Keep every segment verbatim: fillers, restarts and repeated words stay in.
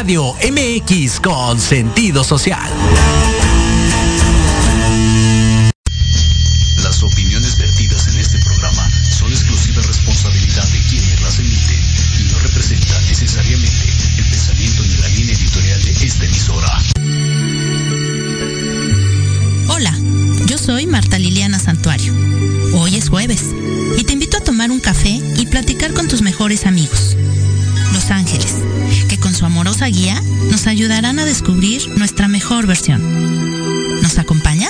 Radio M X con sentido social. Las opiniones vertidas en este programa son exclusiva responsabilidad de quienes las emiten y no representan necesariamente el pensamiento ni la línea editorial de esta emisora. Hola, yo soy Marta Liliana Santuario. Hoy es jueves y te invito a tomar un café y platicar con tus mejores amigos, los ángeles, que con su amorosa guía nos ayudarán a descubrir nuestra mejor versión. ¿Nos acompañas?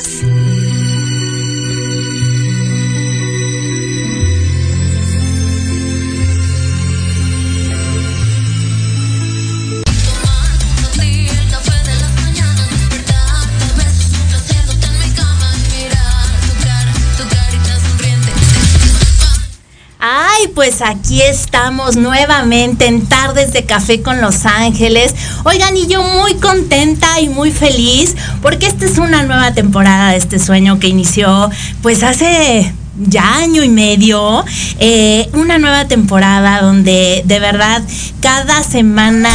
Ay, pues aquí estamos nuevamente en Tardes de Café con Los Ángeles. Oigan, y yo muy contenta y muy feliz porque esta es una nueva temporada de este sueño que inició pues hace ya año y medio, eh, una nueva temporada donde de verdad cada semana,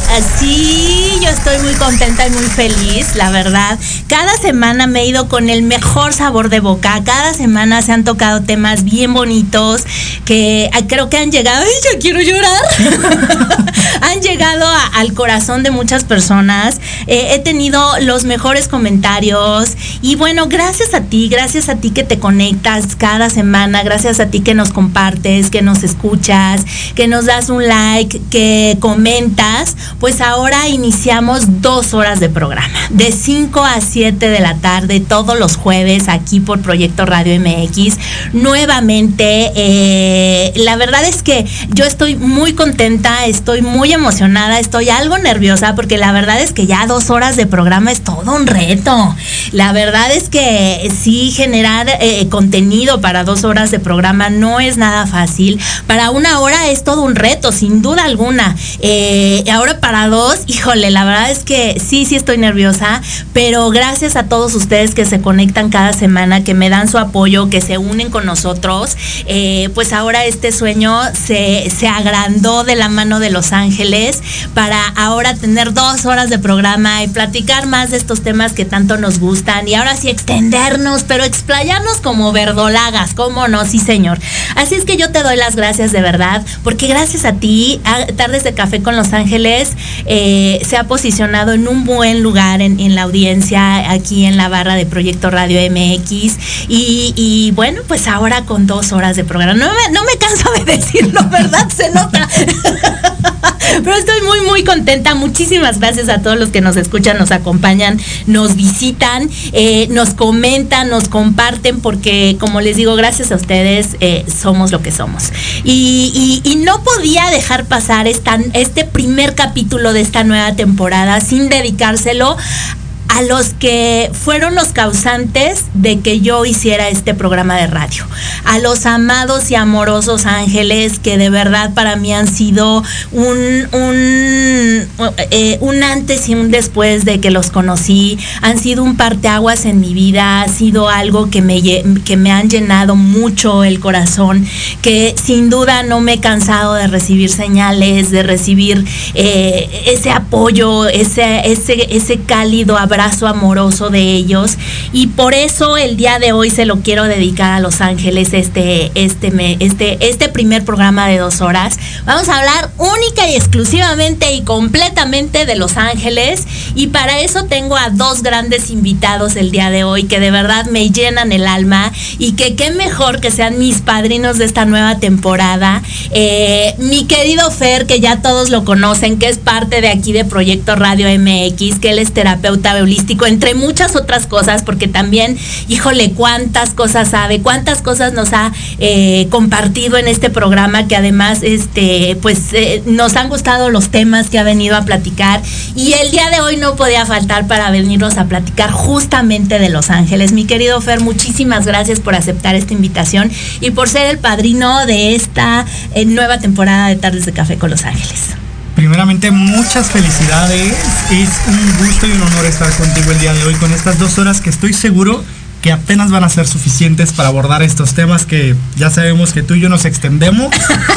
sí, yo estoy muy contenta y muy feliz, la verdad. Cada semana me he ido con el mejor sabor de boca, cada semana se han tocado temas bien bonitos que creo que han llegado, ¡ay, ya quiero llorar! Han llegado a, al corazón de muchas personas. Eh, he tenido los mejores comentarios y bueno, gracias a ti, gracias a ti que te conectas cada semana, gracias a ti que nos compartes, que nos escuchas, que nos das un like, que comentas, pues ahora iniciamos dos horas de programa, de cinco a siete de la tarde, todos los jueves, aquí por Proyecto Radio M X, nuevamente. Eh, la verdad es que yo estoy muy contenta, estoy muy emocionada, estoy algo nerviosa, porque la verdad es que ya dos horas de programa es todo un reto. La verdad es que sí, generar eh, contenido para dos horas de programa no es nada fácil. Para una hora es todo un reto, sin duda alguna. Eh, ahora para dos, híjole, la verdad es que sí, sí estoy nerviosa, pero gracias a todos ustedes que se conectan cada semana, que me dan su apoyo, que se unen con nosotros, eh, pues ahora este sueño se, se agrandó de la mano de Los Ángeles para ahora tener dos horas de programa y platicar más de estos temas que tanto nos gustan y ahora sí extendernos, pero explayarnos como verdolagas, ¿cómo no? Sí, señor. Así es que yo te doy las gracias de verdad, porque gracias a ti, a Tardes de Café con Los Ángeles eh, se ha posicionado en un buen lugar en, en la audiencia, aquí en la barra de Proyecto Radio M X y, y bueno, pues ahora con dos horas de programa. No me, no me canso de decirlo, ¿verdad? Se nota. Pero estoy muy, muy contenta. Muchísimas gracias a todos los que nos escuchan, nos acompañan, nos visitan, eh, nos comentan, nos comparten, porque como les digo, gracias a ustedes eh, somos lo que somos. Y, y, y no podía dejar pasar esta, este primer capítulo de esta nueva temporada sin dedicárselo a los que fueron los causantes de que yo hiciera este programa de radio, a los amados y amorosos ángeles que de verdad para mí han sido un un, eh, un antes y un después de que los conocí, han sido un parteaguas en mi vida, ha sido algo que me, que me han llenado mucho el corazón, que sin duda no me he cansado de recibir señales, de recibir eh, ese apoyo, ese, ese, ese cálido abrazo abrazo amoroso de ellos, y por eso el día de hoy se lo quiero dedicar a Los Ángeles, este, este, me, este, este primer programa de dos horas. Vamos a hablar única y exclusivamente y completamente de Los Ángeles, y para eso tengo a dos grandes invitados el día de hoy que de verdad me llenan el alma, y que qué mejor que sean mis padrinos de esta nueva temporada. Eh, mi querido Fer, que ya todos lo conocen, que es parte de aquí de Proyecto Radio M X, que él es terapeuta holístico, entre muchas otras cosas, porque también, híjole, cuántas cosas sabe, cuántas cosas nos ha eh, compartido en este programa, que además, este, pues, eh, nos han gustado los temas que ha venido a platicar, y el día de hoy no podía faltar para venirnos a platicar justamente de Los Ángeles. Mi querido Fer, muchísimas gracias por aceptar esta invitación y por ser el padrino de esta eh, nueva temporada de Tardes de Café con Los Ángeles. Primeramente, muchas felicidades. Es un gusto y un honor estar contigo el día de hoy con estas dos horas que estoy seguro que apenas van a ser suficientes para abordar estos temas que ya sabemos que tú y yo nos extendemos.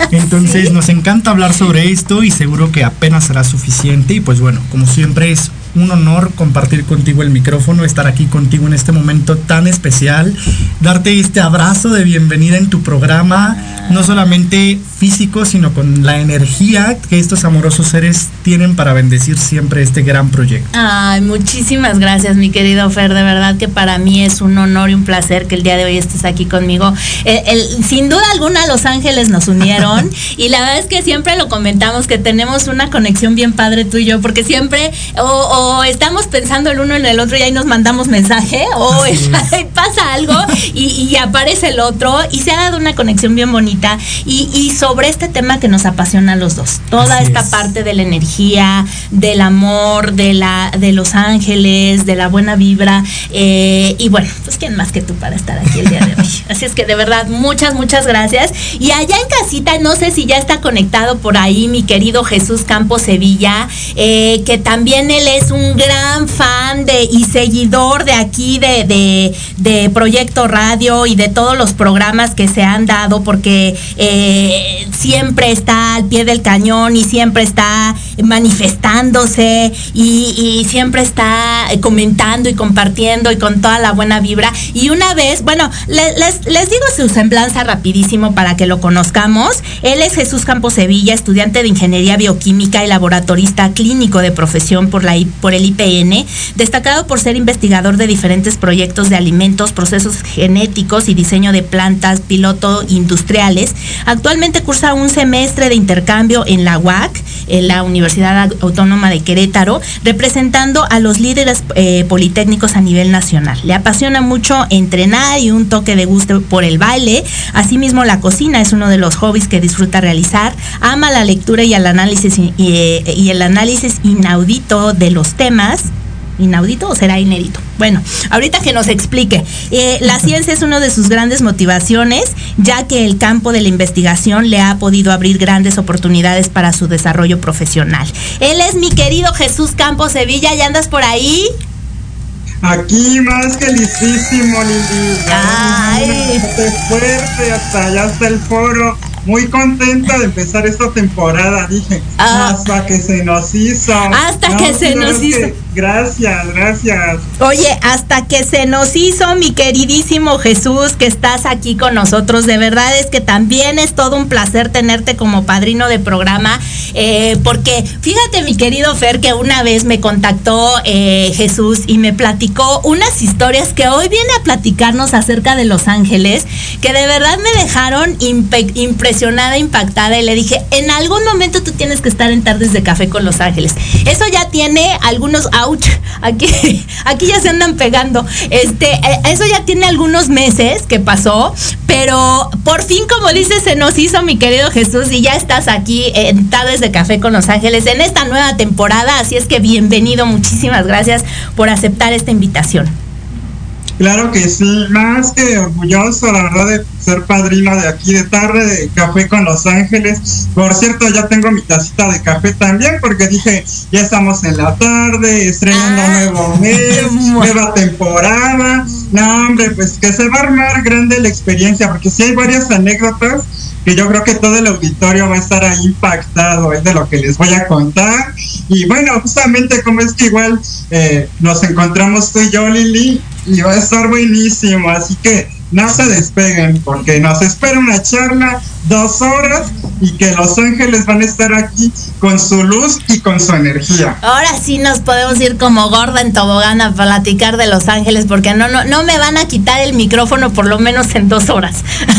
Entonces ¿Sí? nos encanta hablar sobre esto y seguro que apenas será suficiente. Y pues bueno, como siempre es un honor compartir contigo el micrófono, estar aquí contigo en este momento tan especial, darte este abrazo de bienvenida en tu programa, no solamente físico, sino con la energía que estos amorosos seres tienen para bendecir siempre este gran proyecto. Ay, muchísimas gracias, mi querido Fer, de verdad que para mí es un honor y un placer que el día de hoy estés aquí conmigo. El, el, sin duda alguna Los Ángeles nos unieron y la verdad es que siempre lo comentamos que tenemos una conexión bien padre tú y yo, porque siempre o, o estamos pensando el uno en el otro y ahí nos mandamos mensaje o está, pasa algo y, y aparece el otro y se ha dado una conexión bien bonita y, y sobre este tema que nos apasiona a los dos, toda Así esta es. parte de la energía, del amor, de la de los ángeles, de la buena vibra eh, y bueno, pues quién más que tú para estar aquí el día de hoy. Así es que de verdad muchas muchas gracias y allá en casita no sé si ya está conectado por ahí mi querido Jesús Campos Sevilla, eh, que también él es un gran fan de y seguidor de aquí de, de, de Proyecto Radio y de todos los programas que se han dado, porque eh, siempre está al pie del cañón y siempre está manifestándose y, y siempre está comentando y compartiendo y con toda la buena vibra. Y una vez, bueno, les, les, les digo su semblanza rapidísimo para que lo conozcamos. Él es Jesús Campos Sevilla, estudiante de Ingeniería Bioquímica y laboratorista clínico de profesión por, la, por el I P N, destacado por ser investigador de diferentes proyectos de alimentos, procesos genéticos y diseño de plantas piloto industriales. Actualmente cursa un semestre de intercambio en la U A C, en la Universidad Autónoma de Querétaro, representando a los líderes eh, politécnicos a nivel nacional. Le apasiona mucho entrenar y un toque de gusto por el baile. Asimismo, la cocina es uno de los hobbies que disfruta realizar. Ama la lectura y el análisis y, y, y el análisis inaudito de los temas. ¿Inaudito o será inédito? Bueno, ahorita que nos explique. Eh, la ciencia es una de sus grandes motivaciones, ya que el campo de la investigación le ha podido abrir grandes oportunidades para su desarrollo profesional. Él es mi querido Jesús Campos Sevilla, ¿ya andas por ahí? Aquí más que listísimo, Lili. Ay. Fuerte, hasta allá está el foro. Muy contenta de empezar esta temporada, dije, ah. hasta que se nos hizo. Hasta no, que se nos hizo. Que, gracias, gracias. Oye, hasta que se nos hizo, mi queridísimo Jesús, que estás aquí con nosotros. De verdad es que también es todo un placer tenerte como padrino de programa, eh, porque fíjate, mi querido Fer, que una vez me contactó eh, Jesús y me platicó unas historias que hoy viene a platicarnos acerca de Los Ángeles, que de verdad me dejaron impe- impresionada, impactada, y le dije, en algún momento tú tienes que estar en Tardes de Café con Los Ángeles. Eso ya tiene algunos, ouch, aquí, aquí ya se andan pegando, este, eso ya tiene algunos meses que pasó, pero por fin, como dices, se nos hizo, mi querido Jesús, y ya estás aquí en Tardes de Café con Los Ángeles en esta nueva temporada, así es que bienvenido, muchísimas gracias por aceptar esta invitación. Claro que sí, más que orgulloso, la verdad, de ser padrino de aquí de Tarde de Café con Los Ángeles. Por cierto, ya tengo mi tacita de café también, porque dije, ya estamos en la tarde, estrenando ah, nuevo mes, nueva temporada. No, hombre, pues que se va a armar grande la experiencia, porque sí hay varias anécdotas que yo creo que todo el auditorio va a estar ahí impactado es de lo que les voy a contar. Y bueno, justamente como es que igual eh, nos encontramos tú y yo, Lili, y va a estar buenísimo, así que no se despeguen, porque nos espera una charla, dos horas, y que Los Ángeles van a estar aquí con su luz y con su energía. Ahora sí nos podemos ir como gorda en tobogán a platicar de Los Ángeles, porque no, no, no me van a quitar el micrófono por lo menos en dos horas.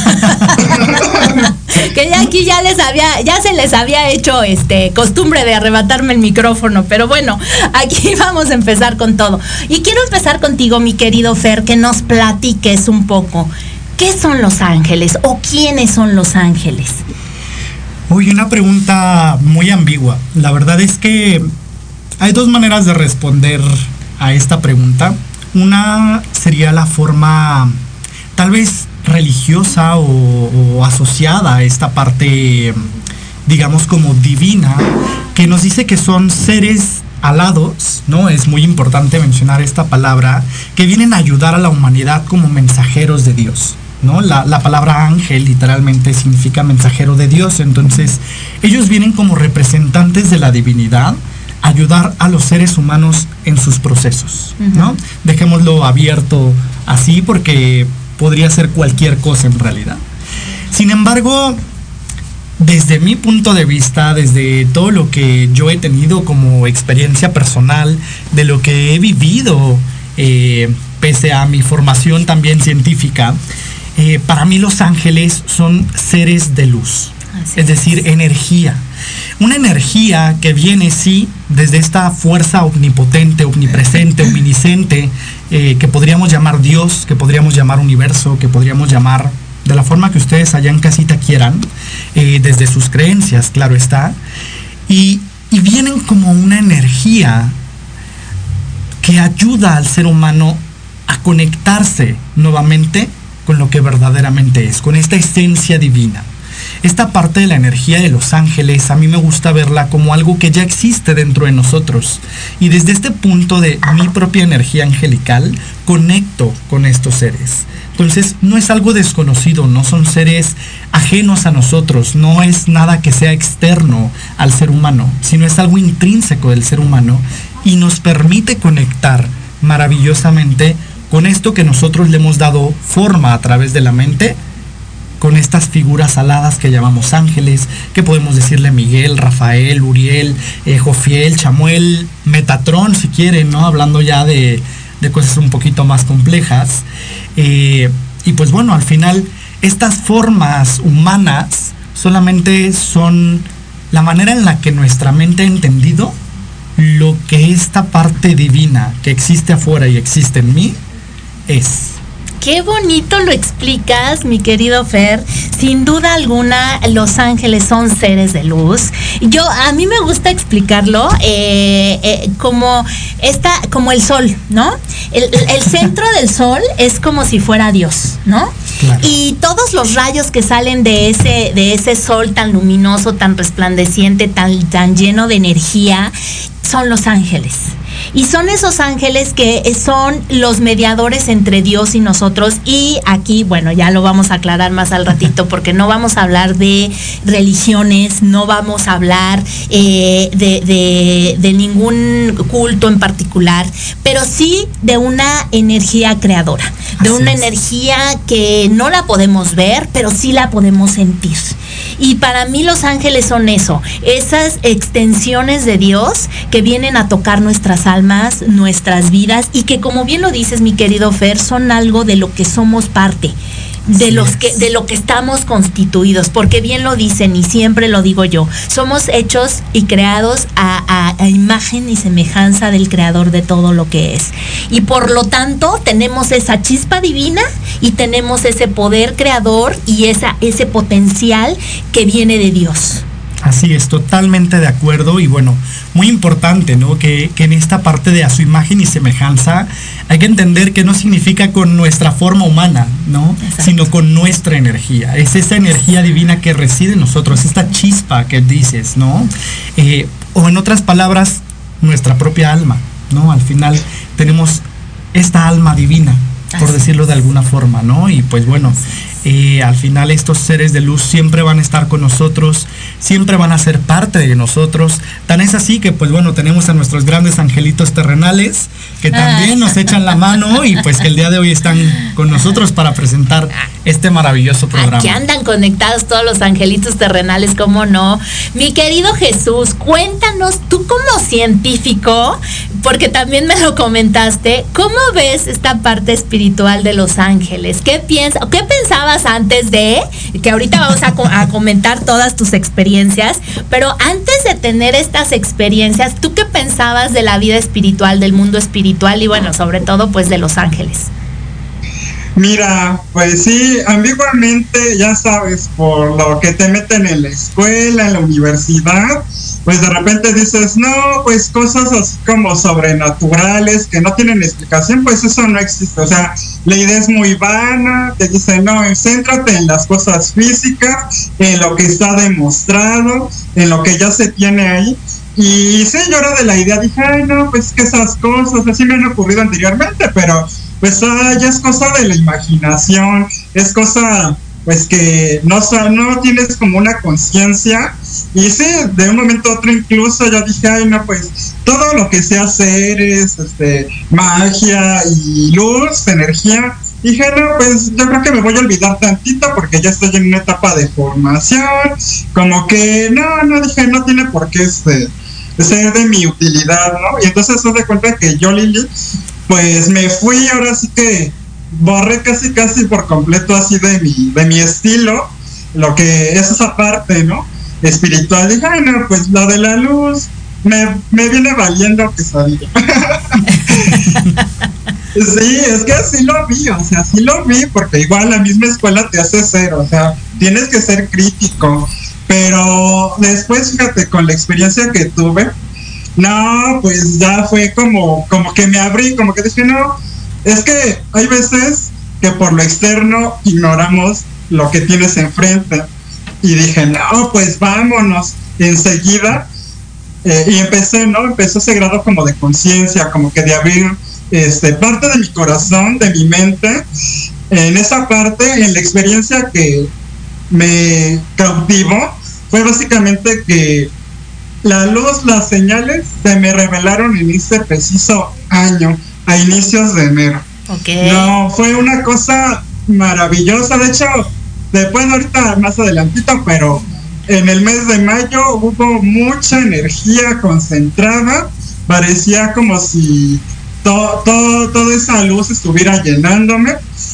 Que ya aquí ya les había, ya se les había hecho este costumbre de arrebatarme el micrófono, pero bueno, aquí vamos a empezar con todo. Y quiero empezar contigo, mi querido Fer, que nos platiques un poco. ¿Qué son Los Ángeles o quiénes son Los Ángeles? Uy, una pregunta muy ambigua. La verdad es que hay dos maneras de responder a esta pregunta. Una sería la forma tal vez religiosa o, o asociada a esta parte, digamos, como divina, que nos dice que son seres alados, ¿no? Es muy importante mencionar esta palabra, que vienen a ayudar a la humanidad como mensajeros de Dios. ¿no? La, la palabra ángel literalmente significa mensajero de Dios, entonces ellos vienen como representantes de la divinidad a ayudar a los seres humanos en sus procesos, ¿no? Uh-huh. Dejémoslo abierto así porque podría ser cualquier cosa en realidad. Sin embargo, desde mi punto de vista, desde todo lo que yo he tenido como experiencia personal, de lo que he vivido, eh, pese a mi formación también científica, Eh, para mí los ángeles son seres de luz, es decir, energía. Una energía que viene, sí, desde esta fuerza omnipotente, omnipresente, omnisciente, eh, que podríamos llamar Dios, que podríamos llamar universo, que podríamos llamar de la forma que ustedes allá en casita quieran, eh, desde sus creencias, claro está. Y, y vienen como una energía que ayuda al ser humano a conectarse nuevamente con lo que verdaderamente es, con esta esencia divina. Esta parte de la energía de los ángeles, a mí me gusta verla como algo que ya existe dentro de nosotros. Y desde este punto de mi propia energía angelical, conecto con estos seres. Entonces, no es algo desconocido, no son seres ajenos a nosotros, no es nada que sea externo al ser humano, sino es algo intrínseco del ser humano y nos permite conectar maravillosamente con esto que nosotros le hemos dado forma a través de la mente, con estas figuras aladas que llamamos ángeles, que podemos decirle Miguel, Rafael, Uriel, eh, Jofiel, Chamuel, Metatrón, si quieren, ¿no? Hablando ya de, de cosas un poquito más complejas. Eh, y pues bueno, al final, estas formas humanas solamente son la manera en la que nuestra mente ha entendido lo que esta parte divina que existe afuera y existe en mí es. Qué bonito lo explicas, mi querido Fer. Sin duda alguna, los ángeles son seres de luz. Yo, a mí me gusta explicarlo eh, eh, como esta, como el sol, ¿no? El, el centro del sol es como si fuera Dios, ¿no? Claro. Y todos los rayos que salen de ese, de ese sol tan luminoso, tan resplandeciente, tan, tan lleno de energía, son los ángeles. Y son esos ángeles que son los mediadores entre Dios y nosotros. Y aquí, bueno, ya lo vamos a aclarar más al ratito, porque no vamos a hablar de religiones, no vamos a hablar eh, de, de, de ningún culto en particular, pero sí de una energía creadora, de Así una es. energía que no la podemos ver, pero sí la podemos sentir. Y para mí los ángeles son eso, esas extensiones de Dios que vienen a tocar nuestras almas, nuestras vidas, y que, como bien lo dices, mi querido Fer, son algo de lo que somos parte, de sí los que, de lo que estamos constituidos, porque bien lo dicen y siempre lo digo yo, somos hechos y creados a, a, a imagen y semejanza del creador de todo lo que es. Y por lo tanto tenemos esa chispa divina y tenemos ese poder creador y esa, ese potencial que viene de Dios. Así es, totalmente de acuerdo. Y bueno, muy importante, ¿no? Que, que en esta parte de a su imagen y semejanza hay que entender que no significa con nuestra forma humana, ¿no? Exacto. Sino con nuestra energía. Es esa energía divina que reside en nosotros, esta chispa que dices, ¿no? Eh, o en otras palabras, nuestra propia alma, ¿no? Al final tenemos esta alma divina, por decirlo de alguna forma, ¿no? Y pues bueno, eh, al final estos seres de luz siempre van a estar con nosotros, siempre van a ser parte de nosotros. Tan es así que pues bueno, tenemos a nuestros grandes angelitos terrenales que también nos echan la mano y pues que el día de hoy están con nosotros para presentar este maravilloso programa. Aquí andan conectados todos los angelitos terrenales, ¿cómo no? Mi querido Jesús, cuéntanos, tú como científico, porque también me lo comentaste, ¿cómo ves esta parte espiritual de los ángeles? ¿Qué piensas, qué pensabas antes de, que ahorita vamos a, a comentar todas tus experiencias, pero antes de tener estas experiencias, ¿tú qué pensabas de la vida espiritual, del mundo espiritual y bueno, sobre todo pues de los ángeles? Mira, pues sí, ambiguamente, ya sabes, por lo que te meten en la escuela, en la universidad, pues de repente dices, no, pues cosas así como sobrenaturales, que no tienen explicación, pues eso no existe. O sea, la idea es muy vana, te dicen, no, céntrate en las cosas físicas, en lo que está demostrado, en lo que ya se tiene ahí. Y sí, yo era de la idea, dije, ay, no, pues que esas cosas así me han ocurrido anteriormente, pero pues ah, ya es cosa de la imaginación, es cosa pues que no, no tienes como una conciencia. Y sí, de un momento a otro incluso yo dije, ay no, pues todo lo que sea seres, este, magia y luz, energía, dije, no, pues yo creo que me voy a olvidar tantito porque ya estoy en una etapa de formación, como que no, no, dije, no tiene por qué este, ser de mi utilidad, ¿no? Y entonces se da cuenta que yo, Lili, pues me fui, ahora sí que borré casi casi por completo así de mi, de mi estilo, lo que es esa parte, ¿no? Espiritual. Dije, ay no, pues lo de la luz me, me viene valiendo quesadilla. Sí, es que así lo vi, o sea, así lo vi, porque igual la misma escuela te hace ser, o sea, tienes que ser crítico, pero después, fíjate, con la experiencia que tuve, no, pues ya fue como, como que me abrí, como que dije, no, es que hay veces que por lo externo ignoramos lo que tienes enfrente, y dije, no, pues vámonos, enseguida, eh, y empecé, ¿no? Empezó ese grado como de conciencia, como que de abrir este, parte de mi corazón, de mi mente, en esa parte, en la experiencia que me cautivó, fue básicamente que la luz, las señales se me revelaron en ese preciso año, a inicios de enero. Okay. No, fue una cosa maravillosa, de hecho, después ahorita más adelantito, pero en el mes de mayo hubo mucha energía concentrada, parecía como si todo, todo, toda esa luz estuviera llenándome,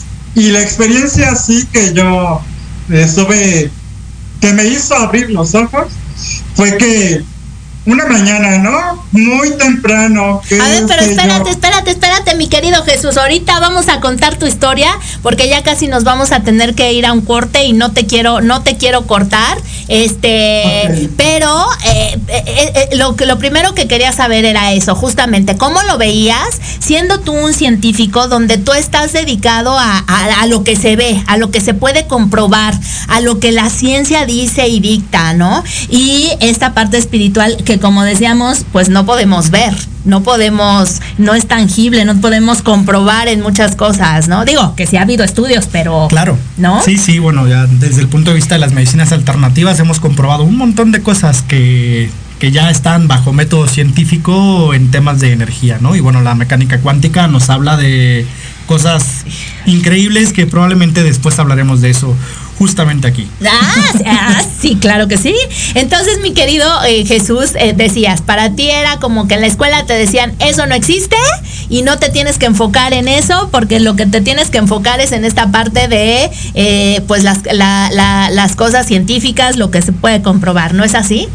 y la experiencia así que yo estuve, que me hizo abrir los ojos, fue que una mañana, ¿no? Muy temprano. A ver, pero espérate, yo... espérate, espérate, mi querido Jesús. Ahorita vamos a contar tu historia porque ya casi nos vamos a tener que ir a un corte y no te quiero, no te quiero cortar. Este, okay. Pero eh, eh, eh, lo que lo primero que quería saber era eso, justamente, ¿cómo lo veías siendo tú un científico donde tú estás dedicado a, a, a lo que se ve, a lo que se puede comprobar, a lo que la ciencia dice y dicta, ¿no? Y esta parte espiritual que, como decíamos, pues no podemos ver, no podemos, no es tangible, no podemos comprobar en muchas cosas, ¿no? Digo, que sí ha habido estudios, pero... Claro. ¿No? Sí, sí, bueno, ya desde el punto de vista de las medicinas alternativas hemos comprobado un montón de cosas que, que ya están bajo método científico en temas de energía, ¿no? Y bueno, la mecánica cuántica nos habla de cosas increíbles que probablemente después hablaremos de eso justamente aquí. Ah, ah, sí, claro que sí. Entonces, mi querido eh, Jesús, eh, decías, para ti era como que en la escuela te decían, eso no existe y no te tienes que enfocar en eso, porque lo que te tienes que enfocar es en esta parte de, eh, pues, las, la, la, las cosas científicas, lo que se puede comprobar, ¿no es así?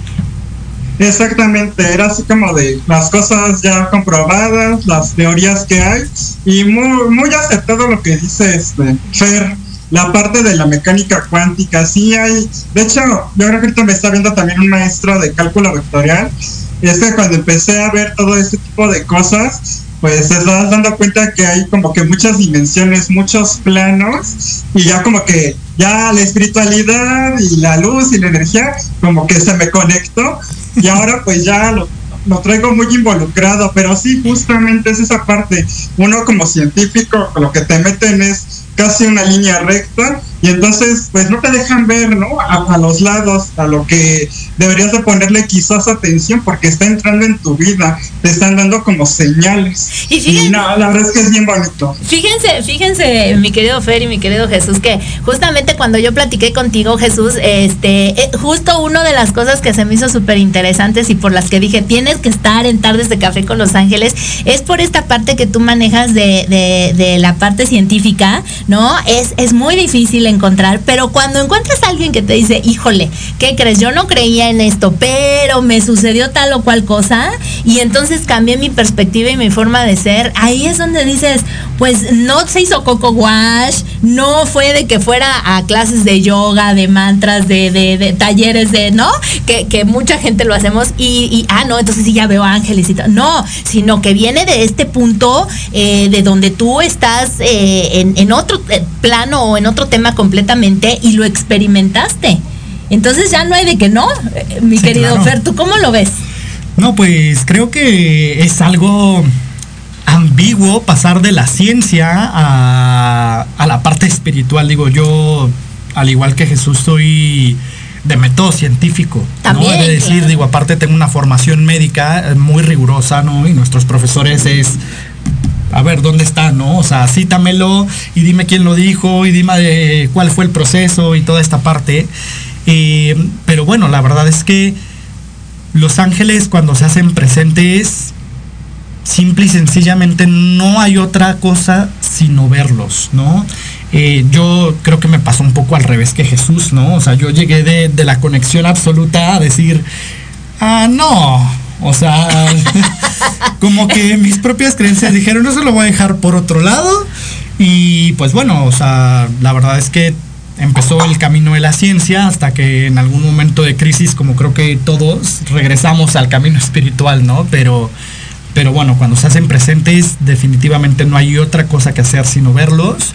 Exactamente, era así como de las cosas ya comprobadas, las teorías que hay, y muy, muy acertado lo que dice este Fer. La parte de la mecánica cuántica, sí hay, de hecho, yo creo que ahorita me está viendo también un maestro de cálculo vectorial, y es que cuando empecé a ver todo este tipo de cosas, pues te estás dando cuenta que hay como que muchas dimensiones, muchos planos, y ya como que ya la espiritualidad y la luz y la energía como que se me conectó, y ahora pues ya lo, lo traigo muy involucrado, pero sí, justamente es esa parte, uno como científico, lo que te meten es casi una línea recta, y entonces pues no te dejan ver, ¿no? A, a los lados, a lo que deberías de ponerle quizás atención, porque está entrando en tu vida, te están dando como señales. Y, fíjense, y no, la verdad es que es bien bonito. Fíjense, fíjense, mi querido Fer y mi querido Jesús, que justamente cuando yo platiqué contigo, Jesús, este, eh, justo una de las cosas que se me hizo súper interesantes y por las que dije, tienes que estar en Tardes de Café con Los Ángeles, es por esta parte que tú manejas de, de, de la parte científica, ¿no? Es, es muy difícil encontrar, pero cuando encuentras a alguien que te dice, híjole, ¿qué crees? Yo no creía en esto, pero me sucedió tal o cual cosa, y entonces cambié mi perspectiva y mi forma de ser, ahí es donde dices, pues no se hizo coco wash, no fue de que fuera a clases de yoga, de mantras, de, de, de talleres de, ¿no? Que, que mucha gente lo hacemos, y, y, ah, no, entonces sí ya veo ángeles y tal, no, sino que viene de este punto eh, de donde tú estás eh, en, en otro plano o en otro tema completamente y lo experimentaste. Entonces ya no hay de que no, mi sí, querido claro. Fer, ¿tú cómo lo ves? No, pues creo que es algo ambiguo pasar de la ciencia a, a la parte espiritual. Digo, yo, al igual que Jesús, soy de método científico. También, ¿no? Es decir, claro. digo, aparte tengo una formación médica muy rigurosa, ¿no? Y nuestros profesores es, a ver, ¿dónde está, no? O sea, cítamelo y dime quién lo dijo y dime eh, cuál fue el proceso y toda esta parte. Eh, pero bueno, la verdad es que los ángeles, cuando se hacen presentes, simple y sencillamente no hay otra cosa sino verlos, ¿no? Eh, yo creo que me pasó un poco al revés que Jesús, ¿no? O sea, yo llegué de, de la conexión absoluta a decir, ah, no, o sea, como que mis propias creencias dijeron, no se lo voy a dejar por otro lado. Y pues bueno, o sea, la verdad es que empezó el camino de la ciencia hasta que en algún momento de crisis, como creo que todos, regresamos al camino espiritual, ¿no? Pero, pero bueno, cuando se hacen presentes, definitivamente no hay otra cosa que hacer sino verlos.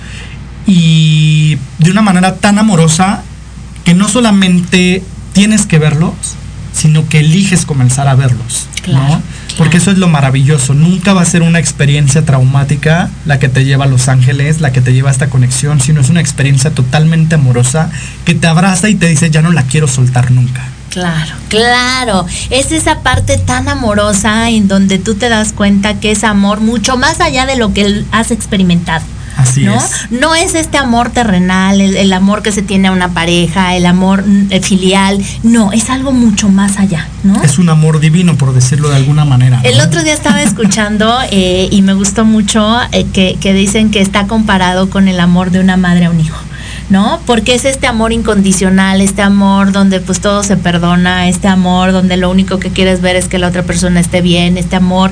Y de una manera tan amorosa que no solamente tienes que verlos, sino que eliges comenzar a verlos, claro, ¿no? claro. Porque eso es lo maravilloso. Nunca va a ser una experiencia traumática la que te lleva a Los Ángeles, la que te lleva a esta conexión, sino es una experiencia totalmente amorosa que te abraza y te dice, ya no la quiero soltar nunca. Claro, claro. Es esa parte tan amorosa en donde tú te das cuenta que es amor mucho más allá de lo que has experimentado. Así ¿no? es. No es este amor terrenal, el, el amor que se tiene a una pareja, el amor eh, filial, no, es algo mucho más allá, ¿no? Es un amor divino, por decirlo de alguna manera, ¿no? El otro día estaba escuchando eh, y me gustó mucho eh, que, que dicen que está comparado con el amor de una madre a un hijo, ¿no? Porque es este amor incondicional, este amor donde pues todo se perdona, este amor donde lo único que quieres ver es que la otra persona esté bien, este amor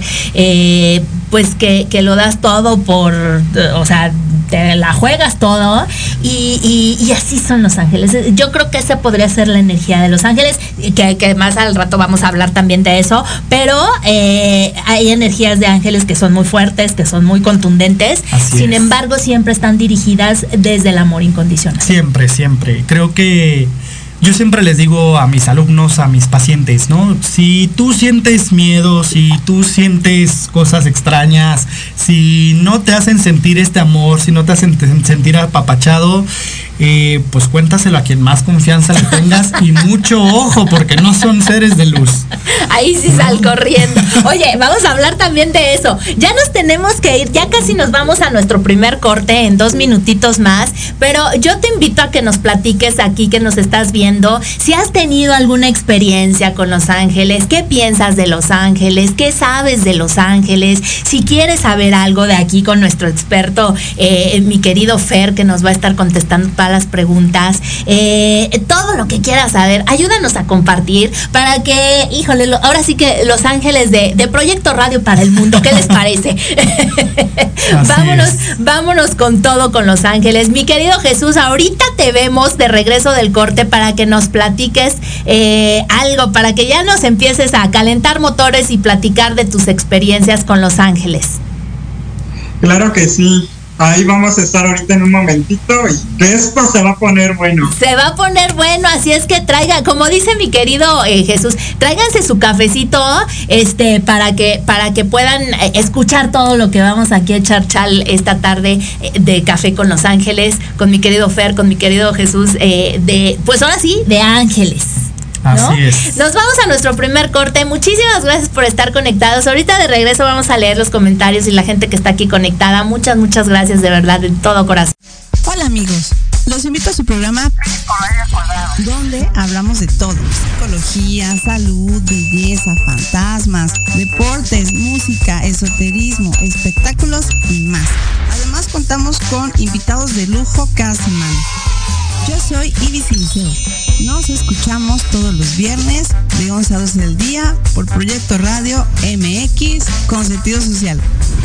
eh, pues que, que lo das todo por, o sea, te la juegas todo y, y, y así son los ángeles. Yo creo que esa podría ser la energía de los ángeles, que, que más al rato vamos a hablar también de eso, pero eh, hay energías de ángeles que son muy fuertes, que son muy contundentes, Así sin es. embargo siempre están dirigidas desde el amor incondicional. Siempre, siempre. Creo que yo siempre les digo a mis alumnos, a mis pacientes, ¿no? Si tú sientes miedo, si tú sientes cosas extrañas, si no te hacen sentir este amor, si no te hacen sentir apapachado, eh, pues cuéntaselo a quien más confianza le tengas y mucho ojo, porque no son seres de luz. Ahí sí sal corriendo. Oye, vamos a hablar también de eso. Ya nos tenemos que ir, ya casi nos vamos a nuestro primer corte en dos minutitos más, pero yo te invito a que nos platiques aquí que nos estás viendo, si has tenido alguna experiencia con Los Ángeles, qué piensas de Los Ángeles, qué sabes de Los Ángeles, si quieres saber algo de aquí con nuestro experto, eh, mi querido Fer, que nos va a estar contestando todas las preguntas, eh, todo lo que quieras saber, ayúdanos a compartir para que, híjole, lo, ahora sí que Los Ángeles de, de Proyecto Radio para el Mundo, ¿qué les parece? vámonos, es. vámonos con todo con Los Ángeles. Mi querido Jesús, ahorita te vemos de regreso del corte para que nos platiques eh, algo, para que ya nos empieces a calentar motores y platicar de tus experiencias con Los Ángeles. Claro que sí. Ahí vamos a estar ahorita en un momentito y que esto se va a poner bueno. Se va a poner bueno, así es que traigan, como dice mi querido eh, Jesús, tráiganse su cafecito, este, para que, para que puedan eh, escuchar todo lo que vamos aquí a echar chal esta tarde eh, de Café con Los Ángeles, con mi querido Fer, con mi querido Jesús, eh, de, pues ahora sí, de ángeles. ¿no? Así es. Nos vamos a nuestro primer corte. Muchísimas gracias por estar conectados. Ahorita de regreso vamos a leer los comentarios y la gente que está aquí conectada. Muchas, muchas gracias de verdad, de todo corazón. Hola amigos, los invito a su programa donde hablamos de todo: psicología, salud, belleza, fantasmas, deportes, música, esoterismo, espectáculos y más. Además contamos con invitados de lujo cada semana. Yo soy Ibis Liceo. Nos escuchamos todos los viernes de once a doce del día por Proyecto Radio M X con sentido social.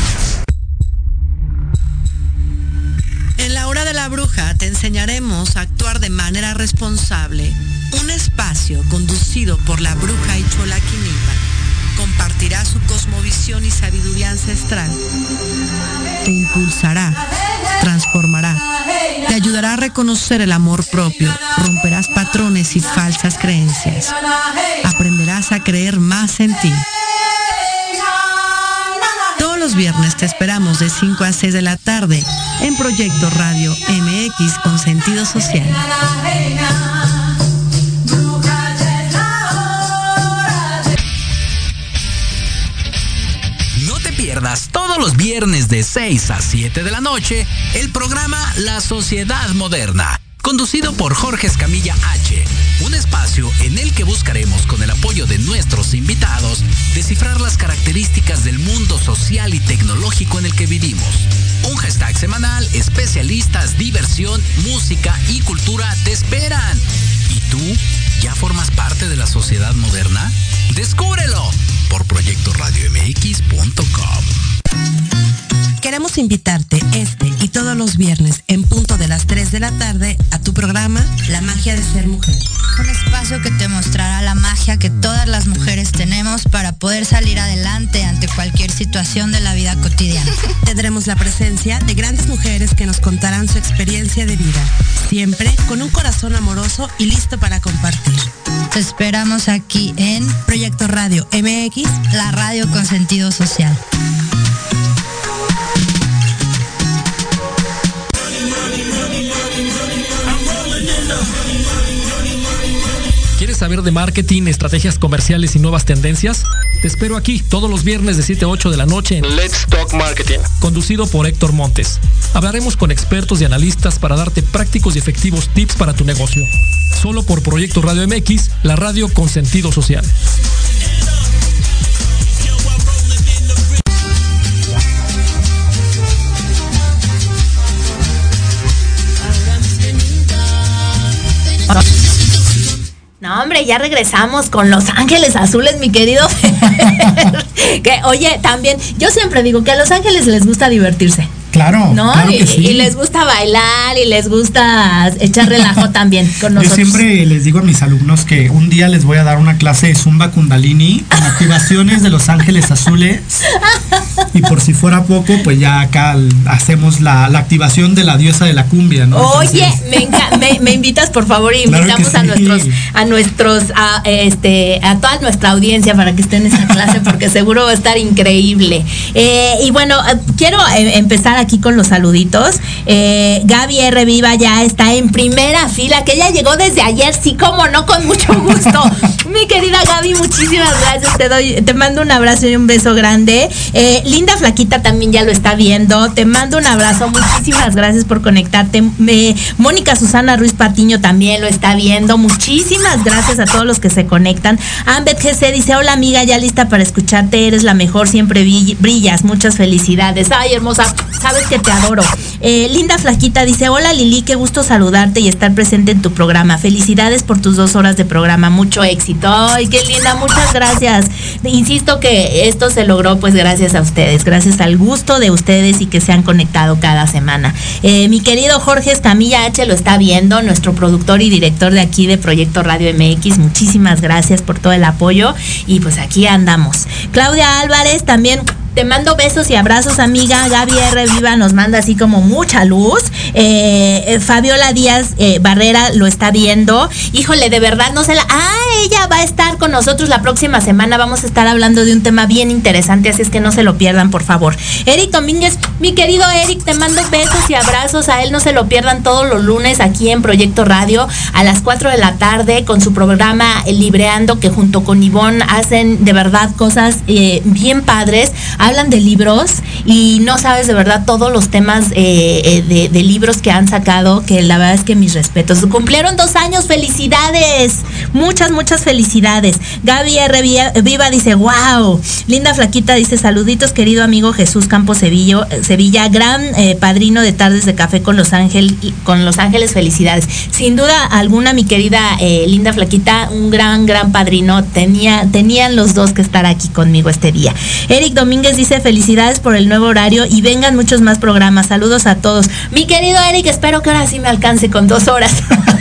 En la hora de la bruja te enseñaremos a actuar de manera responsable. Un espacio conducido por la bruja Ichola Quimilpa. Compartirá su cosmovisión y sabiduría ancestral. Te impulsará, transformará, te ayudará a reconocer el amor propio, romperás patrones y falsas creencias. Aprenderás a creer más en ti. Todos los viernes te esperamos de cinco a seis de la tarde en Proyecto Radio M X con sentido social. No te pierdas todos los viernes de seis a siete de la noche el programa La Sociedad Moderna, conducido por Jorge Escamilla H., un espacio en el que buscaremos, con el apoyo de nuestros invitados, descifrar las características del mundo social y tecnológico en el que vivimos. Un hashtag semanal, especialistas, diversión, música y cultura te esperan. ¿Y tú ya formas parte de la sociedad moderna? ¡Descúbrelo! Por proyecto radio m x punto com. Queremos invitarte este y todos los viernes en punto de las tres de la tarde a tu programa La Magia de Ser Mujer. Un espacio que te mostrará la magia que todas las mujeres tenemos para poder salir adelante ante cualquier situación de la vida cotidiana. Tendremos la presencia de grandes mujeres que nos contarán su experiencia de vida, siempre con un corazón amoroso y listo para compartir. Te esperamos aquí en Proyecto Radio M X, la radio con sentido social. ¿Quieres saber de marketing, estrategias comerciales y nuevas tendencias? Te espero aquí todos los viernes de siete a ocho de la noche en Let's Talk Marketing, conducido por Héctor Montes. Hablaremos con expertos y analistas para darte prácticos y efectivos tips para tu negocio. Solo por Proyecto Radio M X, la radio con sentido social. No, hombre, ya regresamos con Los Ángeles Azules, mi querido. Que, oye, también, yo siempre digo que a Los Ángeles les gusta divertirse. Claro, ¿no? claro y, que sí. y les gusta bailar y les gusta echar relajo también con nosotros. Yo siempre les digo a mis alumnos que un día les voy a dar una clase de Zumba Kundalini con activaciones de Los Ángeles Azules. Y por si fuera poco, pues ya acá hacemos la, la activación de la diosa de la cumbia, ¿no? Oye, Entonces, me, enca- me, me invitas por favor y Claro invitamos que a sí. nuestros, a nuestros, a, este, a toda nuestra audiencia para que estén en esa clase porque seguro va a estar increíble. Eh, y bueno, eh, quiero eh, empezar aquí con los saluditos. Eh, Gaby R. Viva ya está en primera fila, que ella llegó desde ayer, sí, como no, con mucho gusto. Mi querida Gaby, muchísimas gracias, te doy, te mando un abrazo y un beso grande. Eh, Linda Flaquita también ya lo está viendo, te mando un abrazo, muchísimas gracias por conectarte. Me, Mónica Susana Ruiz Patiño también lo está viendo, muchísimas gracias a todos los que se conectan. Ambet G C dice, hola amiga, ya lista para escucharte, eres la mejor, siempre brillas, muchas felicidades. Ay, hermosa, sabes que te adoro. Eh, Linda Flaquita dice, hola Lili, qué gusto saludarte y estar presente en tu programa. Felicidades por tus dos horas de programa, mucho éxito. Ay, qué linda, muchas gracias. Insisto que esto se logró pues gracias a ustedes, gracias al gusto de ustedes y que se han conectado cada semana. Eh, mi querido Jorge Escamilla H. lo está viendo, nuestro productor y director de aquí de Proyecto Radio M X. Muchísimas gracias por todo el apoyo y pues aquí andamos. Claudia Álvarez también, te mando besos y abrazos, amiga. Gaby R. Viva nos manda así como mucha luz. Eh, eh, Fabiola Díaz eh, Barrera lo está viendo. Híjole, de verdad no se la... Ah, ella va a estar con nosotros la próxima semana. Vamos a estar hablando de un tema bien interesante, así es que no se lo pierdan, por favor. Eric Domínguez, mi querido Eric, te mando besos y abrazos. A él no se lo pierdan todos los lunes aquí en Proyecto Radio a las cuatro de la tarde con su programa Libreando, que junto con Ivonne hacen de verdad cosas eh, bien padres. Hablan de libros y no sabes de verdad todos los temas eh, de, de libros que han sacado, que la verdad es que mis respetos. Cumplieron dos años, felicidades, muchas, muchas felicidades. Gaby R. Viva dice, wow. Linda Flaquita dice, saluditos querido amigo Jesús Campos Sevilla, Sevilla gran eh, padrino de Tardes de Café con Los Ángeles, con Los Ángeles, felicidades. Sin duda alguna, mi querida eh, Linda Flaquita, un gran, gran padrino. Tenía, tenían los dos que estar aquí conmigo este día. Eric Domínguez dice, felicidades por el nuevo horario y vengan muchos más programas. Saludos a todos. Mi querido Eric, espero que ahora sí me alcance con dos horas.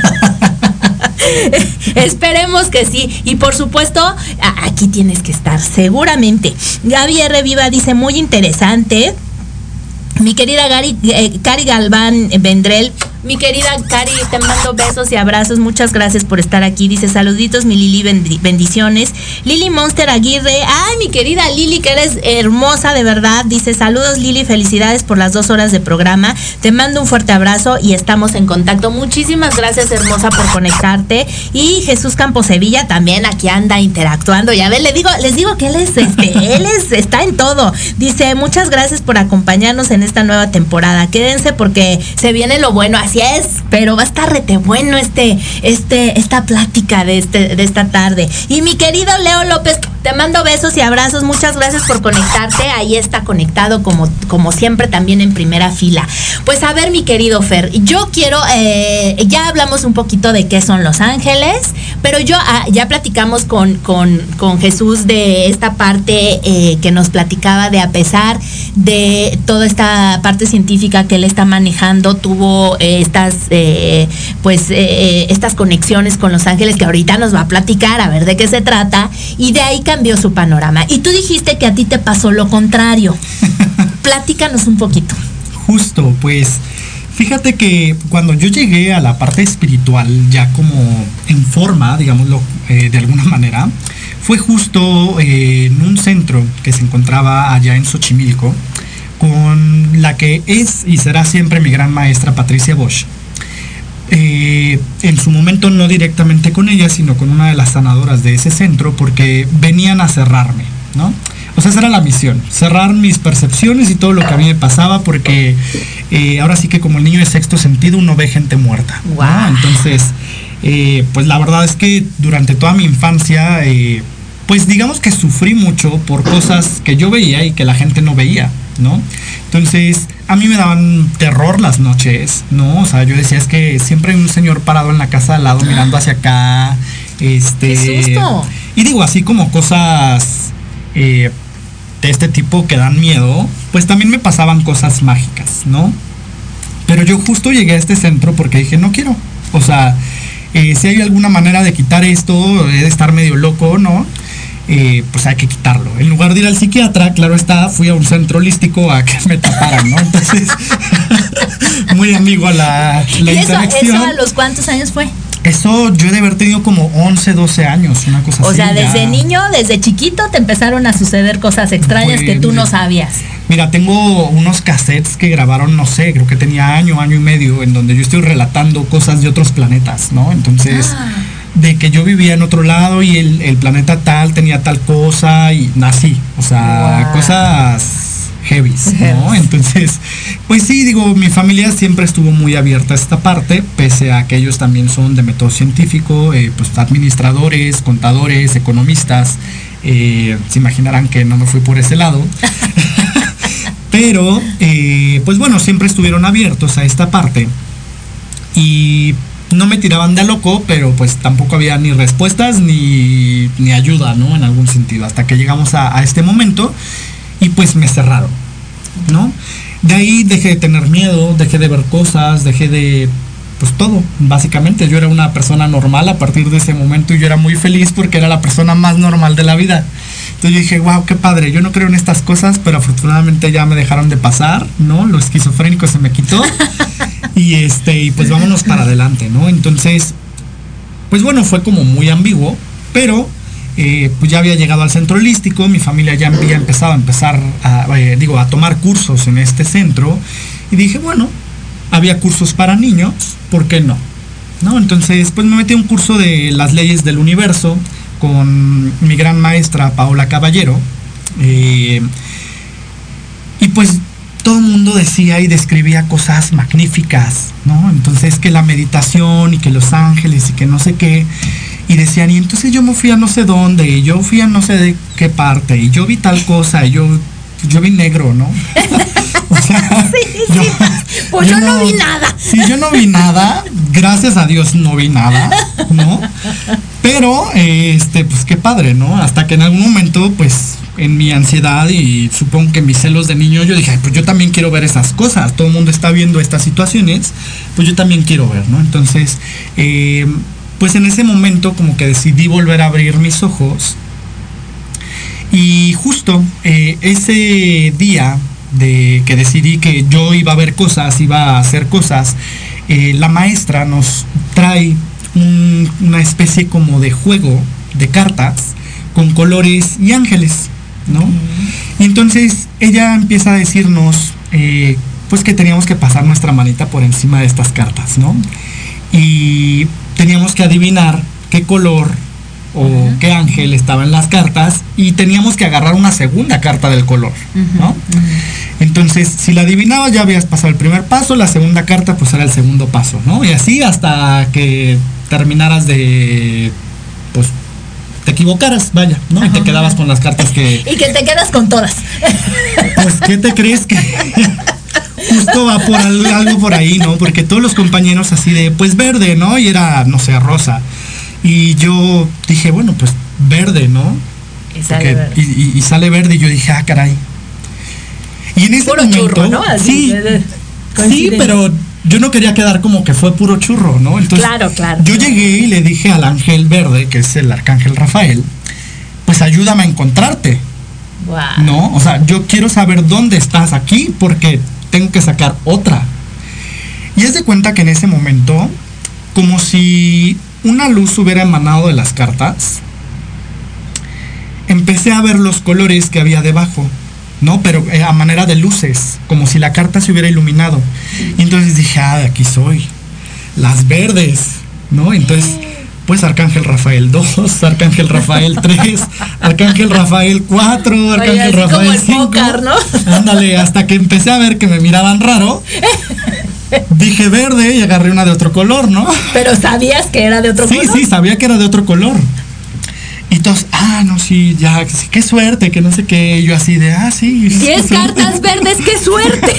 Esperemos que sí. Y por supuesto, aquí tienes que estar, seguramente. Gaby R. Viva dice, muy interesante. Mi querida Gary, eh, Cari Galván Vendrell, Mi querida Cari, te mando besos y abrazos. Muchas gracias por estar aquí. Dice, saluditos, mi Lili, bendiciones. Lili Monster Aguirre. Ay, mi querida Lili, que eres hermosa de verdad. Dice, saludos, Lili, felicidades por las dos horas de programa. Te mando un fuerte abrazo y estamos en contacto. Muchísimas gracias, hermosa, por conectarte. Y Jesús Campos Sevilla también aquí anda interactuando. Ya ven, les digo, les digo que él es, este, él es, está en todo. Dice, muchas gracias por acompañarnos en esta nueva temporada. Quédense porque se viene lo bueno. Así es, pero va a estar rete bueno este, este, esta plática de este, de esta tarde. Y mi querido Leo López, te mando besos y abrazos. Muchas gracias por conectarte. Ahí está conectado como, como siempre, también en primera fila. Pues a ver, mi querido Fer, yo quiero, eh, ya hablamos un poquito de qué son Los Ángeles, pero yo ah, ya platicamos con, con, con Jesús de esta parte eh, que nos platicaba de, a pesar de toda esta parte científica que él está manejando, tuvo eh, estas eh, pues eh, estas conexiones con Los Ángeles, que ahorita nos va a platicar a ver de qué se trata, y de ahí cambió su panorama. Y tú dijiste que a ti te pasó lo contrario. Platícanos un poquito. Justo, pues fíjate que cuando yo llegué a la parte espiritual, ya como en forma, digámoslo eh, de alguna manera, fue justo eh, en un centro que se encontraba allá en Xochimilco, con la que es y será siempre mi gran maestra Patricia Bosch. Eh, en su momento no directamente con ella, sino con una de las sanadoras de ese centro, porque venían a cerrarme, ¿no? O sea, esa era la misión, cerrar mis percepciones y todo lo que a mí me pasaba, porque eh, ahora sí que como el niño de sexto sentido uno ve gente muerta, ¿no? Wow. Entonces, eh, pues la verdad es que durante toda mi infancia, eh, pues digamos que sufrí mucho por cosas que yo veía y que la gente no veía, ¿no? Entonces, a mí me daban terror las noches, ¿no? O sea, yo decía, es que siempre hay un señor parado en la casa al lado mirando hacia acá, este... ¡Qué susto! Y digo, así como cosas eh, de este tipo que dan miedo, pues también me pasaban cosas mágicas, ¿no? Pero yo justo llegué a este centro porque dije, no quiero, o sea, eh, si hay alguna manera de quitar esto, he de estar medio loco, ¿no? Eh, pues hay que quitarlo. En lugar de ir al psiquiatra, claro está, fui a un centro holístico a que me taparan, ¿no? Entonces, muy amigo a la, la ¿Y interacción. ¿Eso a los cuántos años fue? Eso yo he de haber tenido como once, doce años, una cosa o así. O sea, desde ya. niño, desde chiquito te empezaron a suceder cosas extrañas pues, que tú no sabías. Mira, tengo unos cassettes que grabaron, no sé, creo que tenía año, año y medio, en donde yo estoy relatando cosas de otros planetas, ¿no? Entonces... Ah. De que yo vivía en otro lado y el, el planeta tal tenía tal cosa y nací, o sea, wow. Cosas heavies, ¿no? Entonces, pues sí, digo, mi familia siempre estuvo muy abierta a esta parte, pese a que ellos también son de método científico, eh, pues administradores, contadores, economistas, eh, se imaginarán que no me fui por ese lado, pero, eh, pues bueno, siempre estuvieron abiertos a esta parte y... No me tiraban de loco, pero pues tampoco había ni respuestas ni, ni ayuda, ¿no? En algún sentido, hasta que llegamos a, a este momento y pues me cerraron, ¿no? De ahí dejé de tener miedo, dejé de ver cosas, dejé de... pues todo, básicamente. Yo era una persona normal a partir de ese momento y yo era muy feliz porque era la persona más normal de la vida. Entonces yo dije, wow, qué padre, yo no creo en estas cosas, pero afortunadamente ya me dejaron de pasar, ¿no? Lo esquizofrénico se me quitó. Y este, y pues vámonos para adelante, ¿no? Entonces, pues bueno, fue como muy ambiguo, pero eh, pues ya había llegado al centro holístico, mi familia ya había empezado a empezar a, eh, digo, a tomar cursos en este centro, y dije, bueno, había cursos para niños, ¿por qué no? ¿No? Entonces, pues me metí a un curso de las leyes del universo con mi gran maestra Paola Caballero, eh, y pues todo el mundo decía y describía cosas magníficas, ¿no? Entonces que la meditación y que los ángeles y que no sé qué, y decían, y entonces yo me fui a no sé dónde, y yo fui a no sé de qué parte, y yo vi tal cosa, y yo, yo vi negro, ¿no? O sea, sí, yo, sí. Pues yo, yo no, no vi nada. Sí, yo no vi nada, gracias a Dios no vi nada, ¿no? Pero, este, pues qué padre, ¿no? Hasta que en algún momento, pues, en mi ansiedad y supongo que mis celos de niño, yo dije, pues yo también quiero ver esas cosas, todo el mundo está viendo estas situaciones, pues yo también quiero ver, ¿no? Entonces, eh, pues en ese momento como que decidí volver a abrir mis ojos y justo eh, ese día de que decidí que yo iba a ver cosas, iba a hacer cosas, eh, la maestra nos trae un, una especie como de juego de cartas con colores y ángeles, ¿no? Mm. Y entonces ella empieza a decirnos eh, pues que teníamos que pasar nuestra manita por encima de estas cartas, ¿no? Y teníamos que adivinar qué color o uh-huh. qué ángel estaba en las cartas y teníamos que agarrar una segunda carta del color, ¿no? Uh-huh. Entonces, si la adivinabas ya habías pasado el primer paso, la segunda carta pues era el segundo paso, ¿no? Y así hasta que terminaras de, pues, te equivocaras, vaya, ¿no? Y te quedabas con las cartas que... Y que te quedas con todas. Pues, ¿qué te crees que...? Justo va por algo, algo por ahí, ¿no? Porque todos los compañeros así de, pues verde, ¿no? Y era, no sé, rosa. Y yo dije, bueno, pues verde, ¿no? Y sale Porque, verde. Y, y, y sale verde y yo dije, ah, caray. Y en ese puro momento... churro, ¿no? Así, sí, sí, pero yo no quería quedar como que fue puro churro, ¿no? Entonces, claro, claro. Yo claro. llegué y le dije al ángel verde, que es el arcángel Rafael, pues ayúdame a encontrarte. Wow. ¿No? O sea, yo quiero saber dónde estás aquí porque tengo que sacar otra. Y es de cuenta que en ese momento, como si una luz hubiera emanado de las cartas, empecé a ver los colores que había debajo, ¿no? Pero eh, a manera de luces, como si la carta se hubiera iluminado. Y entonces dije, ah, de aquí soy. Las verdes, ¿no? Entonces, pues Arcángel Rafael dos, Arcángel Rafael tres, Arcángel Rafael cuatro, Arcángel Oye, Rafael cinco. Pócar, ¿no? Ándale, hasta que empecé a ver que me miraban raro. Dije verde y agarré una de otro color, ¿no? Pero sabías que era de otro sí, color. Sí, sí, sabía que era de otro color. Y entonces, ah, no, sí, ya, sí, qué suerte, que no sé qué. Yo así de, ah, sí. Diez cartas verdes, qué suerte.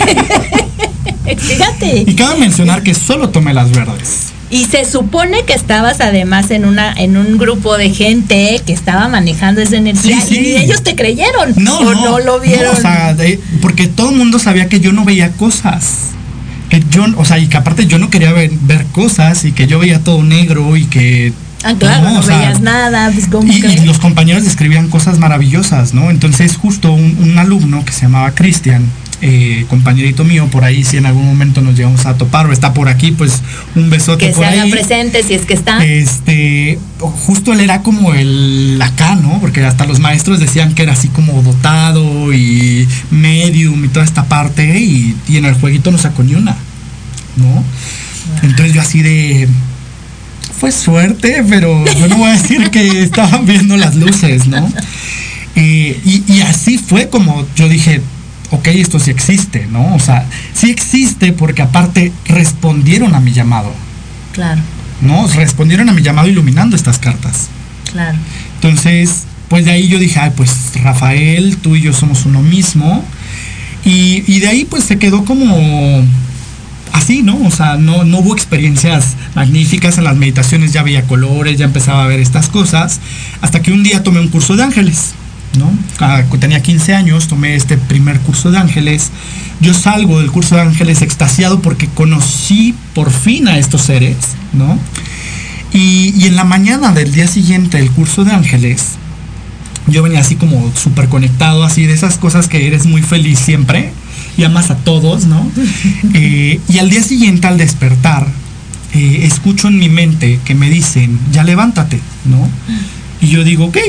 Fíjate. Y cabe mencionar que solo tomé las verdes. Y se supone que estabas además en una en un grupo de gente que estaba manejando esa energía, sí, sí. Y ellos te creyeron. No, o no, no lo vieron. No, o sea, de, porque todo el mundo sabía que yo no veía cosas. Que yo, o sea, y que aparte yo no quería ver, ver cosas y que yo veía todo negro y que... Ah, claro, no, no veías sea, nada. Pues, ¿cómo y, que... y los compañeros describían cosas maravillosas, ¿no? Entonces justo un, un alumno que se llamaba Cristian, eh, compañerito mío, por ahí si en algún momento nos llegamos a topar o está por aquí, pues un besote que por ahí. Que se haga presente si es que está. Este, justo él era como el acá, ¿no? Porque hasta los maestros decían que era así como dotado y medium y toda esta parte y, y en el jueguito no sacó ni una, ¿no? Wow. Entonces yo así de... Fue suerte, pero yo no voy a decir que estaban viendo las luces, ¿no? Eh, y, y así fue como yo dije, ok, esto sí existe, ¿no? O sea, sí existe porque aparte respondieron a mi llamado. Claro. ¿No? Respondieron a mi llamado iluminando estas cartas. Claro. Entonces, pues de ahí yo dije, ay, pues Rafael, tú y yo somos uno mismo. Y, y de ahí pues se quedó como... así, ¿no? O sea, no, no hubo experiencias magníficas en las meditaciones, ya veía colores, ya empezaba a ver estas cosas, hasta que un día tomé un curso de ángeles, ¿no? Tenía quince años, tomé este primer curso de ángeles, yo salgo del curso de ángeles extasiado porque conocí por fin a estos seres, ¿no? Y, y en la mañana del día siguiente del curso de ángeles, yo venía así como súper conectado, así de esas cosas que eres muy feliz siempre, y amas a todos, ¿no? Eh, y al día siguiente, al despertar, eh, escucho en mi mente que me dicen, ya levántate, ¿no? Y yo digo, ok,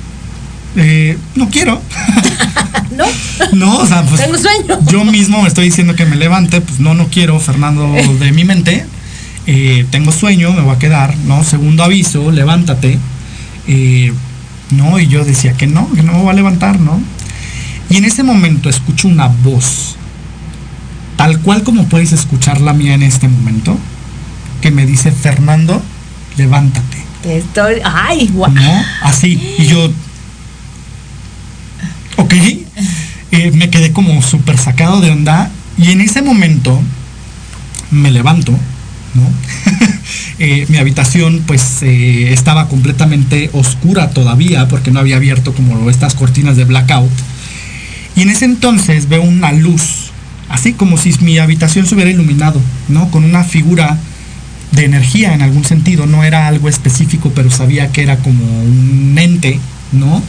eh, no quiero. ¿No? No, o sea, pues... Tengo sueño. Yo mismo me estoy diciendo que me levante, pues no, no quiero, Fernando, de mi mente. Eh, tengo sueño, me voy a quedar, ¿no? Segundo aviso, levántate. Eh, no, y yo decía que no, que no me voy a levantar, ¿no? Y en ese momento escucho una voz, tal cual como puedes escuchar la mía en este momento, que me dice, Fernando, levántate. Estoy, ay, guau. ¿No? Así, y yo, ok, eh, me quedé como súper sacado de onda, y en ese momento me levanto, ¿no? eh, mi habitación pues eh, estaba completamente oscura todavía, porque no había abierto como estas cortinas de blackout. Y en ese entonces veo una luz, así como si mi habitación se hubiera iluminado, ¿no? Con una figura de energía en algún sentido, no era algo específico, pero sabía que era como un ente, ¿no?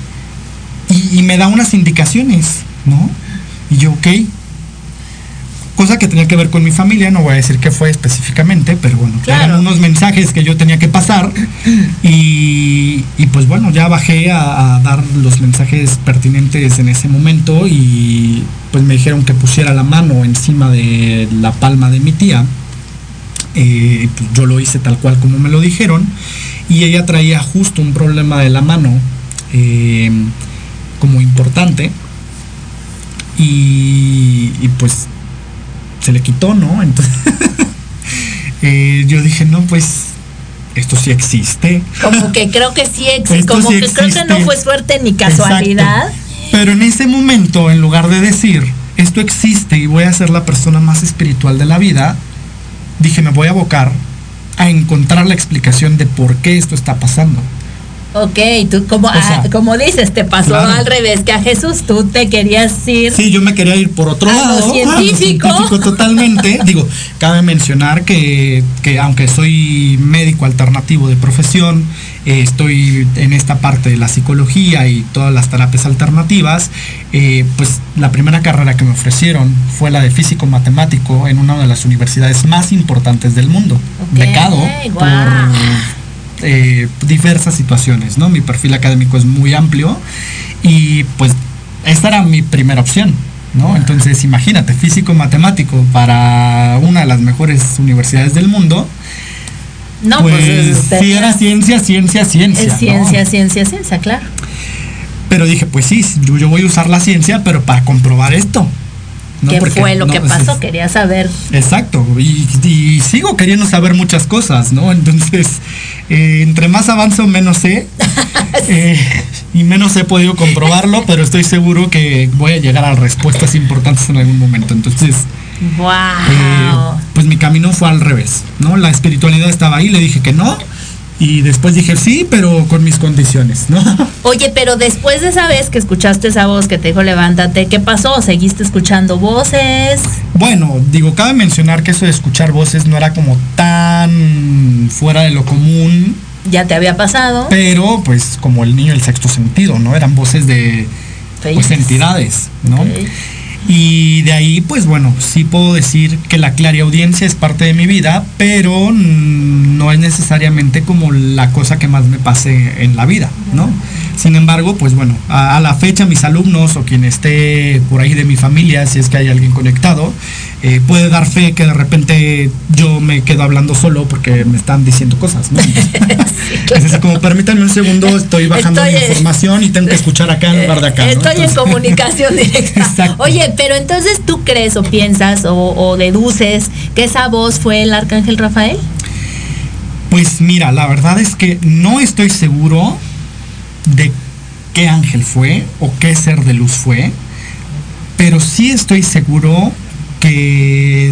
Y, y me da unas indicaciones, ¿no? Y yo, ok. cosa que tenía que ver con mi familia, no voy a decir qué fue específicamente, pero bueno, claro. Eran unos mensajes que yo tenía que pasar y, y pues bueno, ya bajé a, a dar los mensajes pertinentes en ese momento y pues me dijeron que pusiera la mano encima de la palma de mi tía. Eh, pues yo lo hice tal cual como me lo dijeron y ella traía justo un problema de la mano eh, como importante y, y pues se le quitó, ¿no? Entonces eh, yo dije, no, pues esto sí existe. Como que creo que sí existe, como sí que existe. creo que no fue suerte ni casualidad. Exacto. Pero en ese momento, en lugar de decir, esto existe y voy a ser la persona más espiritual de la vida, dije, me voy a abocar a encontrar la explicación de por qué esto está pasando. Ok, tú como, sea, ah, como dices, te pasó claro. al revés que a Jesús, tú te querías ir. Sí, yo me quería ir por otro a lado. lo científico. A lo científico totalmente. Digo, cabe mencionar que, que aunque soy médico alternativo de profesión, eh, estoy en esta parte de la psicología y todas las terapias alternativas, eh, pues la primera carrera que me ofrecieron fue la de físico matemático en una de las universidades más importantes del mundo. Okay, becado wow. por Eh, diversas situaciones, ¿no? Mi perfil académico es muy amplio y pues esta era mi primera opción, ¿no? Entonces imagínate, físico matemático para una de las mejores universidades del mundo. No, pues, pues sí era ciencia, ciencia, ciencia. Es ciencia, ¿no? ciencia, ciencia, claro. Pero dije, pues sí, yo, yo voy a usar la ciencia, pero para comprobar esto. ¿no? ¿Qué Porque, fue lo no, que pues, pasó? es, Quería saber. Exacto, y, y sigo queriendo saber muchas cosas, ¿no? Entonces, eh, entre más avanzo, menos sé. eh, y menos he podido comprobarlo, pero estoy seguro que voy a llegar a respuestas importantes en algún momento. Entonces, wow. eh, pues mi camino fue al revés, ¿no? La espiritualidad estaba ahí, le dije que no. Y después dije sí, pero con mis condiciones, ¿no? Oye, pero después de esa vez que escuchaste esa voz que te dijo levántate, ¿qué pasó? ¿Seguiste escuchando voces? Bueno, digo, cabe mencionar que eso de escuchar voces no era como tan fuera de lo común. Ya te había pasado. Pero, pues, como el niño del sexto sentido, ¿no? Eran voces de pues, entidades, ¿no? Okay. Y de ahí, pues bueno, sí puedo decir que la clariaudiencia es parte de mi vida, pero no es necesariamente como la cosa que más me pase en la vida, ¿no? Sin embargo, pues bueno, a, a la fecha mis alumnos o quien esté por ahí de mi familia, si es que hay alguien conectado, eh, puede dar fe que de repente yo me quedo hablando solo porque me están diciendo cosas, ¿no? Entonces, sí, claro. Es así como, permítanme un segundo, estoy bajando estoy, mi información y tengo que escuchar acá en lugar de acá, ¿no? Estoy Entonces, en comunicación directa. Exacto. Oye, pero entonces tú crees o piensas o, o deduces que esa voz fue el arcángel Rafael. Pues mira, la verdad es que no estoy seguro de qué ángel fue o qué ser de luz fue, pero sí estoy seguro que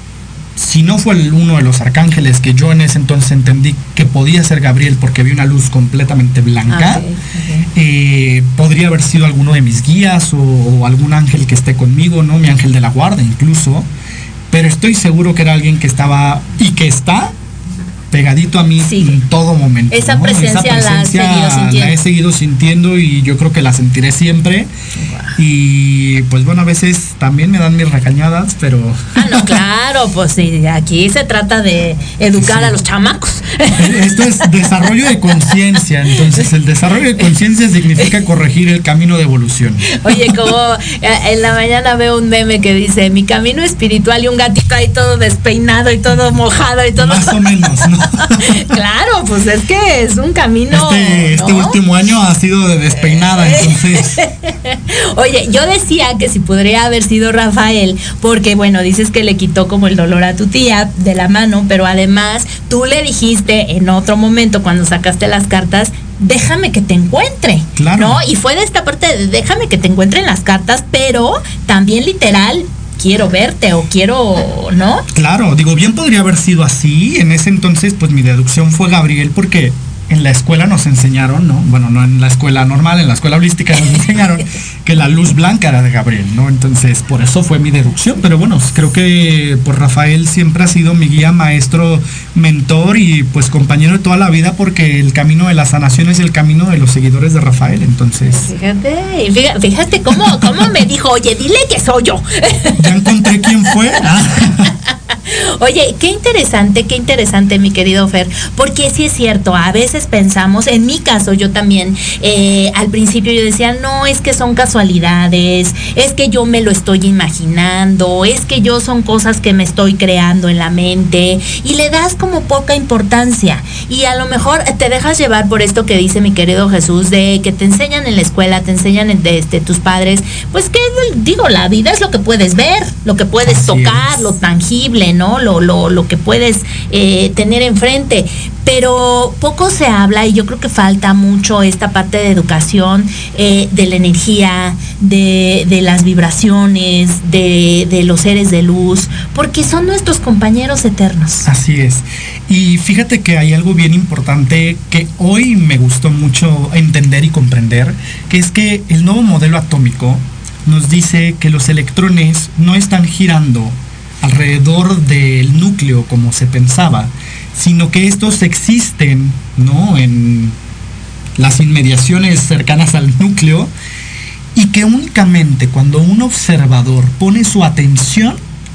si no fue el, uno de los arcángeles, que yo en ese entonces entendí que podía ser Gabriel porque vi una luz completamente blanca, okay, okay. Eh, podría haber sido alguno de mis guías o, o algún ángel que esté conmigo, ¿no? Mi ángel de la guarda incluso, pero estoy seguro que era alguien que estaba y que está pegadito a mí sí. en todo momento. Esa, ¿no? presencia, Esa presencia la, seguido sintiendo. la he seguido sintiendo y yo creo que la sentiré siempre. Wow. Y pues bueno, a veces también me dan mis regañadas, pero... Ah, no, claro, pues sí, aquí se trata de educar sí. a los chamacos. Esto es desarrollo de conciencia, entonces el desarrollo de conciencia significa corregir el camino de evolución. Oye, como en la mañana veo un meme que dice, mi camino espiritual y un gatito ahí todo despeinado y todo mojado y todo... Más o menos, ¿no? Claro, pues es que es un camino. Este, este ¿no? último año ha sido de despeinada, entonces. Oye, yo decía que si podría haber sido Rafael, porque bueno, dices que le quitó como el dolor a tu tía de la mano, pero además tú le dijiste en otro momento cuando sacaste las cartas, déjame que te encuentre, claro. ¿no? Y fue de esta parte de déjame que te encuentre en las cartas, pero también literal. Quiero verte o quiero, ¿no? Claro, digo, bien podría haber sido así. En ese entonces, pues mi deducción fue Gabriel porque en la escuela nos enseñaron, ¿no? Bueno, no en la escuela normal, en la escuela holística nos enseñaron que la luz blanca era de Gabriel, ¿no? Entonces, por eso fue mi deducción. Pero bueno, creo que pues Rafael siempre ha sido mi guía, maestro, mentor y pues compañero de toda la vida, porque el camino de la sanación es el camino de los seguidores de Rafael. Entonces, fíjate, fíjate, fíjate cómo, cómo me dijo, oye, dile que soy yo. Ya encontré quién fue. Oye, qué interesante, qué interesante, mi querido Fer, porque sí es cierto, a veces pensamos, en mi caso yo también, eh, al principio yo decía, no, es que son casualidades, es que yo me lo estoy imaginando, es que yo son cosas que me estoy creando en la mente, y le das como poca importancia, y a lo mejor te dejas llevar por esto que dice mi querido Jesús, de que te enseñan en la escuela, te enseñan de este, tus padres, pues que digo, la vida es lo que puedes ver, lo que puedes tocar, lo tangible, ¿no? Lo, lo, lo que puedes eh, tener enfrente, pero poco se habla y yo creo que falta mucho esta parte de educación, eh, de la energía, de, de las vibraciones, de, de los seres de luz, porque son nuestros compañeros eternos. Así es. Y fíjate que hay algo bien importante que hoy me gustó mucho entender y comprender, que es que el nuevo modelo atómico nos dice que los electrones no están girando alrededor del núcleo como se pensaba, sino que estos existen, ¿no?, en las inmediaciones cercanas al núcleo, y que únicamente cuando un observador pone su atención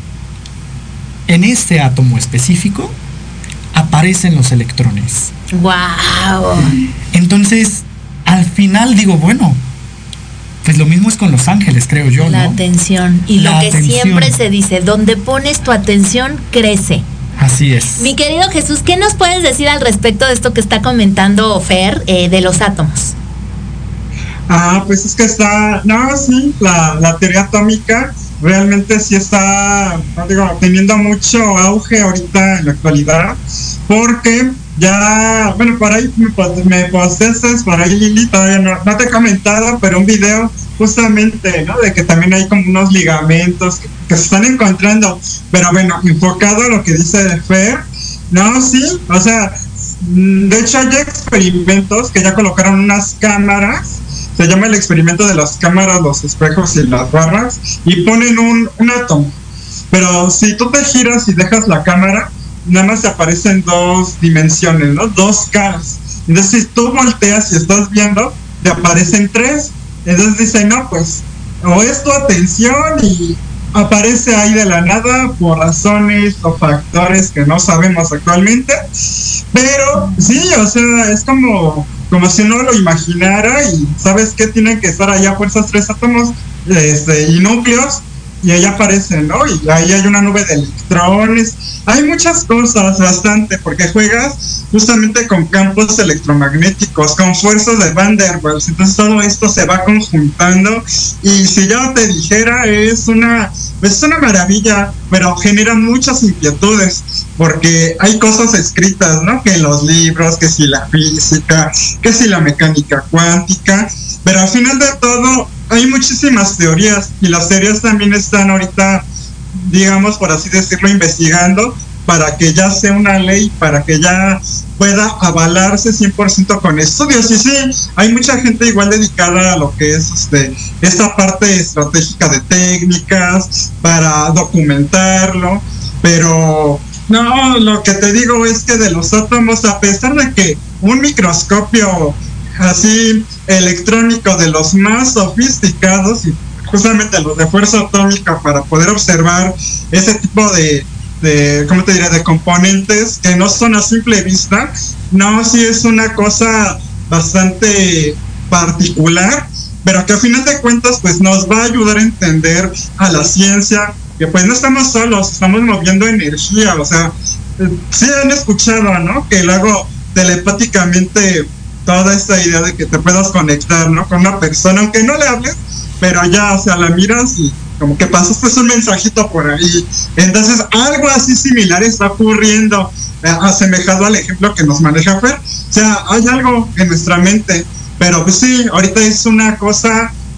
en ese átomo específico, aparecen los electrones. ¡Wow! Entonces, al final digo, bueno, pues lo mismo es con los ángeles, creo yo, la ¿no? atención. Y la lo que atención. siempre se dice, donde pones tu atención, crece. Así es. Mi querido Jesús, ¿qué nos puedes decir al respecto de esto que está comentando Fer, eh, de los átomos? Ah, pues es que está, no, sí, la, la teoría atómica realmente sí está, no digo, teniendo mucho auge ahorita en la actualidad, porque ya, bueno, por ahí me, me posteaste, por ahí Lili, todavía no, no te he comentado, pero un video justamente, ¿no? De que también hay como unos ligamentos que, que se están encontrando, pero bueno, enfocado a lo que dice Fer, no, sí, o sea, de hecho hay experimentos que ya colocaron unas cámaras, se llama el experimento de las cámaras, los espejos y las barras, y ponen un, un átomo, pero si tú te giras y dejas la cámara, nada más te aparecen dos dimensiones, ¿no? Dos caras. Entonces, si tú volteas y estás viendo, te aparecen tres. Entonces dicen, no, pues, o es tu atención y aparece ahí de la nada por razones o factores que no sabemos actualmente. Pero sí, o sea, es como, como si uno lo imaginara y ¿sabes qué? Tienen que estar allá por esos tres átomos este, y núcleos. Y ahí aparecen, ¿no? Y ahí hay una nube de electrones. Hay muchas cosas, bastante, porque juegas justamente con campos electromagnéticos, con fuerzas de Van der Waals. Entonces todo esto se va conjuntando. Y si yo te dijera, es una, pues es una maravilla, pero genera muchas inquietudes, porque hay cosas escritas, ¿no? Que en los libros, que si la física, que si la mecánica cuántica. Pero al final de todo, hay muchísimas teorías, y las teorías también están ahorita, digamos, por así decirlo, investigando para que ya sea una ley, para que ya pueda avalarse cien por ciento con estudios. Y sí, hay mucha gente igual dedicada a lo que es este esta parte estratégica de técnicas para documentarlo, pero no, lo que te digo es que de los átomos, a pesar de que un microscopio así electrónico de los más sofisticados, y justamente los de fuerza atómica, para poder observar ese tipo de, de ¿cómo te diría?, de componentes que no son a simple vista, no, sí es una cosa bastante particular, pero que a final de cuentas pues nos va a ayudar a entender a la ciencia, que pues no estamos solos, estamos moviendo energía. O sea, sí han escuchado, ¿no?, que luego telepáticamente toda esta idea de que te puedas conectar, ¿no?, con una persona, aunque no le hables, pero ya, o sea, la miras y como que pasaste un mensajito por ahí. Entonces, algo así similar está ocurriendo, eh, asemejado al ejemplo que nos maneja Fer. O sea, hay algo en nuestra mente, pero pues sí, ahorita es una cosa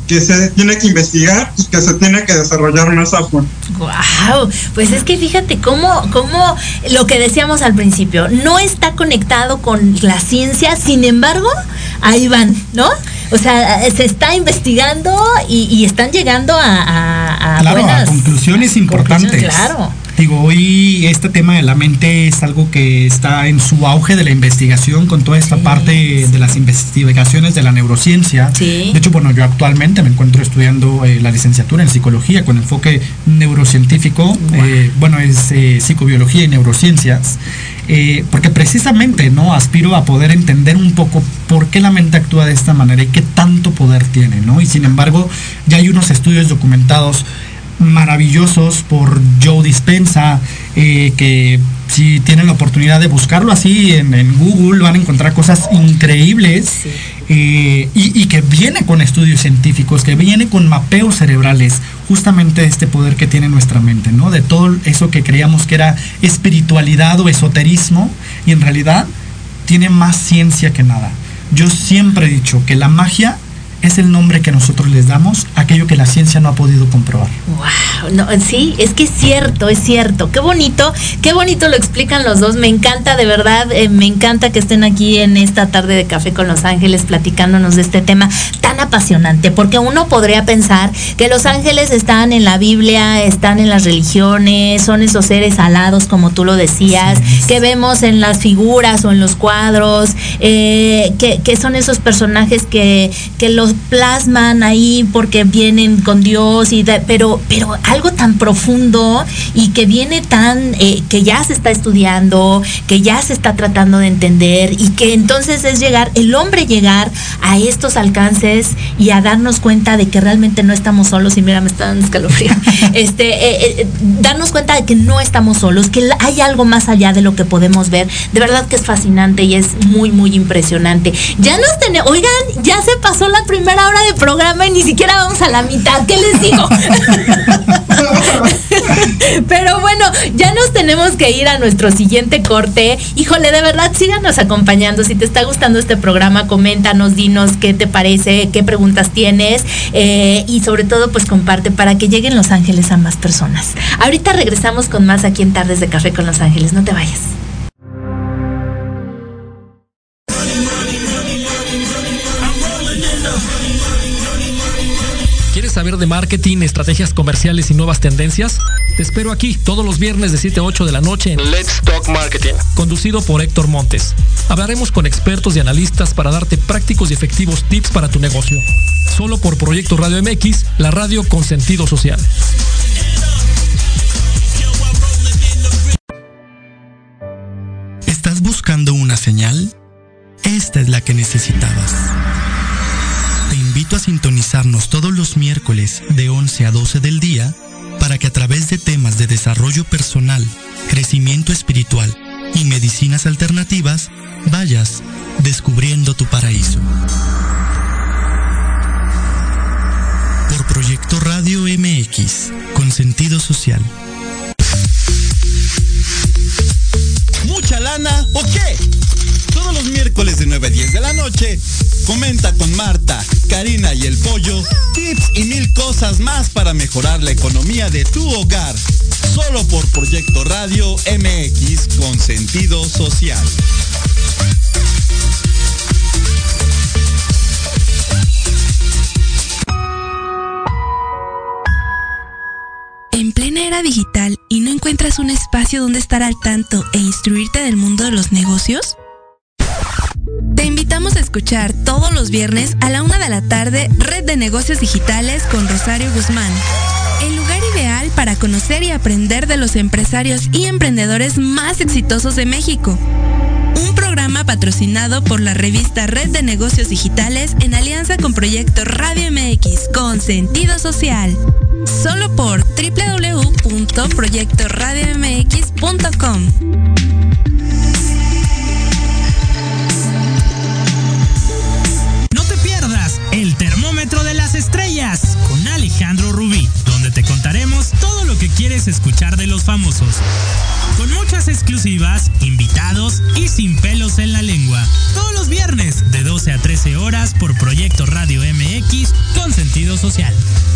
que se tiene que investigar y que se tiene que desarrollar más a fondo. Wow, pues es que fíjate cómo, cómo lo que decíamos al principio, no está conectado con la ciencia, sin embargo, ahí van, ¿no? O sea, se está investigando y, y están llegando a, a, a claro, buenas a conclusiones importantes. Conclusiones, claro. Digo, hoy este tema de la mente es algo que está en su auge de la investigación con toda esta sí, parte sí. de las investigaciones de la neurociencia. Sí. De hecho, bueno, yo actualmente me encuentro estudiando eh, la licenciatura en psicología con enfoque neurocientífico. Wow. Eh, bueno, es eh, psicobiología y neurociencias. Eh, porque precisamente, ¿no? Aspiro a poder entender un poco por qué la mente actúa de esta manera y qué tanto poder tiene, ¿no? Y sin embargo, ya hay unos estudios documentados maravillosos por Joe Dispenza, eh, que si tienen la oportunidad de buscarlo así en, en Google van a encontrar cosas increíbles. Sí. eh, y, y que viene con estudios científicos, que viene con mapeos cerebrales, justamente este poder que tiene nuestra mente, ¿no? De todo eso que creíamos que era espiritualidad o esoterismo, y en realidad tiene más ciencia que nada. Yo siempre he dicho que la magia es el nombre que nosotros les damos a aquello que la ciencia no ha podido comprobar. Wow, no, sí, es que es cierto, es cierto. Qué bonito, qué bonito lo explican los dos. Me encanta, de verdad, eh, me encanta que estén aquí en esta tarde de Café con Los Ángeles platicándonos de este tema tan apasionante, porque uno podría pensar que los ángeles están en la Biblia, están en las religiones, son esos seres alados, como tú lo decías, sí, que vemos en las figuras o en los cuadros, eh, que, que son esos personajes que, que los plasman ahí porque vienen con Dios, y de, pero pero algo tan profundo y que viene tan eh, que ya se está estudiando, que ya se está tratando de entender, y que entonces es llegar el hombre llegar a estos alcances y a darnos cuenta de que realmente no estamos solos. Y mira, me está dando escalofrío. este eh, eh, darnos cuenta de que no estamos solos, que hay algo más allá de lo que podemos ver. De verdad que es fascinante y es muy muy impresionante. Ya nos tenemos, oigan, ya se pasó la primera hora de programa y ni siquiera vamos a la mitad. ¿Qué les digo? Pero bueno, ya nos tenemos que ir a nuestro siguiente corte. Híjole, de verdad, síganos acompañando. Si te está gustando este programa, coméntanos, dinos qué te parece, qué preguntas tienes, eh, y sobre todo, pues comparte para que lleguen Los Ángeles a más personas. Ahorita regresamos con más aquí en Tardes de Café con Los Ángeles. No te vayas. ¿Quieres saber de marketing, estrategias comerciales y nuevas tendencias? Te espero aquí todos los viernes de siete a ocho de la noche en Let's Talk Marketing, conducido por Héctor Montes. Hablaremos con expertos y analistas para darte prácticos y efectivos tips para tu negocio. Solo por Proyecto Radio M X, la radio con sentido social. ¿Estás buscando una señal? Esta es la que necesitabas. Te invito a sintonizarnos todos los miércoles de once a doce del día para que a través de temas de desarrollo personal, crecimiento espiritual y medicinas alternativas vayas descubriendo tu paraíso. Por Proyecto Radio M X, con sentido social. ¿Mucha lana o qué? Todos los miércoles de nueve a diez de la noche, comenta con Marta, Karina y el Pollo tips y mil cosas más para mejorar la economía de tu hogar. Solo por Proyecto Radio M X con sentido social. En plena era digital, ¿y no encuentras un espacio donde estar al tanto e instruirte del mundo de los negocios? Te invitamos a escuchar todos los viernes a la una de la tarde Red de Negocios Digitales con Rosario Guzmán. El lugar ideal para conocer y aprender de los empresarios y emprendedores más exitosos de México. Un programa patrocinado por la revista Red de Negocios Digitales en alianza con Proyecto Radio M X con sentido social. Solo por doble u doble u doble u punto proyecto radio m x punto com. No te pierdas El Termómetro de las Estrellas con Alejandro Rubí, donde te contaremos todo lo que quieres escuchar de los famosos. con muchas exclusivas, invitados y sin pelos en la lengua. Todos los viernes de doce a trece horas por Proyecto Radio M X con sentido social.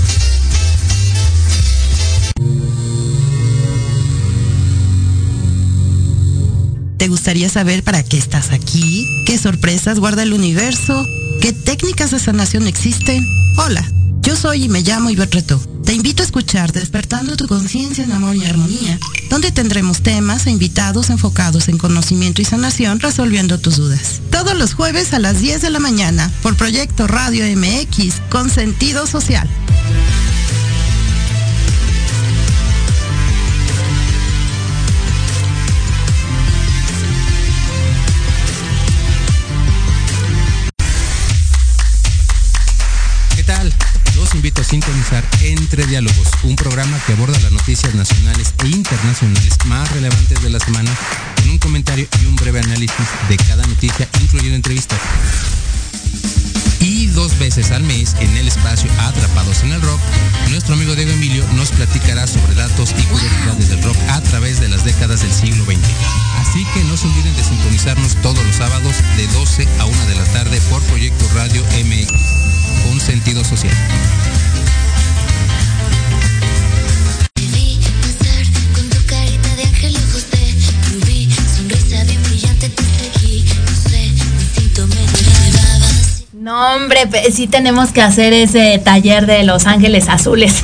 ¿Te gustaría saber para qué estás aquí? ¿Qué sorpresas guarda el universo? ¿Qué técnicas de sanación existen? Hola, yo soy y me llamo Ivette Retó. Te invito a escuchar Despertando tu conciencia en amor y armonía, donde tendremos temas e invitados enfocados en conocimiento y sanación, resolviendo tus dudas. Todos los jueves a las diez de la mañana por Proyecto Radio M X con sentido social. Los invito a sintonizar Entre Diálogos, un programa que aborda las noticias nacionales e internacionales más relevantes de la semana, con un comentario y un breve análisis de cada noticia, incluyendo entrevistas. Y dos veces al mes, en el espacio Atrapados en el Rock, nuestro amigo Diego Emilio nos platicará sobre datos y curiosidades del rock a través de las décadas del siglo veinte. Así que no se olviden de sintonizarnos todos los sábados de doce a una de la tarde por Proyecto Radio M X, con sentido social. No, hombre, sí tenemos que hacer ese taller de Los Ángeles Azules.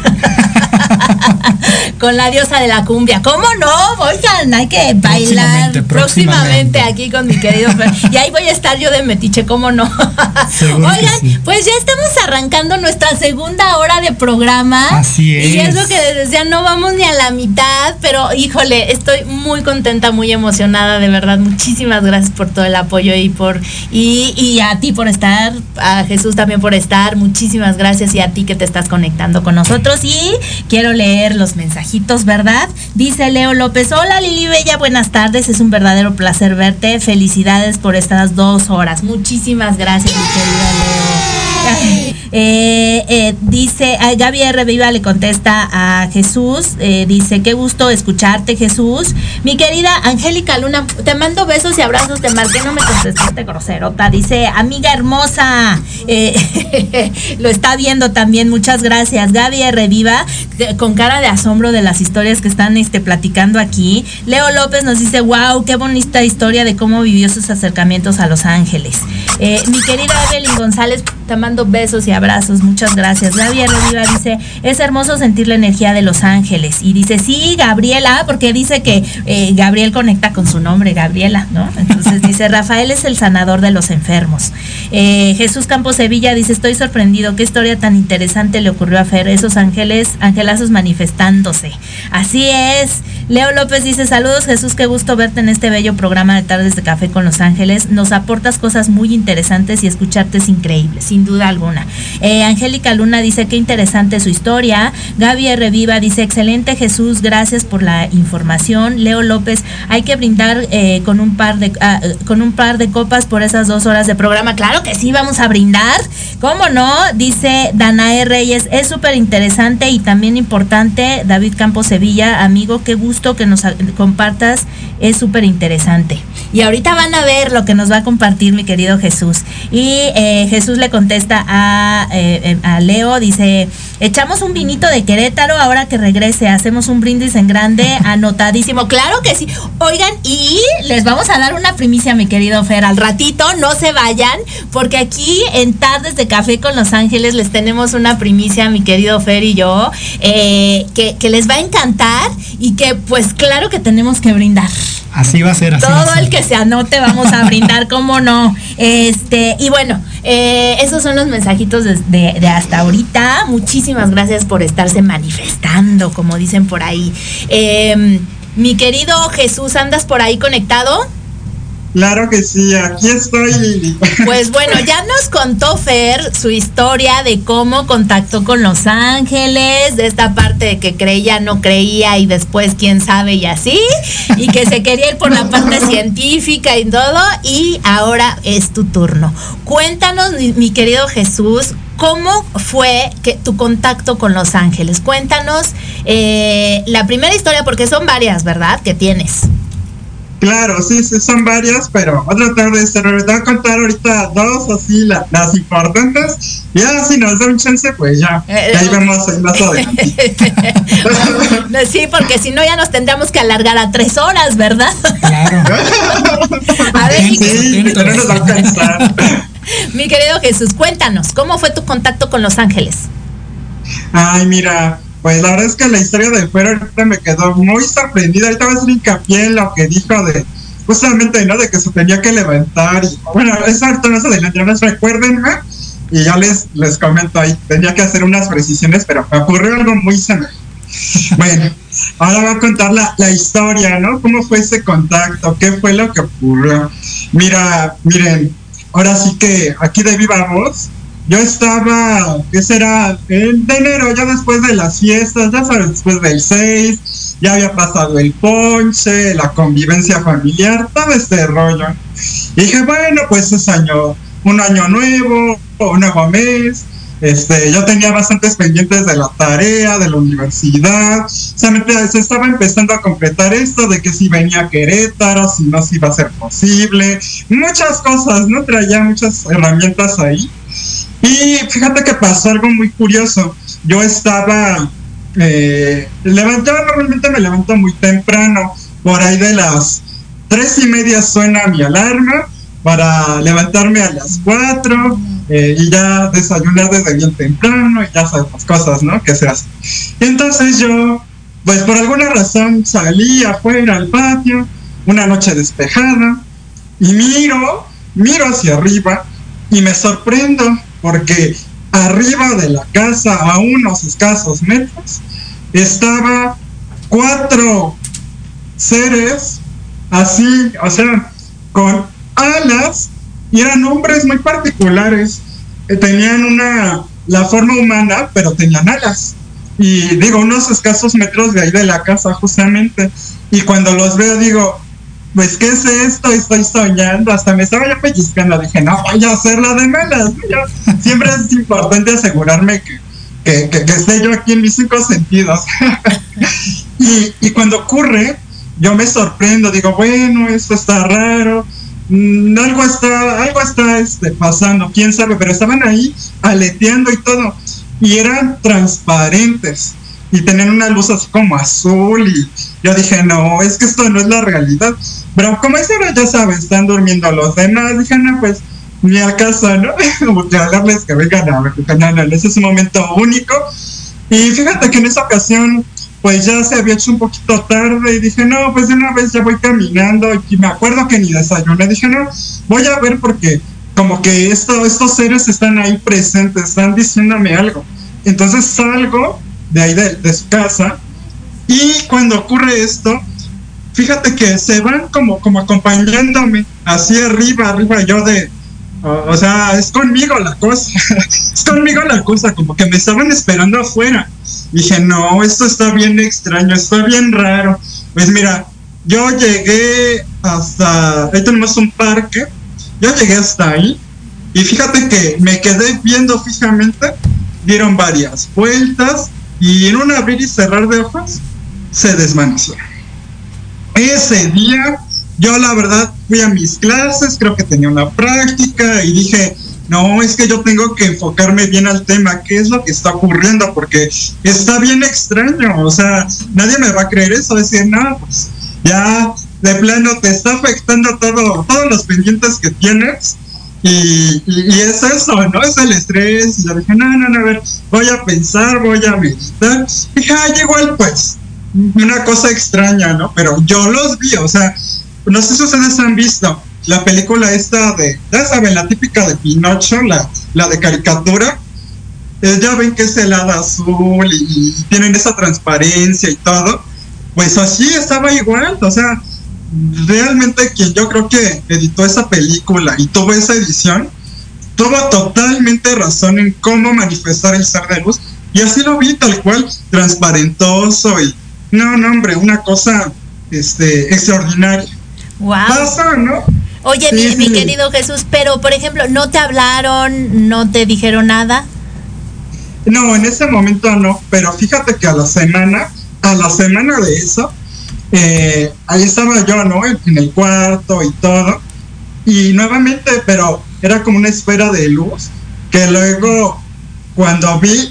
Con la diosa de la cumbia. ¿Cómo no? Oigan, hay que bailar próximamente, próximamente aquí con mi querido Fer. Y ahí voy a estar yo de metiche, ¿cómo no? Oigan, sí. Pues ya estamos arrancando nuestra segunda hora de programa. Así es. Y es lo que les decía, no vamos ni a la mitad, pero híjole, estoy muy contenta, muy emocionada, de verdad. Muchísimas gracias por todo el apoyo y por y, y a ti por estar, a Jesús también por estar. Muchísimas gracias, y a ti que te estás conectando con nosotros. Y quiero leer los mensajitos, ¿verdad? Dice Leo López: hola Lili Bella, buenas tardes, es un verdadero placer verte, felicidades por estas dos horas. Muchísimas gracias, mi querida Leo. Eh, eh, dice, a Gaby R. Viva le contesta a Jesús, eh, dice: qué gusto escucharte, Jesús. Mi querida Angélica Luna, te mando besos y abrazos, te marqué, no me contestaste, groserota. Dice: amiga hermosa, eh, lo está viendo también, muchas gracias. Gaby R. Viva, con cara de asombro de las historias que están este, platicando aquí. Leo López nos dice: wow, qué bonita historia de cómo vivió sus acercamientos a Los Ángeles. Eh, mi querida Evelyn González, te mando besos y abrazos, muchas gracias. Gaby R. Viva dice: es hermoso sentir la energía de Los Ángeles. Y dice: sí, Gabriela, porque dice que eh, Gabriel conecta con su nombre, Gabriela, ¿no? Entonces dice: Rafael es el sanador de los enfermos. Eh, Jesús Campos Sevilla dice: estoy sorprendido, qué historia tan interesante le ocurrió a Fer, esos ángeles, angelazos manifestándose. Así es. Leo López dice: saludos Jesús, qué gusto verte en este bello programa de Tardes de Café con Los Ángeles, nos aportas cosas muy interesantes y escucharte es increíble, sin duda alguna. Eh, Angélica Luna dice: qué interesante su historia. Gaby R. Viva dice: excelente Jesús, gracias por la información. Leo López: hay que brindar eh, con un par de uh, con un par de copas por esas dos horas de programa. Claro que sí, vamos a brindar, ¿cómo no? Dice Danae Reyes: es súper interesante y también importante. David Campos Sevilla: amigo, qué gusto que nos compartas, es súper interesante. Y ahorita van a ver lo que nos va a compartir mi querido Jesús. Y eh, Jesús le contesta a, eh, a Leo, dice: echamos un vinito de Querétaro ahora que regrese, hacemos un brindis en grande, anotadísimo. Claro que sí. Oigan, y les vamos a dar una primicia, mi querido Fer, al ratito, no se vayan, porque aquí en Tardes de Café con Los Ángeles les tenemos una primicia, mi querido Fer y yo, eh, que, que les va a encantar y que pues claro que tenemos que brindar. Así va a ser, así Todo va a ser. el que se anote vamos a brindar, cómo no. Este, y bueno, eh, esos son los mensajitos de, de, de hasta ahorita. Muchísimas gracias por estarse manifestando, como dicen por ahí. Eh, mi querido Jesús, ¿andas por ahí conectado? Claro que sí, aquí estoy, Lili. Pues bueno, ya nos contó Fer su historia de cómo contactó con Los Ángeles, de esta parte de que creía, no creía y después quién sabe y así, y que se quería ir por la parte científica y todo, y ahora es tu turno. Cuéntanos, mi, mi querido Jesús, ¿cómo fue que tu contacto con Los Ángeles? Cuéntanos eh, la primera historia, porque son varias, ¿verdad? Que tienes. Claro, sí, sí, son varias, pero voy a tratar de ser, te voy a contar ahorita dos, así, la, las importantes. Ya, si nos da un chance, pues ya, eh, ahí vemos el más adelante. Sí, porque si no ya nos tendríamos que alargar a tres horas, ¿verdad? Claro. A ver, sí, sí, no nos va a alcanzar. Mi querido Jesús, cuéntanos, ¿cómo fue tu contacto con Los Ángeles? Ay, mira, pues la verdad es que la historia de fuera ahorita me quedó muy sorprendida. Ahorita voy a hacer hincapié en lo que dijo de, justamente, ¿no? De que se tenía que levantar. Y, bueno, eso ahorita más adelante, más recuérdenme. Y ya les, les comento ahí, tenía que hacer unas precisiones, pero me ocurrió algo muy semejante. Bueno, ahora voy a contar la, la historia, ¿no? ¿Cómo fue ese contacto? ¿Qué fue lo que ocurrió? Mira, miren, ahora sí que aquí de viva voz, yo estaba, ¿qué será? En de enero, ya después de las fiestas, ya sabes, después del seis, ya había pasado el ponche, la convivencia familiar, todo este rollo. Y dije, bueno, pues es año, un año nuevo, un nuevo mes. Este, yo tenía bastantes pendientes de la tarea, de la universidad. O sea, se estaba empezando a completar esto de que si venía a Querétaro, si no, si iba a ser posible. Muchas cosas, ¿no? Traía muchas herramientas ahí. Y fíjate que pasó algo muy curioso. Yo estaba eh, levantado, normalmente me levanto muy temprano. Por ahí de las tres y media suena mi alarma para levantarme a las cuatro eh, y ya desayunar desde bien temprano y ya sabes las cosas, ¿no? Que se hacen. Entonces yo, pues por alguna razón salí afuera al patio, una noche despejada, y miro, miro hacia arriba y me sorprendo porque arriba de la casa, a unos escasos metros, estaba cuatro seres así, o sea, con alas, y eran hombres muy particulares, eh, tenían una, la forma humana, pero tenían alas, y digo, unos escasos metros de ahí de la casa justamente, y cuando los veo digo, pues ¿qué es esto? Estoy soñando, hasta me estaba yo pellizcando, dije, no vaya a ser la de malas, yo, siempre es importante asegurarme que, que, que, que esté yo aquí en mis cinco sentidos. y, y cuando ocurre, yo me sorprendo, digo, bueno, esto está raro, Mm, algo está, algo está este, pasando, quién sabe, pero estaban ahí aleteando y todo, y eran transparentes y tenían una luz así como azul, y yo dije, no, es que esto no es la realidad, pero como es hora, ya sabes, están durmiendo los demás, dije, no, pues ni al caso, ¿no? Porque hablarles que vengan a ver, no, no, ese es un momento único. Y fíjate que en esa ocasión pues ya se había hecho un poquito tarde y dije, no, pues de una vez ya voy caminando, y me acuerdo que ni desayuné, dije, no, voy a ver porque como que esto, estos seres están ahí presentes, están diciéndome algo. Entonces salgo de ahí de, de su casa, y cuando ocurre esto, fíjate que se van como, como acompañándome, así arriba, arriba yo de, o, o sea, es conmigo la cosa, es conmigo la cosa, como que me estaban esperando afuera. Dije, no, esto está bien extraño, está bien raro. Pues mira, yo llegué hasta, ahí tenemos un parque, yo llegué hasta ahí, y fíjate que me quedé viendo fijamente, dieron varias vueltas, y en un abrir y cerrar de ojos, se desvanecieron. Ese día, yo la verdad fui a mis clases, creo que tenía una práctica, y dije, no, es que yo tengo que enfocarme bien al tema, qué es lo que está ocurriendo, porque está bien extraño, o sea, nadie me va a creer eso, decir, no, pues ya de plano te está afectando todo, todos los pendientes que tienes, y, y, y es eso, ¿no? Es el estrés. Y yo dije, no, no, no, a ver, voy a pensar, voy a meditar. Y dije, ay, igual pues, una cosa extraña, ¿no? Pero yo los vi, o sea, no sé si ustedes han visto la película esta de, ya saben, la típica de Pinocho, la, la de caricatura, eh, ya ven que es el hada azul y, y tienen esa transparencia y todo, pues así estaba igual, o sea, realmente quien yo creo que editó esa película y tuvo esa edición, tuvo totalmente razón en cómo manifestar el ser de luz, y así lo vi tal cual, transparentoso y, no, no, hombre, una cosa, este, extraordinaria. Wow. Pasó, ¿no? Oye, sí, mi, sí. mi querido Jesús, pero por ejemplo, ¿no te hablaron, no te dijeron nada? No, en ese momento no, pero fíjate que a la semana a la semana de eso, eh, ahí estaba yo, ¿no? En, en el cuarto y todo. Y nuevamente, pero era como una esfera de luz, que luego cuando vi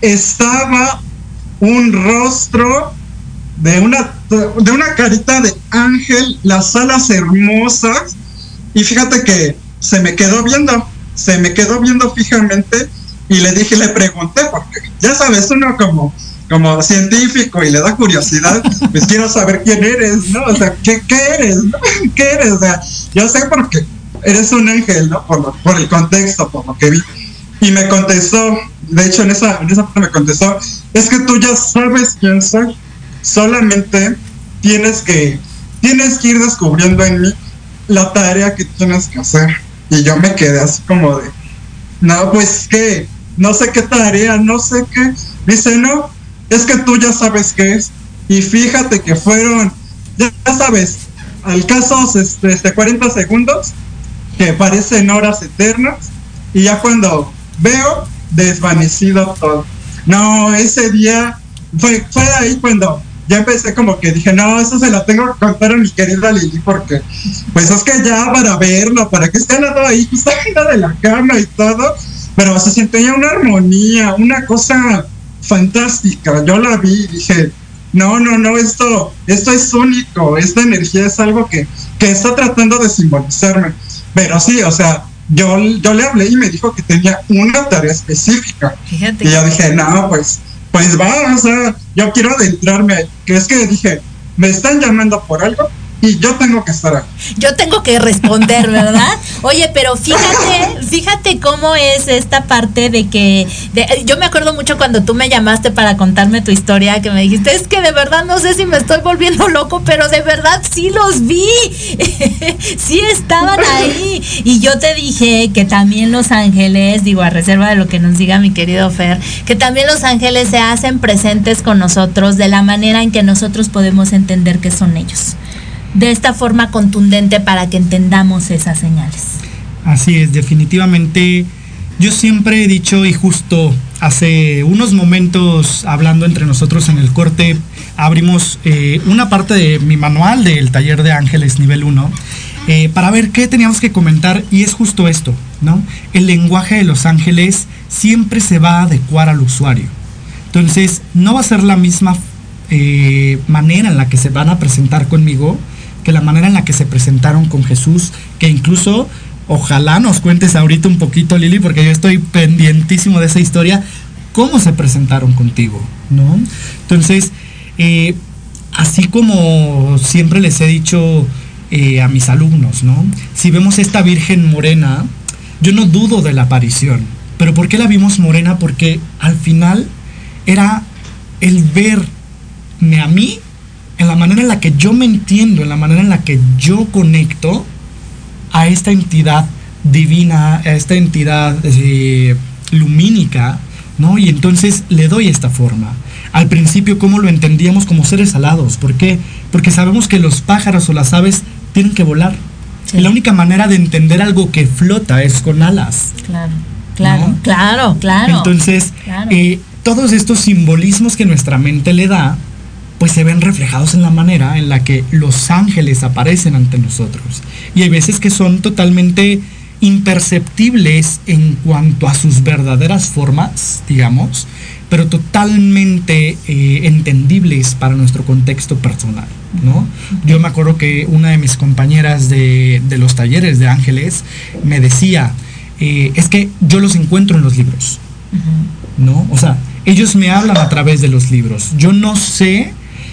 estaba un rostro de una, de una carita de ángel, las alas hermosas, y fíjate que se me quedó viendo, se me quedó viendo fijamente, y le dije, le pregunté, porque ya sabes, uno como, como científico y le da curiosidad, pues quiero saber quién eres, ¿no? O sea, ¿qué, qué eres? ¿no? ¿Qué eres? O sea, yo sé porque eres un ángel, ¿no? Por, lo, por el contexto, por lo que vi. Y me contestó, de hecho en esa, en esa parte me contestó, es que tú ya sabes quién soy, solamente tienes que, tienes que ir descubriendo en mí la tarea que tienes que hacer. Y yo me quedé así como de, no, pues que, no sé qué tarea, no sé qué. Dice, no, es que tú ya sabes qué es. Y fíjate que fueron, ya sabes, al caso este, este cuarenta segundos, que parecen horas eternas, y ya cuando veo, desvanecido todo. No, ese día fue, fue ahí cuando ya empecé como que dije, no, eso se lo tengo que contar a mi querida Lili, porque pues es que ya para verlo, para que esté al lado ahí, pues está de la cama y todo, pero se sentía una armonía, una cosa fantástica. Yo la vi y dije, no, no, no, esto, esto es único, esta energía es algo que, que está tratando de simbolizarme. Pero sí, o sea, yo, yo le hablé y me dijo que tenía una tarea específica. Fíjate. Y yo dije, no, pues, pues va, o sea, yo quiero adentrarme. Que es que dije, me están llamando por algo y yo tengo que estar ahí. Yo tengo que responder, ¿verdad? Oye, pero fíjate, fíjate cómo es esta parte de que, de, yo me acuerdo mucho cuando tú me llamaste para contarme tu historia, que me dijiste, es que de verdad no sé si me estoy volviendo loco, pero de verdad sí los vi, sí estaban ahí. Y yo te dije que también los ángeles, digo, a reserva de lo que nos diga mi querido Fer, que también los ángeles se hacen presentes con nosotros de la manera en que nosotros podemos entender que son ellos, de esta forma contundente para que entendamos esas señales. Así es, definitivamente. Yo siempre he dicho, y justo hace unos momentos hablando entre nosotros en el corte, abrimos eh, una parte de mi manual del taller de ángeles nivel uno eh, para ver qué teníamos que comentar, y es justo esto, ¿no? El lenguaje de los ángeles siempre se va a adecuar al usuario. Entonces, no va a ser la misma eh, manera en la que se van a presentar conmigo que la manera en la que se presentaron con Jesús, que incluso ojalá nos cuentes ahorita un poquito, Lili, porque yo estoy pendientísimo de esa historia, cómo se presentaron contigo, ¿no? Entonces, eh, así como siempre les he dicho eh, a mis alumnos, ¿no? Si vemos esta Virgen morena, yo no dudo de la aparición, pero ¿por qué la vimos morena? Porque al final era el verme a mí en la manera en la que yo me entiendo, en la manera en la que yo conecto a esta entidad divina, a esta entidad eh, lumínica, ¿no? Y entonces le doy esta forma. Al principio, ¿cómo lo entendíamos? Como seres alados. ¿Por qué? Porque sabemos que los pájaros o las aves tienen que volar. Sí. Y la única manera de entender algo que flota es con alas. Claro, claro, ¿no? claro, claro. Entonces, claro. Eh, todos estos simbolismos que nuestra mente le da, pues se ven reflejados en la manera en la que los ángeles aparecen ante nosotros. Y hay veces que son totalmente imperceptibles en cuanto a sus verdaderas formas, digamos, pero totalmente eh, entendibles para nuestro contexto personal, ¿no? Yo me acuerdo que una de mis compañeras de, de los talleres de ángeles me decía, eh, es que yo los encuentro en los libros, ¿no? O sea, ellos me hablan a través de los libros. Yo no sé...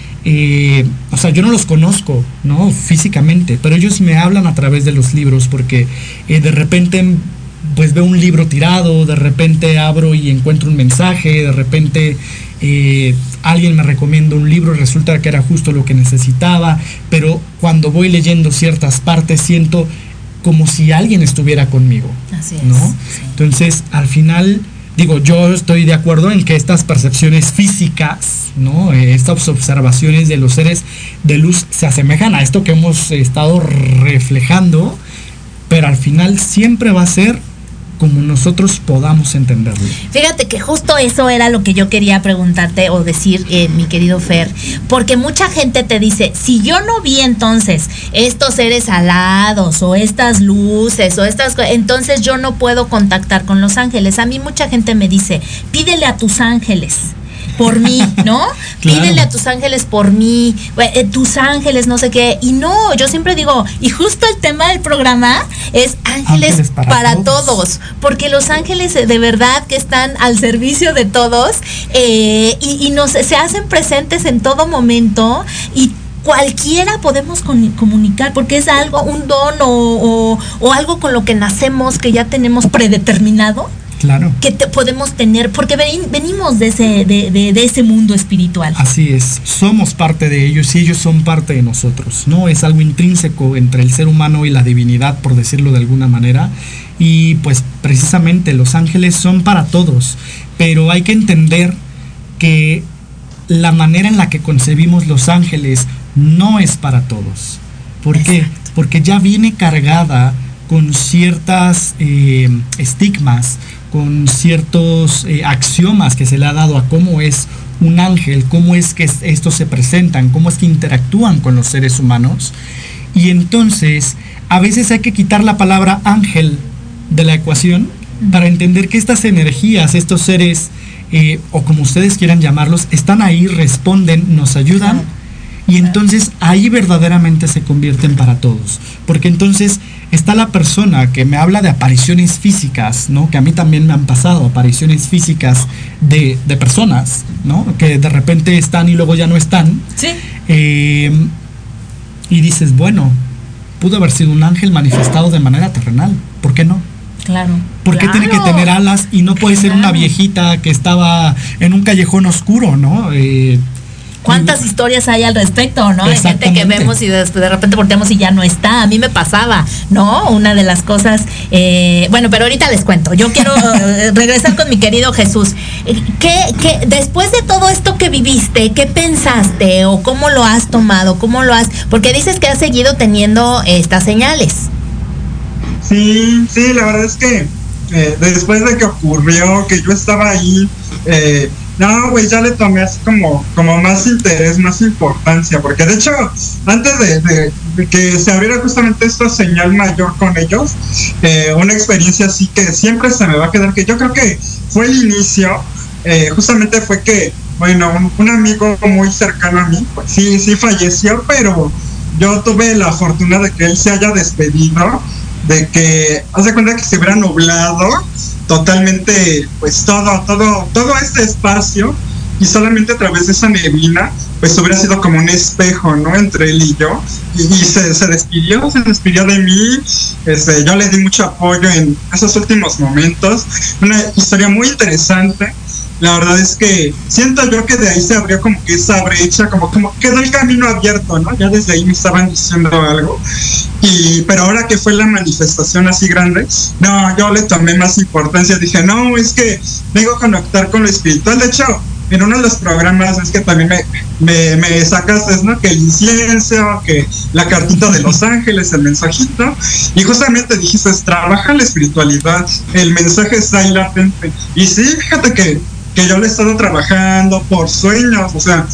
Eh, o sea, yo no los conozco, ¿no? Físicamente, pero ellos me hablan a través de los libros, porque eh, de repente pues veo un libro tirado, de repente abro y encuentro un mensaje, de repente eh, alguien me recomienda un libro, resulta que era justo lo que necesitaba, pero cuando voy leyendo ciertas partes siento como si alguien estuviera conmigo. Así es, ¿no? sí. Entonces, al final, digo, yo estoy de acuerdo en que estas percepciones físicas, ¿no? Estas observaciones de los seres de luz se asemejan a esto que hemos estado reflejando, pero al final siempre va a ser como nosotros podamos entenderlo. Fíjate que justo eso era lo que yo quería preguntarte o decir, eh, mi querido Fer, porque mucha gente te dice, si yo no vi entonces estos seres alados o estas luces o estas cosas, entonces yo no puedo contactar con los ángeles. A mí mucha gente me dice, pídele a tus ángeles por mí, ¿no? Claro. Pídele a tus ángeles por mí, eh, tus ángeles, no sé qué. Y no, yo siempre digo, y justo el tema del programa es ángeles, ángeles para, para todos. todos, porque los ángeles de verdad que están al servicio de todos eh, y, y nos se hacen presentes en todo momento y cualquiera podemos con, comunicar, porque es algo, un don o, o, o algo con lo que nacemos, que ya tenemos predeterminado. Claro. Que te podemos tener, porque ven, venimos de ese, de, de, de ese mundo espiritual. Así es, somos parte de ellos y ellos son parte de nosotros, ¿no? Es algo intrínseco entre el ser humano y la divinidad, por decirlo de alguna manera. Y pues precisamente los ángeles son para todos, pero hay que entender que la manera en la que concebimos los ángeles no es para todos. ¿Por qué? Exacto. Porque ya viene cargada con ciertas eh, estigmas, con ciertos eh, axiomas que se le ha dado a cómo es un ángel, cómo es que estos se presentan, cómo es que interactúan con los seres humanos. Y entonces, a veces hay que quitar la palabra ángel de la ecuación para entender que estas energías, estos seres, eh, o como ustedes quieran llamarlos, están ahí, responden, nos ayudan. Y entonces ahí verdaderamente se convierten para todos. Porque entonces está la persona que me habla de apariciones físicas, ¿no? Que a mí también me han pasado apariciones físicas de, de personas, ¿no? Que de repente están y luego ya no están. Sí. Eh, y dices, bueno, pudo haber sido un ángel manifestado de manera terrenal. ¿Por qué no? Claro. ¿Por qué claro. tiene que tener alas y no puede ser claro. una viejita que estaba en un callejón oscuro, ¿no? Eh, ¿Cuántas historias hay al respecto, no? Hay gente que vemos y de, de repente volteamos y ya no está. A mí me pasaba, ¿no? Una de las cosas, eh, bueno, pero ahorita les cuento. Yo quiero regresar con mi querido Jesús. ¿Qué, qué, después de todo esto que viviste, qué pensaste o cómo lo has tomado? ¿Cómo lo has? Porque dices que has seguido teniendo estas señales. Sí, sí, la verdad es que eh, después de que ocurrió, que yo estaba ahí, eh, no, güey, ya le tomé así como, como más interés, más importancia, porque de hecho, antes de, de, de que se abriera justamente esta señal mayor con ellos, eh, una experiencia así que siempre se me va a quedar, que yo creo que fue el inicio, eh, justamente fue que, bueno, un, un amigo muy cercano a mí, pues sí, sí falleció, pero yo tuve la fortuna de que él se haya despedido, de que, haz de cuenta que se hubiera nublado totalmente, pues todo, todo, todo este espacio, y solamente a través de esa neblina, pues hubiera sido como un espejo, ¿no? Entre él y yo, y, y se, se despidió, se despidió de mí, este, yo le di mucho apoyo en esos últimos momentos, una historia muy interesante. La verdad es que siento yo que de ahí se abrió como que esa brecha, como, como quedó el camino abierto, ¿no? Ya desde ahí me estaban diciendo algo. Y, pero ahora que fue la manifestación así grande, no, yo le tomé más importancia. Dije, no, es que vengo a conectar con lo espiritual. De hecho, en uno de los programas es que también me, me, me sacaste, ¿no? Que el incienso, que la cartita de los ángeles, el mensajito. Y justamente dijiste, trabaja la espiritualidad, el mensaje está ahí latente. Y sí, fíjate que que yo le he estado trabajando por sueños, o sea,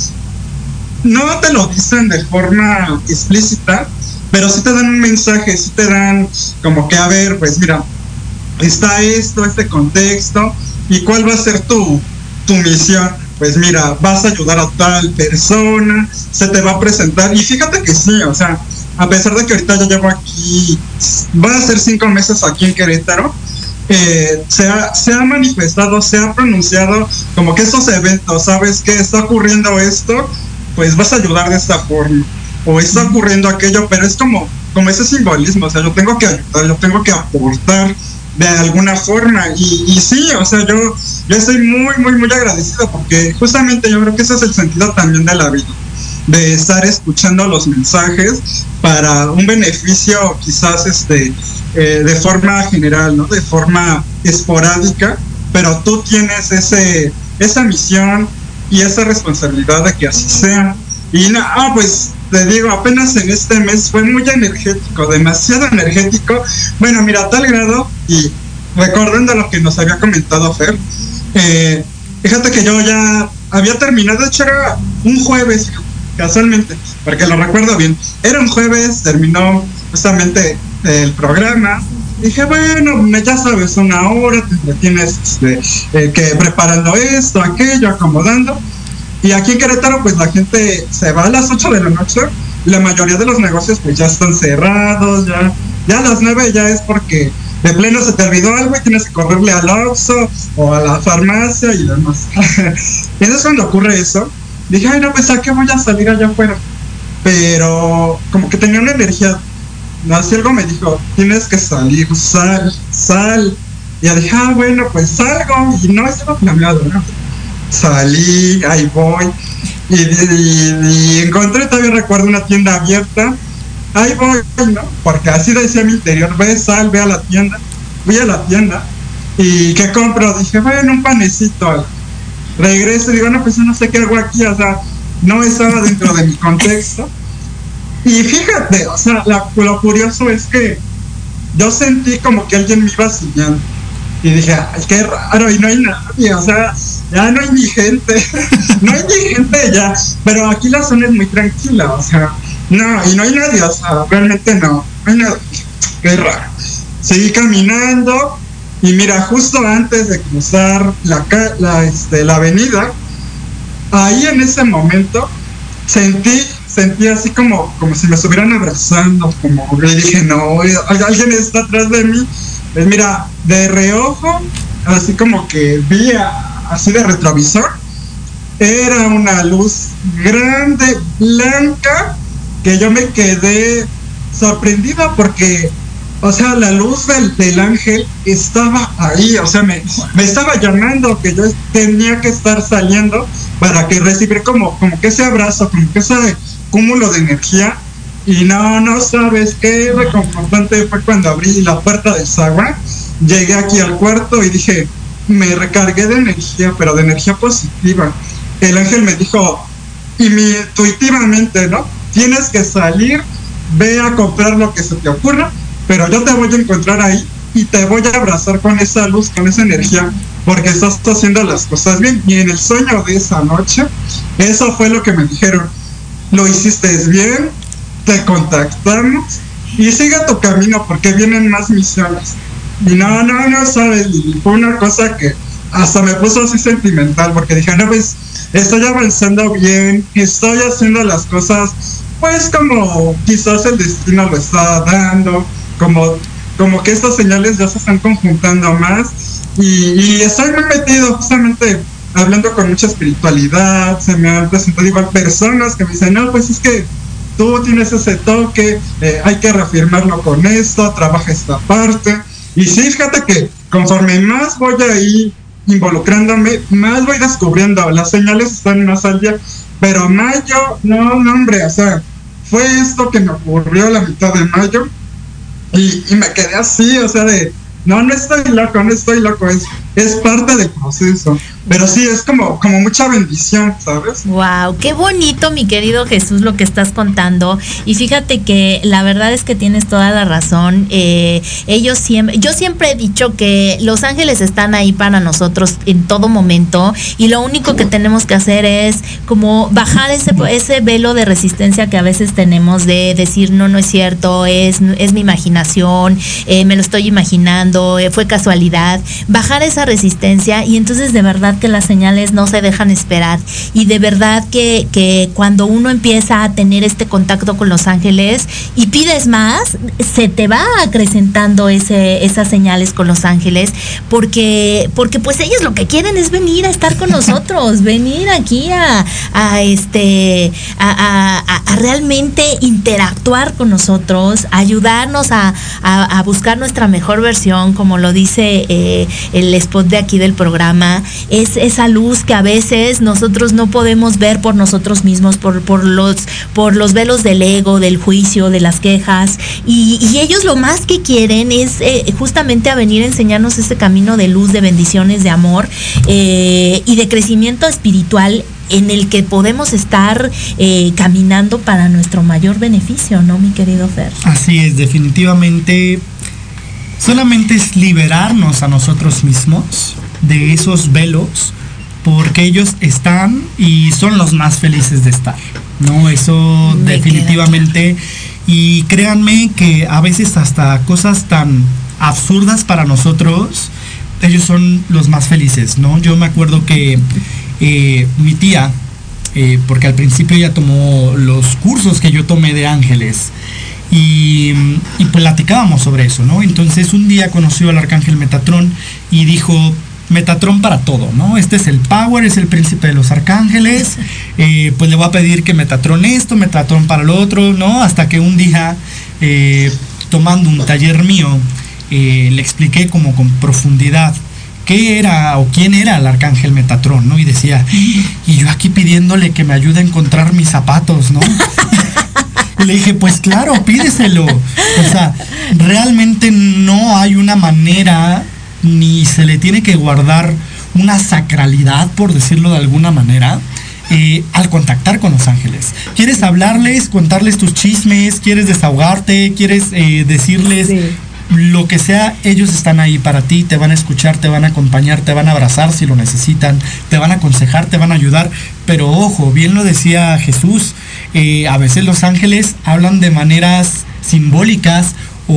no te lo dicen de forma explícita, pero sí te dan un mensaje, sí te dan como que, a ver, pues mira, está esto, este contexto, y cuál va a ser tu, tu misión. Pues mira, vas a ayudar a tal persona, se te va a presentar, y fíjate que sí, o sea, a pesar de que ahorita ya llevo aquí, va a ser cinco meses aquí en Querétaro, Eh, se, ha, se ha manifestado, se ha pronunciado como que estos eventos, ¿sabes qué? Está ocurriendo esto, pues vas a ayudar de esta forma, o está ocurriendo aquello, pero es como, como ese simbolismo, o sea, yo tengo que ayudar, yo tengo que aportar de alguna forma, y, y sí, o sea, yo, yo estoy muy, muy, muy agradecido, porque justamente yo creo que ese es el sentido también de la vida, de estar escuchando los mensajes para un beneficio quizás este eh, de forma general, ¿no? De forma esporádica, pero tú tienes ese esa misión y esa responsabilidad de que así sea. Y no, ah, pues te digo, apenas en este mes fue muy energético, demasiado energético. Bueno, mira, a tal grado, y recordando lo que nos había comentado Fer, eh, fíjate que yo ya había terminado, de hecho era un jueves, casualmente, porque lo recuerdo bien, era un jueves, terminó justamente el programa. Dije, bueno, ya sabes, una hora, te tienes este, eh, que preparando esto, aquello, acomodando. Y aquí en Querétaro, pues la gente se va a las ocho de la noche. Y la mayoría de los negocios, pues ya están cerrados. Ya, ya a las nueve ya es porque de pleno se te olvidó algo y tienes que correrle al Oxxo o a la farmacia y demás. Y entonces cuando ocurre eso, dije, ay, no, pues ¿a qué voy a salir allá afuera? Pero como que tenía una energía. Así algo me dijo, tienes que salir, sal, sal. Y yo dije, ah, bueno, pues salgo. Y no estaba planeado, ¿no? Salí, ahí voy. Y, y, y encontré, todavía recuerdo, una tienda abierta. Ahí voy, ¿no? Porque así decía mi interior, ve, sal, ve a la tienda. Fui a la tienda. ¿Y qué compro? Dije, bueno, un panecito. Regreso y digo, no, pues no sé qué hago aquí. O sea, no estaba dentro de mi contexto. Y fíjate, o sea, la, lo curioso es que yo sentí como que alguien me iba siguiendo. Y dije, ay, qué raro, y no hay nadie, o sea, ya no hay ni gente, no hay ni gente ya. Pero aquí la zona es muy tranquila, o sea, no, y no hay nadie, o sea, realmente no, no hay nadie. Qué raro. Seguí caminando, y mira, justo antes de cruzar la, la, este, la avenida, ahí en ese momento, sentí sentí así como, como si me estuvieran abrazando, como le dije, no, alguien está atrás de mí. Pues mira, de reojo, así como que vi a, así de retrovisor, era una luz grande, blanca, que yo me quedé sorprendida porque, o sea, la luz del, del ángel estaba ahí, o sea, me, me estaba llamando que yo tenía que estar saliendo para que recibir como, como que ese abrazo, como que ese cúmulo de energía. Y no, no sabes qué reconfortante fue cuando abrí la puerta del zaguán, llegué aquí al cuarto y dije, me recargué de energía, pero de energía positiva. El ángel me dijo, y mi, intuitivamente, ¿no? Tienes que salir, ve a comprar lo que se te ocurra, pero yo te voy a encontrar ahí y te voy a abrazar con esa luz, con esa energía, porque estás haciendo las cosas bien. Y en el sueño de esa noche, eso fue lo que me dijeron, lo hiciste bien, te contactamos y sigue tu camino porque vienen más misiones. Y no, no, no sabes, fue una cosa que hasta me puso así sentimental porque dije, no, pues estoy avanzando bien, estoy haciendo las cosas pues como quizás el destino lo está dando, como, como que estas señales ya se están conjuntando más y, y estoy muy metido justamente hablando con mucha espiritualidad. Se me han presentado igual personas que me dicen, no, pues es que tú tienes ese toque, eh, hay que reafirmarlo con esto, trabaja esta parte. Y sí, fíjate que conforme más voy ahí involucrándome, más voy descubriendo, las señales están más al día. Pero mayo, no, no hombre, o sea, fue esto que me ocurrió a la mitad de mayo y, y me quedé así, o sea, de, no, no estoy loco, no estoy loco, es, es parte del proceso. Pero sí, es como, como mucha bendición, ¿sabes? Wow, qué bonito, mi querido Jesús, lo que estás contando. Y fíjate que la verdad es que tienes toda la razón. Eh, ellos siempre, yo siempre he dicho que los ángeles están ahí para nosotros en todo momento. Y lo único que tenemos que hacer es como bajar ese, ese velo de resistencia que a veces tenemos de decir, no, no es cierto, es, es mi imaginación, eh, me lo estoy imaginando, eh, fue casualidad. Bajar esa resistencia y entonces de verdad que las señales no se dejan esperar y de verdad que, que cuando uno empieza a tener este contacto con los ángeles y pides más, se te va acrecentando ese, esas señales con los ángeles porque, porque pues ellos lo que quieren es venir a estar con nosotros, venir aquí a, a este a, a, a realmente interactuar con nosotros, ayudarnos a, a, a buscar nuestra mejor versión, como lo dice eh, el spot de aquí del programa. Es esa luz que a veces nosotros no podemos ver por nosotros mismos, por, por, los, por los velos del ego, del juicio, de las quejas. Y, y ellos lo más que quieren es eh, justamente a venir a enseñarnos ese camino de luz, de bendiciones, de amor eh, y de crecimiento espiritual en el que podemos estar eh, caminando para nuestro mayor beneficio, ¿no, mi querido Fer? Así es, definitivamente. solamente es liberarnos a nosotros mismos de esos velos, porque ellos están y son los más felices de estar, ¿no? Eso Me definitivamente. Y créanme que a veces hasta cosas tan absurdas para nosotros, ellos son los más felices, ¿no? Yo me acuerdo que eh, mi tía, eh, porque al principio ella tomó los cursos que yo tomé de ángeles, y, y platicábamos sobre eso, ¿no? Entonces un día conoció al arcángel Metatrón y dijo: Metatrón para todo, ¿no? Este es el power, es el príncipe de los arcángeles, eh, pues le voy a pedir que Metatrón esto, Metatrón para lo otro, ¿no? Hasta que un día, eh, tomando un taller mío, eh, le expliqué como con profundidad qué era o quién era el arcángel Metatrón, ¿no? Y decía, y yo aquí pidiéndole que me ayude a encontrar mis zapatos, ¿no? Y le dije, pues claro, pídeselo. O sea, realmente no hay una manera, ni se le tiene que guardar una sacralidad, por decirlo de alguna manera, eh, al contactar con los ángeles. ¿Quieres hablarles, contarles tus chismes? ¿Quieres desahogarte? ¿Quieres eh, decirles sí. lo que sea? Ellos están ahí para ti, te van a escuchar, te van a acompañar, te van a abrazar si lo necesitan, te van a aconsejar, te van a ayudar. Pero ojo, bien lo decía Jesús, eh, a veces los ángeles hablan de maneras simbólicas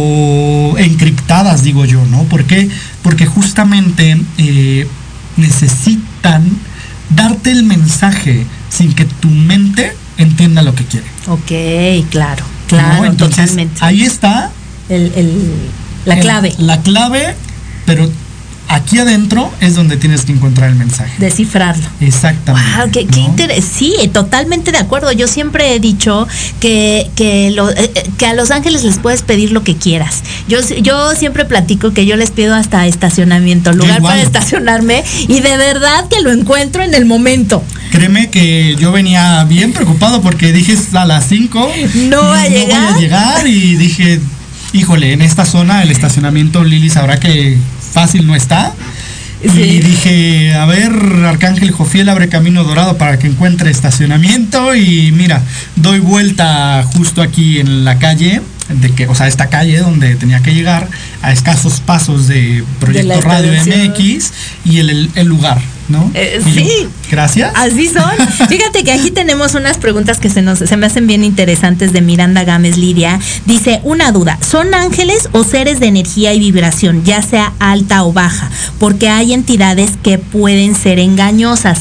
o encriptadas, digo yo, ¿no? ¿Por qué? Porque justamente eh, necesitan darte el mensaje sin que tu mente entienda lo que quiere. Ok, claro, claro, ¿no? Entonces, totalmente. Ahí está el, el, la clave. El, la clave, pero aquí adentro es donde tienes que encontrar el mensaje. Descifrarlo. Exactamente. Wow, qué, qué ¿no? interés. Sí, totalmente de acuerdo. Yo siempre he dicho que, que, lo, eh, que a los ángeles les puedes pedir lo que quieras. Yo, yo siempre platico que yo les pido hasta estacionamiento, lugar para estacionarme, y de verdad que lo encuentro en el momento. Créeme que yo venía bien preocupado porque dije a las cinco no va a no llegar. voy a llegar y dije, híjole, en esta zona el estacionamiento Lili sabrá que fácil no está. Sí. Y dije, a ver, Arcángel Jofiel, abre camino dorado para que encuentre estacionamiento. Y mira, doy vuelta justo aquí en la calle, de que, o sea, esta calle donde tenía que llegar, a escasos pasos de Proyecto de Radio M X, y el, el, el lugar, ¿no? Eh, sí. Yo, gracias. Así son. Fíjate que aquí tenemos unas preguntas que se nos se me hacen bien interesantes de Miranda Gámez Lidia. Dice, una duda, ¿son ángeles o seres de energía y vibración, ya sea alta o baja? Porque hay entidades que pueden ser engañosas.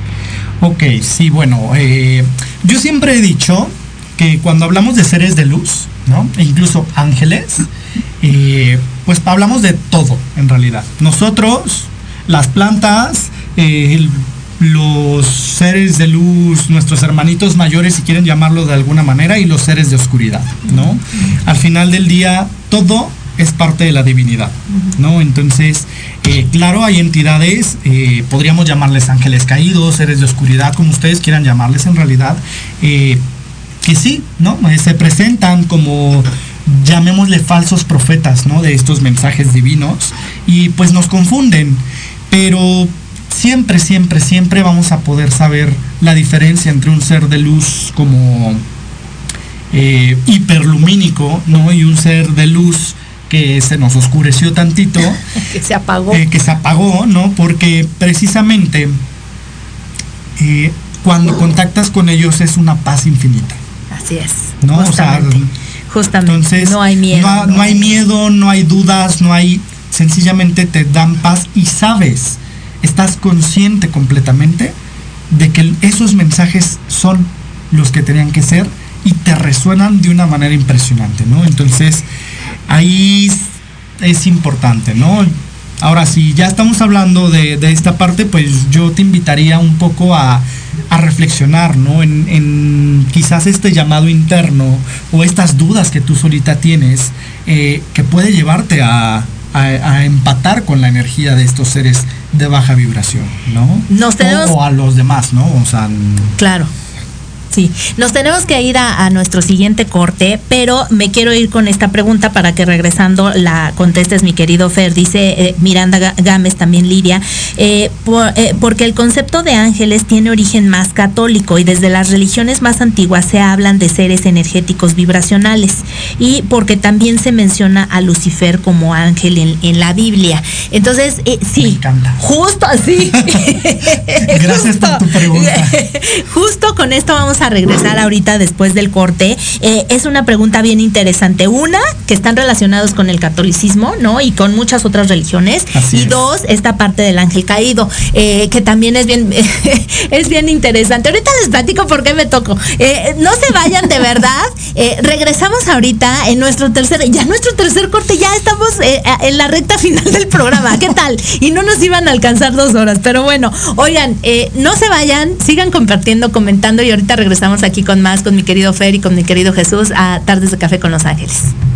Ok, sí, bueno, eh, yo siempre he dicho que cuando hablamos de seres de luz, ¿no? E incluso ángeles, eh, pues hablamos de todo en realidad. Nosotros, las plantas, eh, el, los seres de luz, nuestros hermanitos mayores, si quieren llamarlo de alguna manera, y los seres de oscuridad, ¿no? Al final del día, todo es parte de la divinidad, ¿no? Entonces, eh, claro, hay entidades, eh, podríamos llamarles ángeles caídos, seres de oscuridad, como ustedes quieran llamarles en realidad, eh, que sí, ¿no? Eh, se presentan como, llamémosle, falsos profetas, ¿no? De estos mensajes divinos, y pues nos confunden, pero siempre, siempre, siempre vamos a poder saber la diferencia entre un ser de luz como eh, hiperlumínico, ¿no? Y un ser de luz que se nos oscureció tantito. que se apagó. Eh, que se apagó, ¿no? Porque precisamente eh, cuando contactas con ellos es una paz infinita. Así es. ¿No? Justamente. O sea, justamente. Entonces, no hay miedo. No, no, no hay miedo, no hay dudas, no hay. Sencillamente te dan paz y sabes, estás consciente completamente de que esos mensajes son los que tenían que ser y te resuenan de una manera impresionante, ¿no? Entonces, ahí es importante, ¿no? Ahora, si ya estamos hablando de, de esta parte, pues yo te invitaría un poco a, a reflexionar, ¿no? En, en quizás este llamado interno o estas dudas que tú solita tienes, eh, que puede llevarte a, a, a empatar con la energía de estos seres de baja vibración, ¿no? Nos tenemos... o, o a los demás, ¿no? O sea... Claro. Sí, nos tenemos que ir a, a nuestro siguiente corte, pero me quiero ir con esta pregunta para que regresando la contestes, mi querido Fer. Dice eh, Miranda Gámez, también Lidia, eh, por, eh, porque el concepto de ángeles tiene origen más católico y desde las religiones más antiguas se hablan de seres energéticos vibracionales y porque también se menciona a Lucifer como ángel en, en la Biblia. Entonces, eh, sí, me encanta. Justo así. Gracias justo, por tu pregunta. Justo con esto vamos a regresar ahorita después del corte. Eh, es una pregunta bien interesante. Una, que están relacionados con el catolicismo, ¿no? Y con muchas otras religiones. Así y es. dos, esta parte del ángel caído, eh, que también es bien, es bien interesante. Ahorita les platico por qué me toco. Eh, no se vayan, de verdad. Eh, regresamos ahorita en nuestro tercer, ya nuestro tercer corte, ya estamos eh, en la recta final del programa. ¿Qué tal? Y no nos iban a alcanzar dos horas, pero bueno, oigan, eh, no se vayan, sigan compartiendo, comentando y ahorita regresamos aquí con más, con mi querido Fer y con mi querido Jesús a Tardes de Café con Los Ángeles.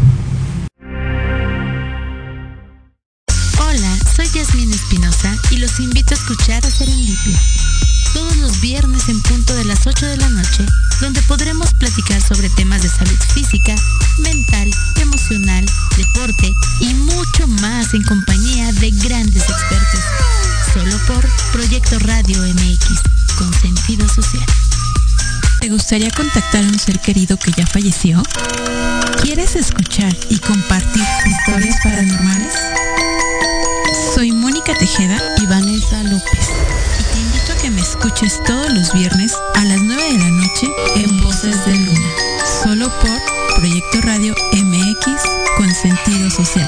Hola, soy Yasmín Espinosa y los invito a escuchar a Serendipia. Todos los viernes en punto de las ocho de la noche, donde podremos platicar sobre temas de salud física, mental, emocional, deporte y mucho más en compañía de grandes expertos. Solo por Proyecto Radio M X, con sentido social. ¿Te gustaría contactar a un ser querido que ya falleció? ¿Quieres escuchar y compartir historias paranormales? Soy Mónica Tejeda y Vanessa López. Y te invito a que me escuches todos los viernes a las nueve de la noche en Voces de Luna. Solo por Proyecto Radio M X, con sentido social.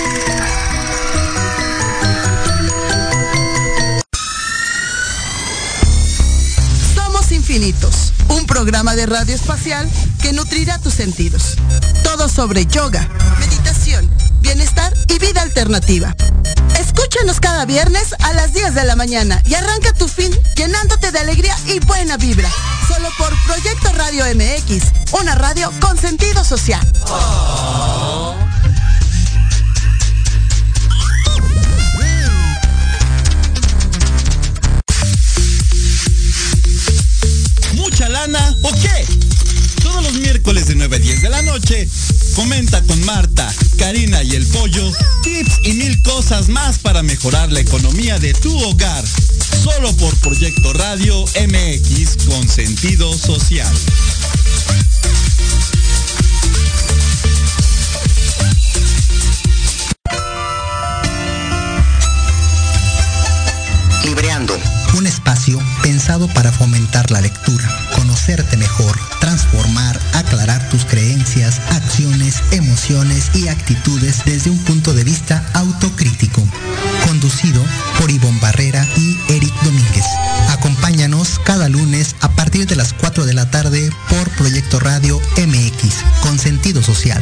Infinitos, un programa de radio espacial que nutrirá tus sentidos. Todo sobre yoga, meditación, bienestar y vida alternativa. Escúchanos cada viernes a las diez de la mañana y arranca tu fin llenándote de alegría y buena vibra. Solo por Proyecto Radio M X, una radio con sentido social. Oh. ¿Mucha lana o qué? Todos los miércoles de nueve a diez de la noche, comenta con Marta, Karina y el Pollo tips y mil cosas más para mejorar la economía de tu hogar. Solo por Proyecto Radio M X, con sentido social. Libreando, un espacio pensado para fomentar la lectura, conocerte mejor, transformar, aclarar tus creencias, acciones, emociones y actitudes desde un punto de vista autocrítico. Conducido por Ivonne Barrera y Eric Domínguez. Acompáñanos cada lunes a partir de las cuatro de la tarde por Proyecto Radio M X, con sentido social.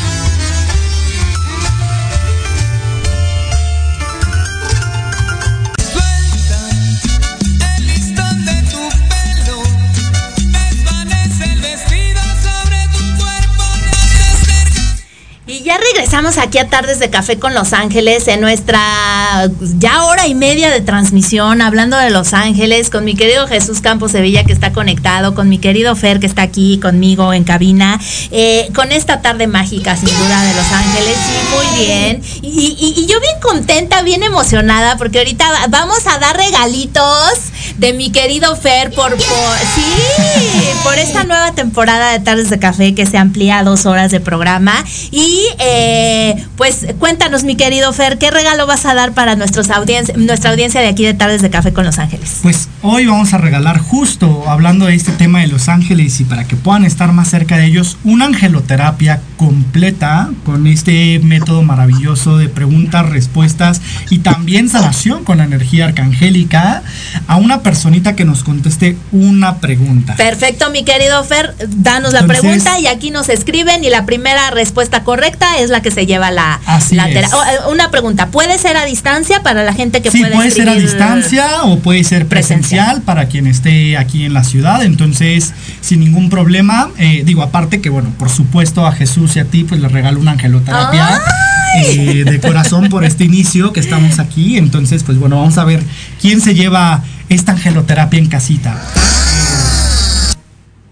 Ya regresamos aquí a Tardes de Café con Los Ángeles en nuestra ya hora y media de transmisión, hablando de Los Ángeles, con mi querido Jesús Campos Sevilla, que está conectado, con mi querido Fer, que está aquí conmigo en cabina, eh, con esta tarde mágica sin duda de Los Ángeles. Sí, muy bien, y, y, y yo bien contenta, bien emocionada, porque ahorita vamos a dar regalitos de mi querido Fer por, por sí, por esta nueva temporada de Tardes de Café, que se amplía a dos horas de programa. Y eh, pues cuéntanos, mi querido Fer, ¿qué regalo vas a dar para nuestros audiencia, nuestra audiencia de aquí de Tardes de Café con Los Ángeles? Pues hoy vamos a regalar, justo hablando de este tema de Los Ángeles y para que puedan estar más cerca de ellos, una angeloterapia completa con este método maravilloso de preguntas, respuestas y también sanación con la energía arcangélica a una personita que nos conteste una pregunta. Perfecto, mi querido Fer, danos la Entonces, pregunta y aquí nos escriben y la primera respuesta correcta es la que se lleva la, la una pregunta. ¿Puede ser a distancia para la gente que sí, puede puede ser a distancia o puede ser presencial, presencial para quien esté aquí en la ciudad? Entonces, sin ningún problema, eh, digo, aparte que bueno, por supuesto a Jesús y a ti pues les regalo una angeloterapia eh, de corazón por este inicio que estamos aquí. Entonces, pues bueno, vamos a ver quién se lleva esta angeloterapia en casita.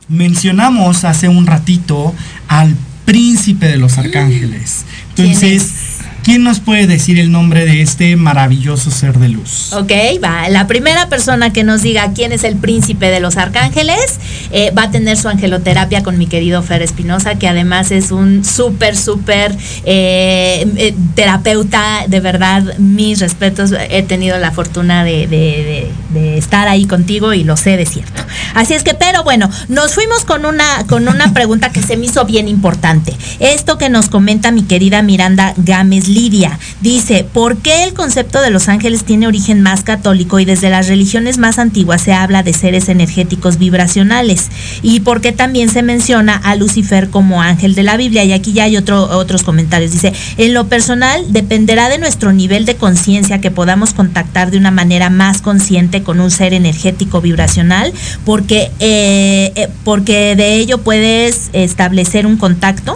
mencionamos hace un ratito al príncipe de los arcángeles. Entonces, ¿quién nos puede decir el nombre de este maravilloso ser de luz? Ok, va. La primera persona que nos diga quién es el príncipe de los arcángeles eh, va a tener su angeloterapia con mi querido Fer Espinosa, que además es un súper, súper eh, eh, terapeuta. De verdad, mis respetos. He tenido la fortuna de, de, de, de estar ahí contigo y lo sé de cierto. Así es que, pero bueno, nos fuimos con una, con una pregunta que se me hizo bien importante. Esto que nos comenta mi querida Miranda Gámez Lidia, dice: ¿por qué el concepto de los ángeles tiene origen más católico y desde las religiones más antiguas se habla de seres energéticos vibracionales? ¿Y por qué también se menciona a Lucifer como ángel de la Biblia? Y aquí ya hay otro, otros comentarios. Dice: en lo personal, dependerá de nuestro nivel de conciencia que podamos contactar de una manera más consciente con un ser energético vibracional, porque, eh, eh, porque de ello puedes establecer un contacto.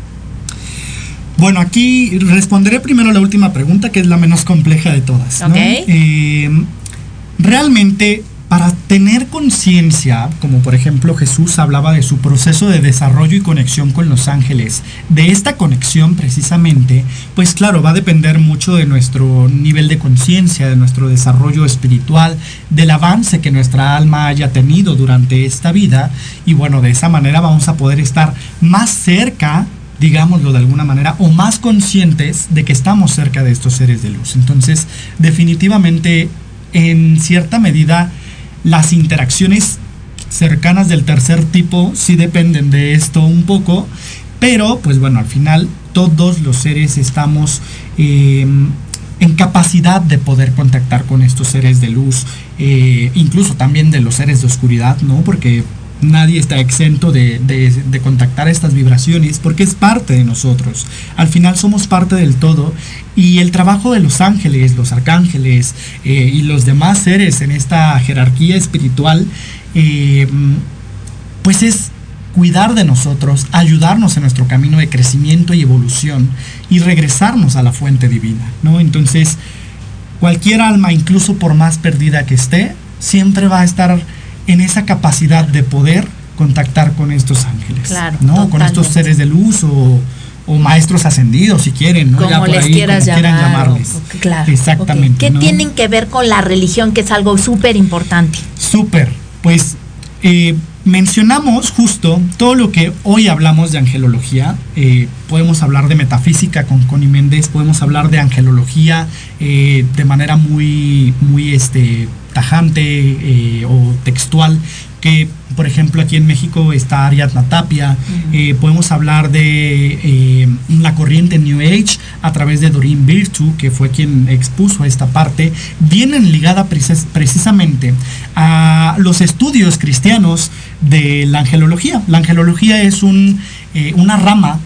Bueno, aquí responderé primero la última pregunta, que es la menos compleja de todas, ¿no? Okay. Eh, realmente, para tener conciencia, como por ejemplo Jesús hablaba de su proceso de desarrollo y conexión con los ángeles, de esta conexión precisamente, pues claro, va a depender mucho de nuestro nivel de conciencia, de nuestro desarrollo espiritual, del avance que nuestra alma haya tenido durante esta vida, y bueno, de esa manera vamos a poder estar más cerca, digámoslo de alguna manera, o más conscientes de que estamos cerca de estos seres de luz. Entonces, definitivamente, en cierta medida, las interacciones cercanas del tercer tipo sí dependen de esto un poco, pero pues bueno, al final todos los seres estamos eh, en capacidad de poder contactar con estos seres de luz, eh, incluso también de los seres de oscuridad, ¿no? Porque nadie está exento de, de, de contactar estas vibraciones, porque es parte de nosotros. Al final somos parte del todo, y el trabajo de los ángeles, los arcángeles eh, y los demás seres en esta jerarquía espiritual, eh, pues es cuidar de nosotros, ayudarnos en nuestro camino de crecimiento y evolución, y regresarnos a la fuente divina, ¿no? Entonces, cualquier alma, incluso por más perdida que esté, siempre va a estar en esa capacidad de poder contactar con estos ángeles, claro, ¿no? Totalmente. Con estos seres de luz o, o maestros ascendidos, si quieren, ¿no? Como ya por les ahí, quieras como quieran llamar, llamarles. Okay, claro. Exactamente. Okay. ¿Qué ¿no? tienen que ver con la religión, que es algo súper importante? Súper. Pues eh, mencionamos justo todo lo que hoy hablamos de angelología. Eh, podemos hablar de metafísica con Connie Méndez, podemos hablar de angelología eh, de manera muy, muy este, tajante eh, o textual, que por ejemplo aquí en México está Ariadna Tapia. Uh-huh. eh, podemos hablar de eh, la corriente New Age a través de Doreen Virtue, que fue quien expuso esta parte, vienen ligada precis- precisamente a los estudios cristianos de la angelología. La angelología es un, eh, una rama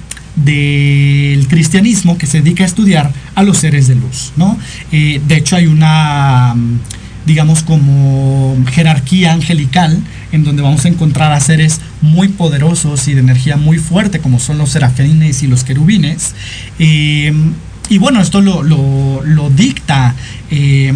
del cristianismo que se dedica a estudiar a los seres de luz, ¿no? Eh, de hecho hay una, digamos, como jerarquía angelical en donde vamos a encontrar a seres muy poderosos y de energía muy fuerte, como son los serafines y los querubines. Eh, y bueno, esto lo, lo, lo dicta eh,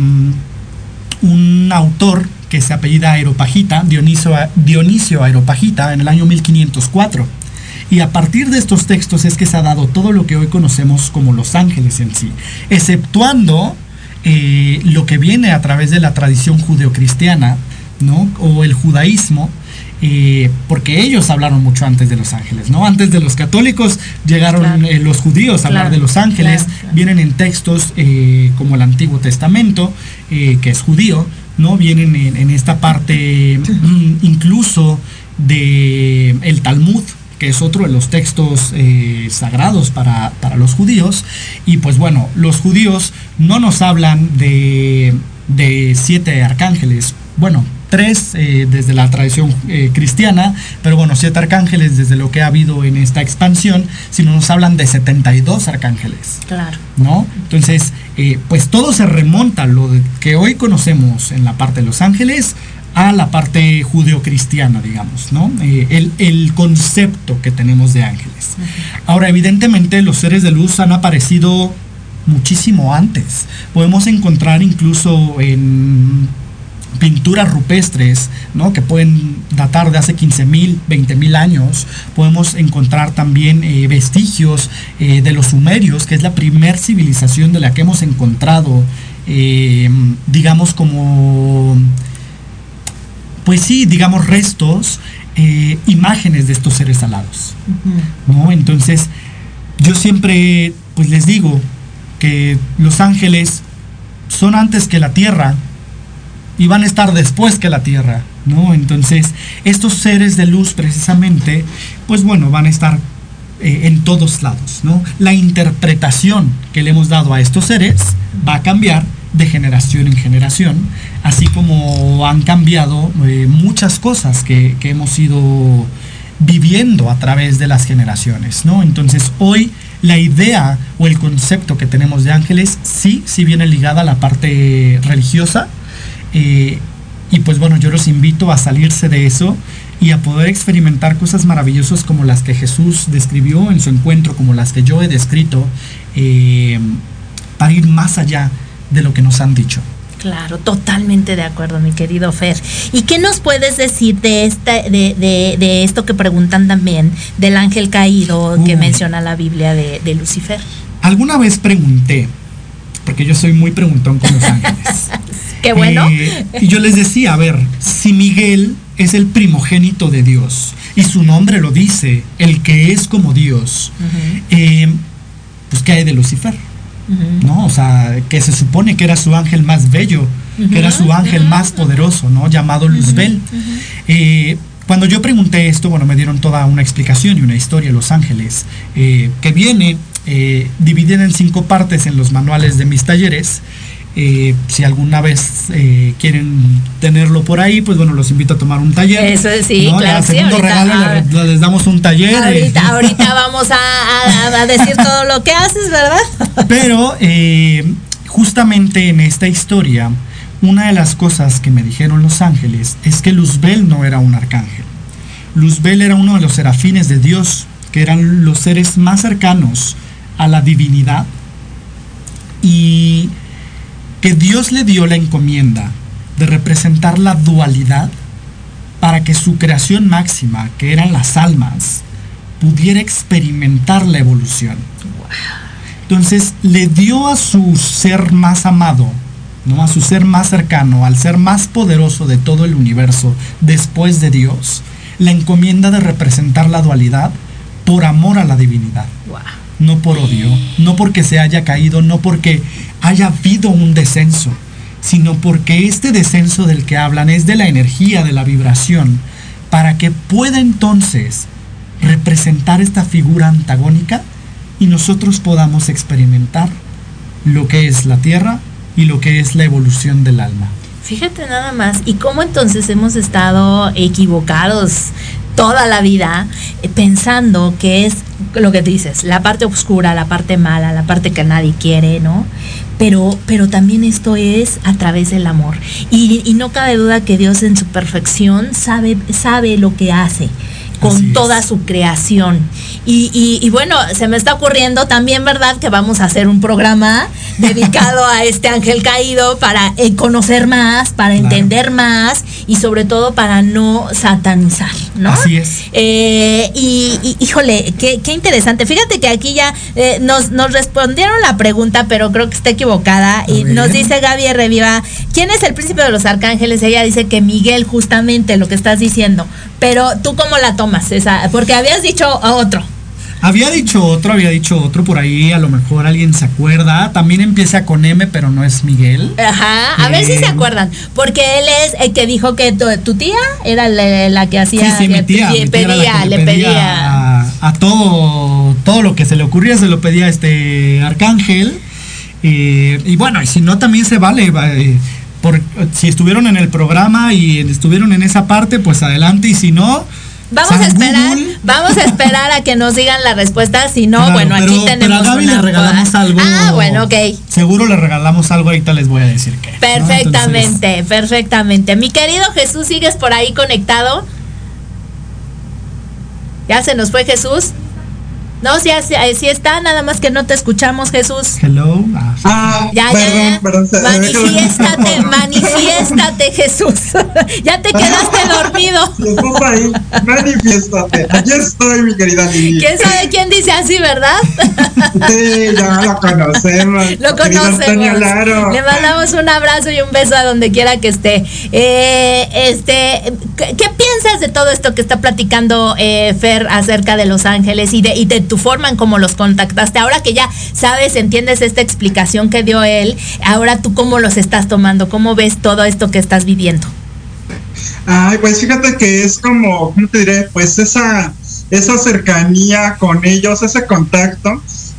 un autor que se apellida Aeropagita, Dionisio, Dionisio Aeropagita, en el año mil quinientos cuatro. Y a partir de estos textos es que se ha dado todo lo que hoy conocemos como los ángeles en sí, exceptuando eh, lo que viene a través de la tradición judeocristiana, ¿no? O el judaísmo, eh, porque ellos hablaron mucho antes de los ángeles, ¿no? Antes de los católicos llegaron claro. eh, los judíos a claro. hablar de los ángeles, claro, claro. Vienen en textos eh, como el Antiguo Testamento, eh, que es judío, ¿no? Vienen en, en esta parte incluso de el Talmud, que es otro de los textos eh, sagrados para, para los judíos. Y pues bueno, los judíos no nos hablan de, de siete arcángeles, bueno, tres eh, desde la tradición eh, cristiana, pero bueno, siete arcángeles desde lo que ha habido en esta expansión, sino nos hablan de setenta y dos arcángeles. Claro. ¿No? Entonces, eh, pues todo se remonta, lo de que hoy conocemos en la parte de los ángeles, a la parte judeocristiana, digamos, ¿no? Eh, el, el concepto que tenemos de ángeles. Uh-huh. Ahora, evidentemente, los seres de luz han aparecido muchísimo antes. Podemos encontrar incluso en pinturas rupestres, ¿no? Que pueden datar de hace quince mil, veinte mil años. Podemos encontrar también eh, vestigios eh, de los sumerios, que es la primer civilización de la que hemos encontrado, eh, digamos como, pues sí, digamos restos, eh, imágenes de estos seres alados, uh-huh. ¿no? Entonces, yo siempre, pues les digo que los ángeles son antes que la tierra y van a estar después que la tierra, ¿no? Entonces, estos seres de luz precisamente, pues bueno, van a estar eh, en todos lados, ¿no? La interpretación que le hemos dado a estos seres va a cambiar de generación en generación, así como han cambiado eh, muchas cosas que, que hemos ido viviendo a través de las generaciones, ¿no? Entonces, hoy la idea o el concepto que tenemos de ángeles sí, sí viene ligada a la parte religiosa. Eh, y pues bueno, yo los invito a salirse de eso y a poder experimentar cosas maravillosas como las que Jesús describió en su encuentro, como las que yo he descrito, eh, para ir más allá de lo que nos han dicho. Claro, totalmente de acuerdo, mi querido Fer. ¿Y qué nos puedes decir de este, de, de, de esto que preguntan también del ángel caído uh. que menciona la Biblia de, de Lucifer? Alguna vez pregunté, porque yo soy muy preguntón con los ángeles. Qué bueno. Eh, y yo les decía, a ver, si Miguel es el primogénito de Dios y su nombre lo dice, el que es como Dios, uh-huh. eh, pues ¿qué hay de Lucifer? Uh-huh. ¿No? O sea, que se supone que era su ángel más bello, uh-huh. que era su ángel uh-huh. más poderoso, ¿no? Llamado Luzbel. Uh-huh. Eh, cuando yo pregunté esto, bueno, me dieron toda una explicación y una historia de los ángeles, eh, que viene eh, dividida en cinco partes en los manuales de mis talleres. Eh, si alguna vez eh, quieren tenerlo por ahí, pues bueno, los invito a tomar un taller. Eso sí, ¿no? claro. Ya, segundo sí, ahorita, regalo ahora, les, les damos un taller. Ahorita, eh. ahorita vamos a, a, a decir todo lo que haces, ¿verdad? Pero eh, justamente en esta historia, una de las cosas que me dijeron los ángeles es que Luzbel no era un arcángel. Luzbel era uno de los serafines de Dios, que eran los seres más cercanos a la divinidad, y que Dios le dio la encomienda de representar la dualidad para que su creación máxima, que eran las almas, pudiera experimentar la evolución. Entonces le dio a su ser más amado, ¿no? A su ser más cercano, al ser más poderoso de todo el universo después de Dios, la encomienda de representar la dualidad por amor a la divinidad. Wow. No por odio, no porque se haya caído, no porque haya habido un descenso, sino porque este descenso del que hablan es de la energía, de la vibración, para que pueda entonces representar esta figura antagónica y nosotros podamos experimentar lo que es la tierra y lo que es la evolución del alma. Fíjate nada más, y cómo entonces hemos estado equivocados toda la vida eh, pensando que es lo que dices, la parte oscura, la parte mala, la parte que nadie quiere, ¿no? Pero, pero también esto es a través del amor. Y, y no cabe duda que Dios en su perfección sabe, sabe lo que hace con toda su creación. Y, y, y bueno, se me está ocurriendo también, ¿verdad?, que vamos a hacer un programa dedicado a este ángel caído para eh, conocer más, para claro. entender más y sobre todo para no satanizar, ¿no? Así es. Eh, y, y híjole, qué, qué interesante. Fíjate que aquí ya eh, nos, nos respondieron la pregunta, pero creo que está equivocada. A y ver. Nos dice Gaby Reviva, ¿quién es el príncipe de los arcángeles? Ella dice que Miguel, justamente lo que estás diciendo. Pero ¿tú cómo la tomas esa? Porque habías dicho otro. Había dicho otro, había dicho otro por ahí, a lo mejor alguien se acuerda. También empieza con M, pero no es Miguel. Ajá, a eh, ver si se acuerdan. Porque él es el que dijo que tu, tu tía era la, la que hacía. Sí, sí, mi tía. Mi pedía, pedía, le, le pedía. pedía a, a todo, todo lo que se le ocurría, se lo pedía a este arcángel. Eh, y bueno, y si no, también se vale. Eh, por, si estuvieron en el programa y estuvieron en esa parte, pues adelante. Y si no, vamos a esperar, Google. vamos a esperar a que nos digan la respuesta. Si no, claro, bueno, pero, aquí tenemos. Pero a Gaby una le regalamos boda. algo. Ah, bueno, ok. Seguro le regalamos algo, ahorita les voy a decir qué. Perfectamente, ¿no? Entonces, perfectamente. Mi querido Jesús, ¿sigues por ahí conectado? ¿Ya se nos fue Jesús? No, sí, sí, sí está, nada más que no te escuchamos, Jesús. Hello. Ah, ya, perdón, ya, ya. Perdón, manifiéstate, manifiéstate, Jesús. Ya te quedaste dormido. Estás ahí, manifiéstate. Aquí estoy, mi querida Lili. ¿Quién sabe quién dice así, verdad? Sí, ya lo conocemos. Lo conocemos. Laro. Le mandamos un abrazo y un beso a donde quiera que esté. Eh, este, ¿qué, ¿qué piensas de todo esto que está platicando eh, Fer acerca de Los Ángeles y de, y de tu forma en cómo los contactaste? Ahora que ya sabes, entiendes esta explicación que dio él, ahora tú cómo los estás tomando, cómo ves todo esto que estás viviendo. Ay, pues fíjate que es como, ¿cómo te diré? Pues esa, esa cercanía con ellos, ese contacto,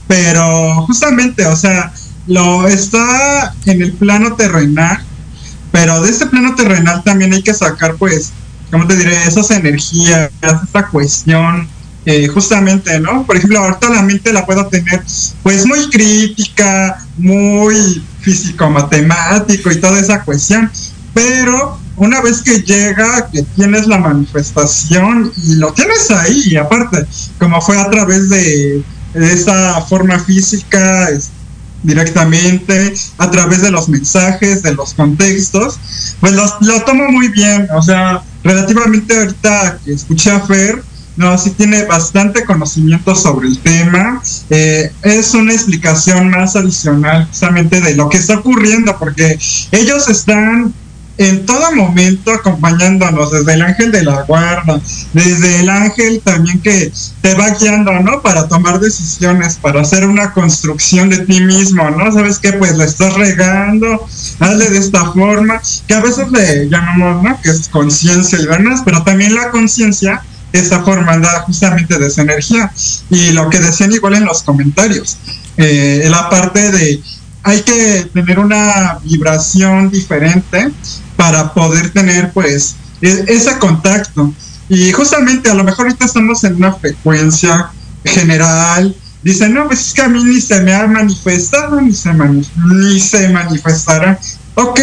pero justamente, o sea, lo está en el plano terrenal, pero de ese plano terrenal también hay que sacar, pues, ¿cómo te diré? Esas energías, esta cuestión, eh, justamente, ¿no? Por ejemplo, ahorita la mente la puedo tener, pues, muy crítica, muy físico-matemático y toda esa cuestión, pero una vez que llega, que tienes la manifestación y lo tienes ahí, y aparte, como fue a través de, de esa forma física, es, directamente, a través de los mensajes, de los contextos, pues lo, lo tomo muy bien. O sea, relativamente ahorita que escuché a Fer, no, sí tiene bastante conocimiento sobre el tema. Eh, es una explicación más adicional justamente de lo que está ocurriendo, porque ellos están en todo momento acompañándonos, desde el ángel de la guarda, desde el ángel también que te va guiando, ¿no? Para tomar decisiones, para hacer una construcción de ti mismo, ¿no? ¿Sabes qué? Pues le estás regando, hazle de esta forma, que a veces le llamamos, ¿no? Que es conciencia y demás, pero también la conciencia está formada justamente de esa energía. Y lo que decían igual en los comentarios, eh, la parte de hay que tener una vibración diferente para poder tener, pues, e- ese contacto. Y justamente a lo mejor ahorita estamos en una frecuencia general. Dicen, no, pues es que a mí ni se me ha manifestado, ni se, mani- ni se manifestará. Ok,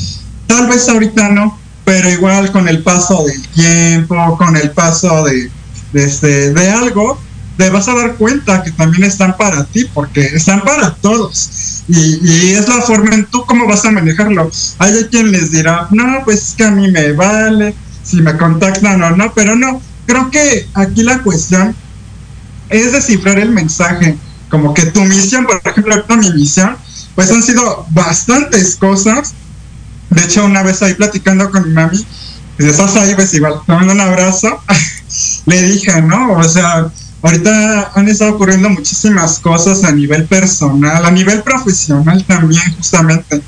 tal vez ahorita no, pero igual con el paso del tiempo, con el paso de, de, este, de algo, te vas a dar cuenta que también están para ti, porque están para todos. Y, y es la forma en tú cómo vas a manejarlo. Hay quien les dirá, no, pues es que a mí me vale si me contactan o no, pero no, creo que aquí la cuestión es descifrar el mensaje, como que tu misión, por ejemplo, ahorita mi misión, pues han sido bastantes cosas. De hecho, una vez ahí platicando con mi mami, si estás ahí, pues igual, te mando un abrazo, le dije, ¿no? O sea, ahorita han estado ocurriendo muchísimas cosas a nivel personal, a nivel profesional también, justamente.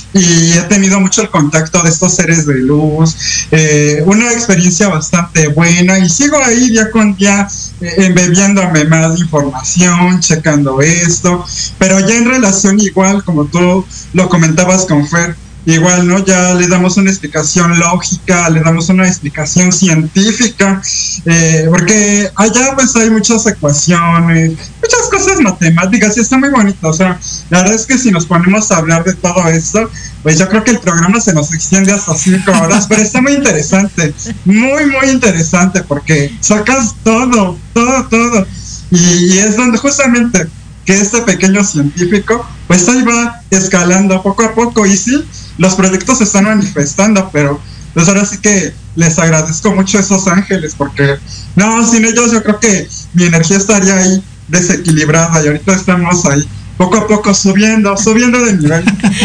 Y he tenido mucho el contacto de estos seres de luz, eh, una experiencia bastante buena, y sigo ahí día con día eh, embebiéndome más información, checando esto, pero ya en relación igual, como tú lo comentabas con Fer, igual, ¿no? Ya le damos una explicación lógica, le damos una explicación científica, eh, porque allá pues hay muchas ecuaciones, muchas cosas matemáticas, y está muy bonito. O sea, la verdad es que si nos ponemos a hablar de todo esto, pues yo creo que el programa se nos extiende hasta cinco horas, pero está muy interesante, muy, muy interesante, porque sacas todo, todo, todo, y, y es donde justamente que este pequeño científico, pues ahí va escalando poco a poco, y sí, los proyectos se están manifestando, pero pues ahora sí que les agradezco mucho a esos ángeles, porque no, sin ellos yo creo que mi energía estaría ahí desequilibrada, y ahorita estamos ahí poco a poco subiendo, subiendo de nivel.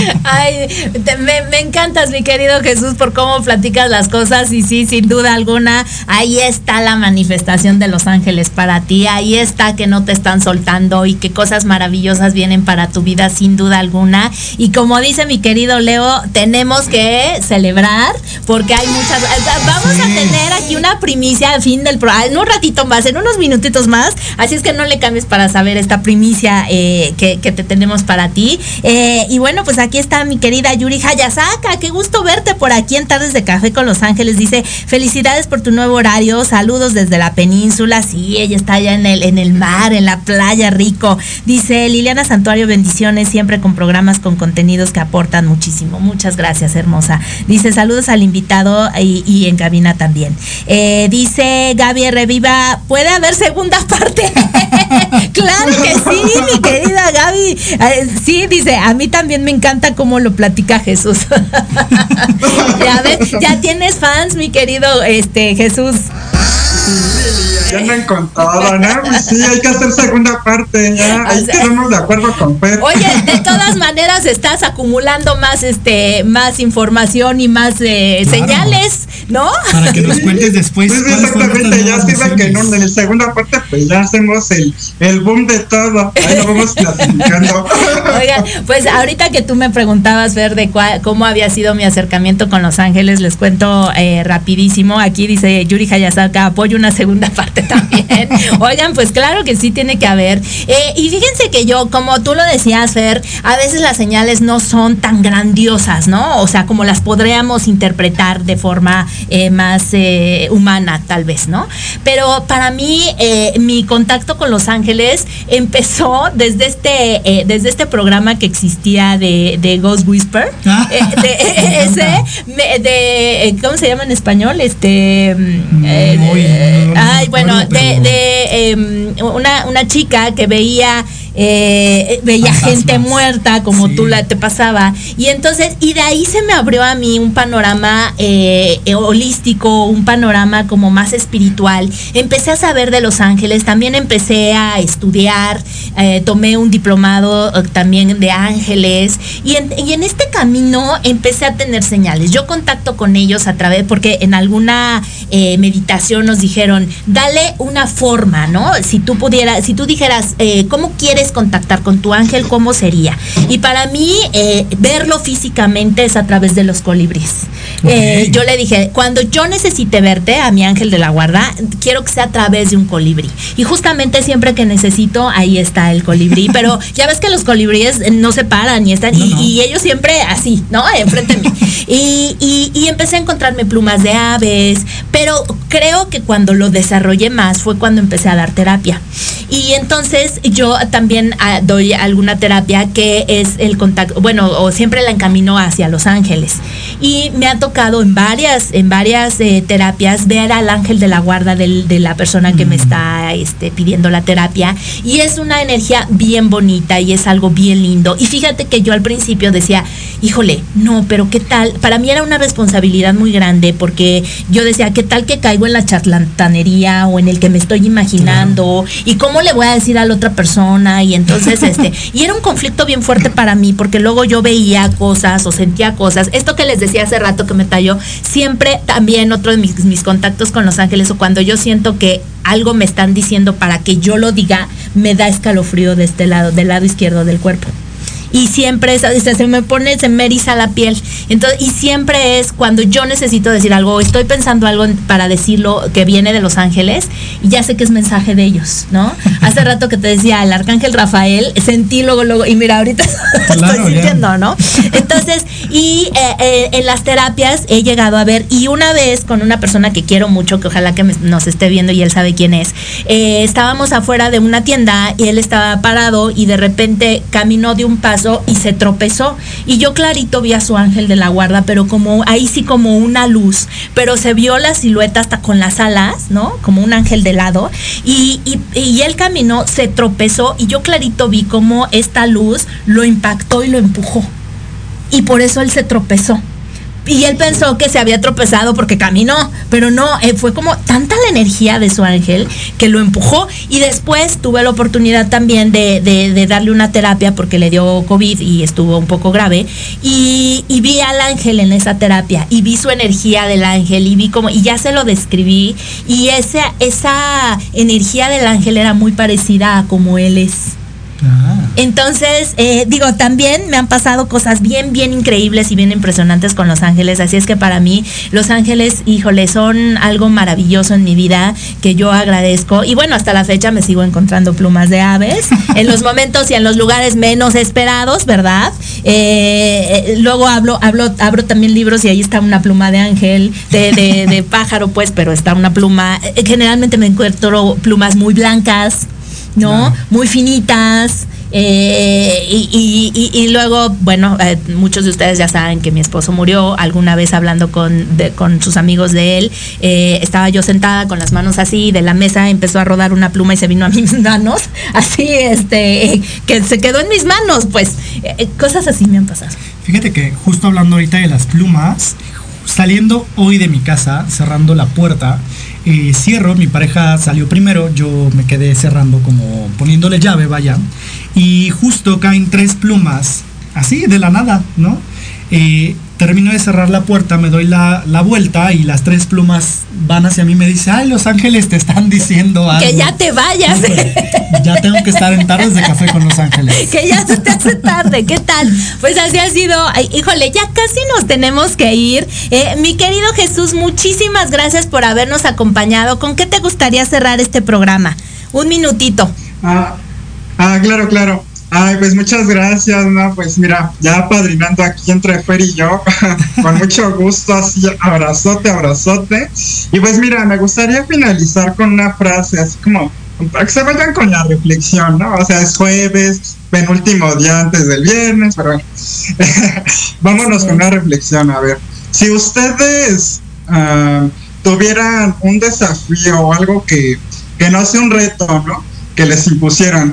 Ay, te, me, me encantas, mi querido Jesús, por cómo platicas las cosas, y sí, sin duda alguna, ahí está la manifestación de los ángeles para ti, ahí está que no te están soltando y que cosas maravillosas vienen para tu vida, sin duda alguna. Y como dice mi querido Leo, tenemos que celebrar, porque hay muchas, vamos sí. a tener aquí una primicia al fin del programa, en un ratito más, en unos minutitos más, así es que no le cambies para saber esta primicia eh, que que te tenemos para ti. Eh, y bueno, pues aquí está mi querida Yuri Hayasaka, qué gusto verte por aquí en Tardes de Café con Los Ángeles. Dice, felicidades por tu nuevo horario, saludos desde la península. Sí, ella está allá en el, en el mar, en la playa, rico. Dice Liliana Santuario, bendiciones, siempre con programas con contenidos que aportan muchísimo. Muchas gracias, hermosa. Dice, saludos al invitado y, y en cabina también. Eh, dice Gaby Reviva, ¿puede haber segunda parte? Claro que sí, mi querida Gaby. Sí, dice, a mí también me encanta cómo lo platica Jesús. Ya ves, ya tienes fans, mi querido este Jesús. Ya andan con todo, ¿no? Pues sí, hay que hacer segunda parte, ya. Ahí quedamos de acuerdo con Fer. Oye, de todas maneras estás acumulando más este más información y más eh, claro. señales, ¿no? Para que nos cuentes después. Pues exactamente, ya sirve que en, un, en la segunda parte pues ya hacemos el, el boom de todo. Ahí lo vamos clasificando. Oigan, pues ahorita que tú me preguntabas, Fer, de cuál, cómo había sido mi acercamiento con Los Ángeles, les cuento eh, rapidísimo. Aquí dice Yuri Hayasaka, apoyo una segunda parte también. Oigan, pues claro que sí tiene que haber. Eh, y fíjense que yo, como tú lo decías, Fer, a veces las señales no son tan grandiosas, ¿no? O sea, como las podríamos interpretar de forma eh, más eh, humana, tal vez, ¿no? Pero para mí, eh, mi contacto con Los Ángeles empezó desde este, eh, desde este programa que existía de, de Ghost Whisper. eh, de, eh, ese, de, ¿cómo se llama en español? Este... Eh, Muy, eh, ay, bueno, de, de, de eh, una, una chica que veía eh, veía Fantasmas. gente muerta como sí. tú la te pasaba, y entonces y de ahí se me abrió a mí un panorama eh, holístico, un panorama como más espiritual. Empecé a saber de Los Ángeles, también empecé a estudiar, eh, tomé un diplomado eh, también de ángeles, y en, y en este camino empecé a tener señales. Yo contacto con ellos a través, porque en alguna eh, meditación nos dijeron, dale una forma, ¿no? Si tú pudieras, si tú dijeras, eh, ¿cómo quieres contactar con tu ángel? ¿Cómo sería? Y para mí, eh, verlo físicamente es a través de los colibríes. Okay. Eh, yo le dije, cuando yo necesite verte, a mi ángel de la guarda, quiero que sea a través de un colibrí. Y justamente siempre que necesito, ahí está el colibrí. Pero ya ves que los colibríes no se paran y están, no, y, no. y ellos siempre así, ¿no? Enfrente de mí. Y, y, y empecé a encontrarme plumas de aves, pero creo que cuando lo desarrollé más fue cuando empecé a dar terapia. Y entonces yo también uh, doy alguna terapia que es el contacto, bueno, o siempre la encamino hacia Los Ángeles. Y me ha tocado en varias, en varias eh, terapias ver al ángel de la guarda del, de la persona que mm. me está este, pidiendo la terapia. Y es una energía bien bonita y es algo bien lindo. Y fíjate que yo al principio decía, híjole, no, pero ¿qué tal? Para mí era una responsabilidad muy grande, porque yo decía, ¿qué tal que caigo en la charlatanería o en el que me estoy imaginando? Claro. ¿Y cómo le voy a decir a la otra persona? Y entonces, este, y era un conflicto bien fuerte para mí, porque luego yo veía cosas o sentía cosas. Esto que les decía hace rato que me talló, siempre también otro de mis, mis contactos con Los Ángeles, o cuando yo siento que algo me están diciendo para que yo lo diga, me da escalofrío de este lado, del lado izquierdo del cuerpo. Y siempre es, o sea, se me pone, se me eriza la piel. Entonces, y siempre es cuando yo necesito decir algo, estoy pensando algo para decirlo que viene de Los Ángeles, y ya sé que es mensaje de ellos, ¿no? Hace rato que te decía el arcángel Rafael, sentí luego, luego, y mira, ahorita claro, estoy sintiendo, ya. ¿no? Entonces, y eh, eh, en las terapias he llegado a ver, y una vez con una persona que quiero mucho, que ojalá que me, nos esté viendo y él sabe quién es, eh, estábamos afuera de una tienda y él estaba parado y de repente caminó de un paso y se tropezó, y yo clarito vi a su ángel de la guarda, pero como ahí sí como una luz, pero se vio la silueta hasta con las alas, ¿no? Como un ángel de lado, y, y, y él caminó, se tropezó, y yo clarito vi como esta luz lo impactó y lo empujó, y por eso él se tropezó. Y él pensó que se había tropezado porque caminó, pero no, eh, fue como tanta la energía de su ángel que lo empujó. Y después tuve la oportunidad también de, de, de darle una terapia porque le dio COVID y estuvo un poco grave. Y, y vi al ángel en esa terapia y vi su energía del ángel y vi como, y ya se lo describí. Y esa, esa energía del ángel era muy parecida a como él es. Ah. Entonces, eh, digo, también me han pasado cosas bien, bien increíbles y bien impresionantes con Los Ángeles, así es que para mí Los Ángeles, híjole, son algo maravilloso en mi vida que yo agradezco, y bueno, hasta la fecha me sigo encontrando plumas de aves en los momentos y en los lugares menos esperados, ¿verdad? Eh, eh, luego hablo, hablo, abro también libros y ahí está una pluma de ángel, de, de, de pájaro, pues, pero está una pluma, eh, generalmente me encuentro plumas muy blancas, ¿no? Claro. Muy finitas, Eh, y, y, y, y luego, bueno, eh, muchos de ustedes ya saben que mi esposo murió. Alguna vez hablando con, de, con sus amigos de él, eh, estaba yo sentada con las manos así, de la mesa empezó a rodar una pluma y se vino a mis manos, así, este, eh, que se quedó en mis manos, pues, eh, cosas así me han pasado. Fíjate que justo hablando ahorita de las plumas, saliendo hoy de mi casa, cerrando la puerta, eh, cierro, mi pareja salió primero, yo me quedé cerrando como poniéndole llave, vaya, y justo caen tres plumas, así de la nada, ¿no? Eh, termino de cerrar la puerta, me doy la, la vuelta y las tres plumas van hacia mí, me dice, ay, Los Ángeles te están diciendo algo. Que ya te vayas. No, pues, ya tengo que estar en Tardes de Café con Los Ángeles. Que ya se te hace tarde, ¿qué tal? Pues así ha sido. Ay, híjole, ya casi nos tenemos que ir. Eh, mi querido Jesús, muchísimas gracias por habernos acompañado. ¿Con qué te gustaría cerrar este programa? Un minutito. Ah, ah claro, claro. Ay, pues muchas gracias, ¿no? Pues mira, ya padrinando aquí entre Fer y yo, con mucho gusto, así, abrazote, abrazote. Y pues mira, me gustaría finalizar con una frase, así como, para que se vayan con la reflexión, ¿no? O sea, es jueves, penúltimo día antes del viernes, pero bueno. Vámonos con una reflexión, a ver. Si ustedes uh, tuvieran un desafío o algo que, que no sea un reto, ¿no? Que les impusieran,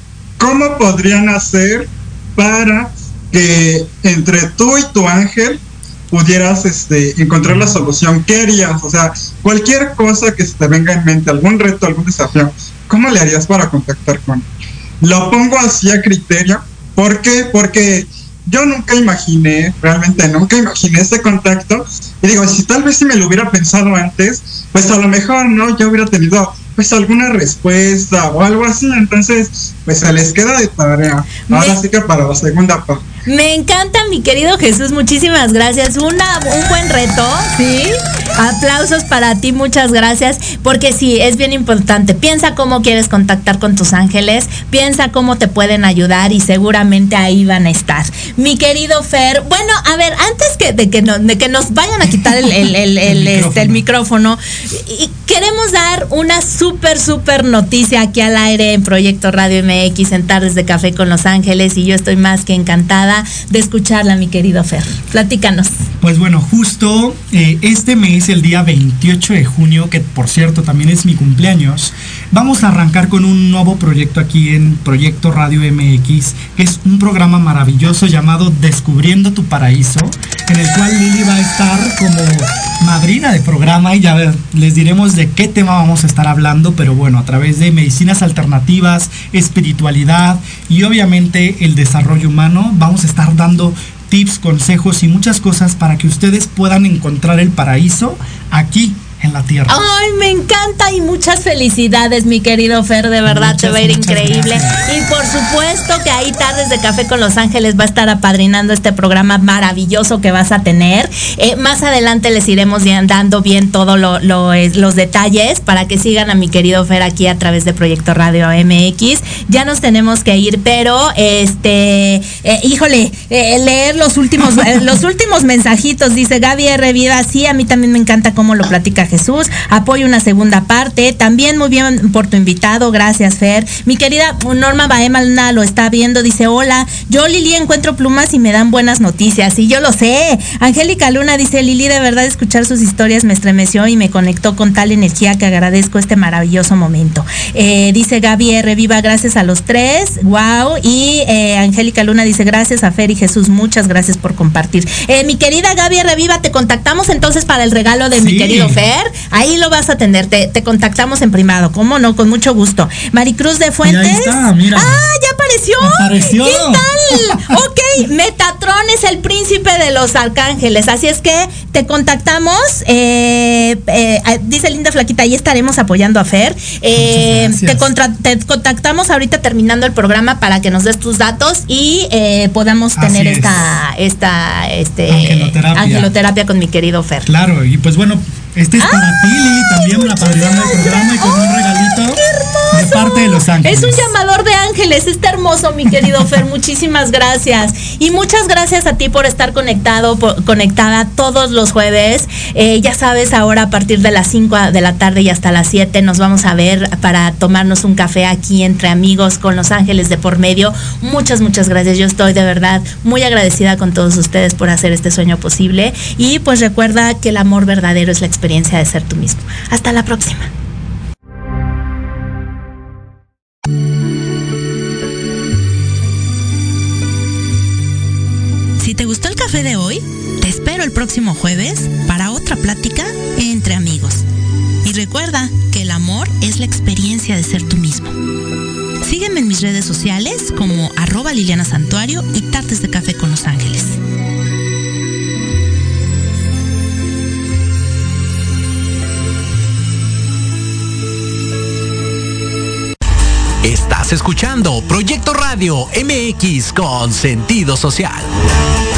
¿cómo podrían hacer para que entre tú y tu ángel pudieras este, encontrar la solución? ¿Qué harías? O sea, cualquier cosa que se te venga en mente, algún reto, algún desafío, ¿cómo le harías para contactar con él? Lo pongo así a criterio. ¿Por qué? Porque yo nunca imaginé, realmente nunca imaginé este contacto. Y digo, si tal vez si me lo hubiera pensado antes, pues a lo mejor, ¿no? Yo hubiera tenido pues alguna respuesta o algo así, entonces pues se les queda de tarea. Ahora me, sí que para la segunda parte. Me encanta, mi querido Jesús, muchísimas gracias. Una, un buen reto, ¿sí? Aplausos para ti, muchas gracias, porque sí, es bien importante. Piensa cómo quieres contactar con tus ángeles, piensa cómo te pueden ayudar y seguramente ahí van a estar. Mi querido Fer, bueno, a ver, antes que de que, no, de que nos vayan a quitar el, el, el, el, el, micrófono. Este, el micrófono, y queremos dar una súper, súper noticia aquí al aire en Proyecto Radio M X, en Tardes de Café con Los Ángeles, y yo estoy más que encantada de escucharla, mi querido Fer. Platícanos. Pues bueno, justo eh, este mes, el día veintiocho de junio, que por cierto también es mi cumpleaños, vamos a arrancar con un nuevo proyecto aquí en Proyecto Radio M X, que es un programa maravilloso llamado Descubriendo tu Paraíso, en el cual Lili va a estar como madrina de programa y ya les diremos de qué tema vamos a estar hablando, pero bueno, a través de medicinas alternativas, espiritualidad y obviamente el desarrollo humano, vamos a estar dando tips, consejos y muchas cosas para que ustedes puedan encontrar el paraíso aquí en la tierra. Ay, me encanta y muchas felicidades, mi querido Fer, de verdad muchas, te va a ir increíble. Gracias. Y por supuesto que ahí Tardes de Café con Los Ángeles va a estar apadrinando este programa maravilloso que vas a tener. Eh, más adelante les iremos dando bien todos lo, lo, los detalles para que sigan a mi querido Fer aquí a través de Proyecto Radio M X. Ya nos tenemos que ir, pero este, eh, híjole, eh, leer los últimos, eh, los últimos mensajitos. Dice Gaby R. Vida, sí, a mí también me encanta cómo lo platica Jesús, apoyo una segunda parte, también muy bien por tu invitado, gracias Fer. Mi querida Norma Baemalna lo está viendo, dice, hola, yo Lili encuentro plumas y me dan buenas noticias, y yo lo sé. Angélica Luna dice, Lili, de verdad escuchar sus historias me estremeció y me conectó con tal energía que agradezco este maravilloso momento. Eh, dice Gaby R. Viva, gracias a los tres, wow, y eh, Angélica Luna dice, gracias a Fer y Jesús, muchas gracias por compartir. Eh, mi querida Gaby R. Viva, te contactamos entonces para el regalo de sí. mi querido Fer. Ahí lo vas a tener, te, te contactamos en privado, ¿cómo no? Con mucho gusto. Maricruz de Fuentes. Y ahí está, mira. ¡Ah, ya apareció! ¡Apareció! ¿Qué tal? Ok, Metatron es el príncipe de los arcángeles, así es que te contactamos, eh, eh, dice Linda Flaquita, ahí estaremos apoyando a Fer. Eh, te, contra, te contactamos ahorita terminando el programa para que nos des tus datos y eh, podamos así tener es. esta, esta este, angeloterapia. angeloterapia con mi querido Fer. Claro, y pues bueno, este es para ah, ti, Lili, también la padrina del programa y con un regalito de parte parte de Los Ángeles. Es un llamador de ángeles, está hermoso, mi querido Fer, muchísimas gracias. Y muchas gracias a ti por estar conectado, por, conectada todos los jueves. Eh, ya sabes, ahora a partir de las cinco de la tarde y hasta las siete nos vamos a ver para tomarnos un café aquí entre amigos con Los Ángeles de por medio. Muchas, muchas gracias. Yo estoy de verdad muy agradecida con todos ustedes por hacer este sueño posible. Y pues recuerda que el amor verdadero es la experiencia de ser tú mismo. Hasta la próxima. Si te gustó el café de hoy, te espero el próximo jueves para otra plática entre amigos. Y recuerda que el amor es la experiencia de ser tú mismo. Sígueme en mis redes sociales como arroba Liliana Santuario y Tardes de Café con Los Ángeles. Estás escuchando Proyecto Radio M X con sentido social.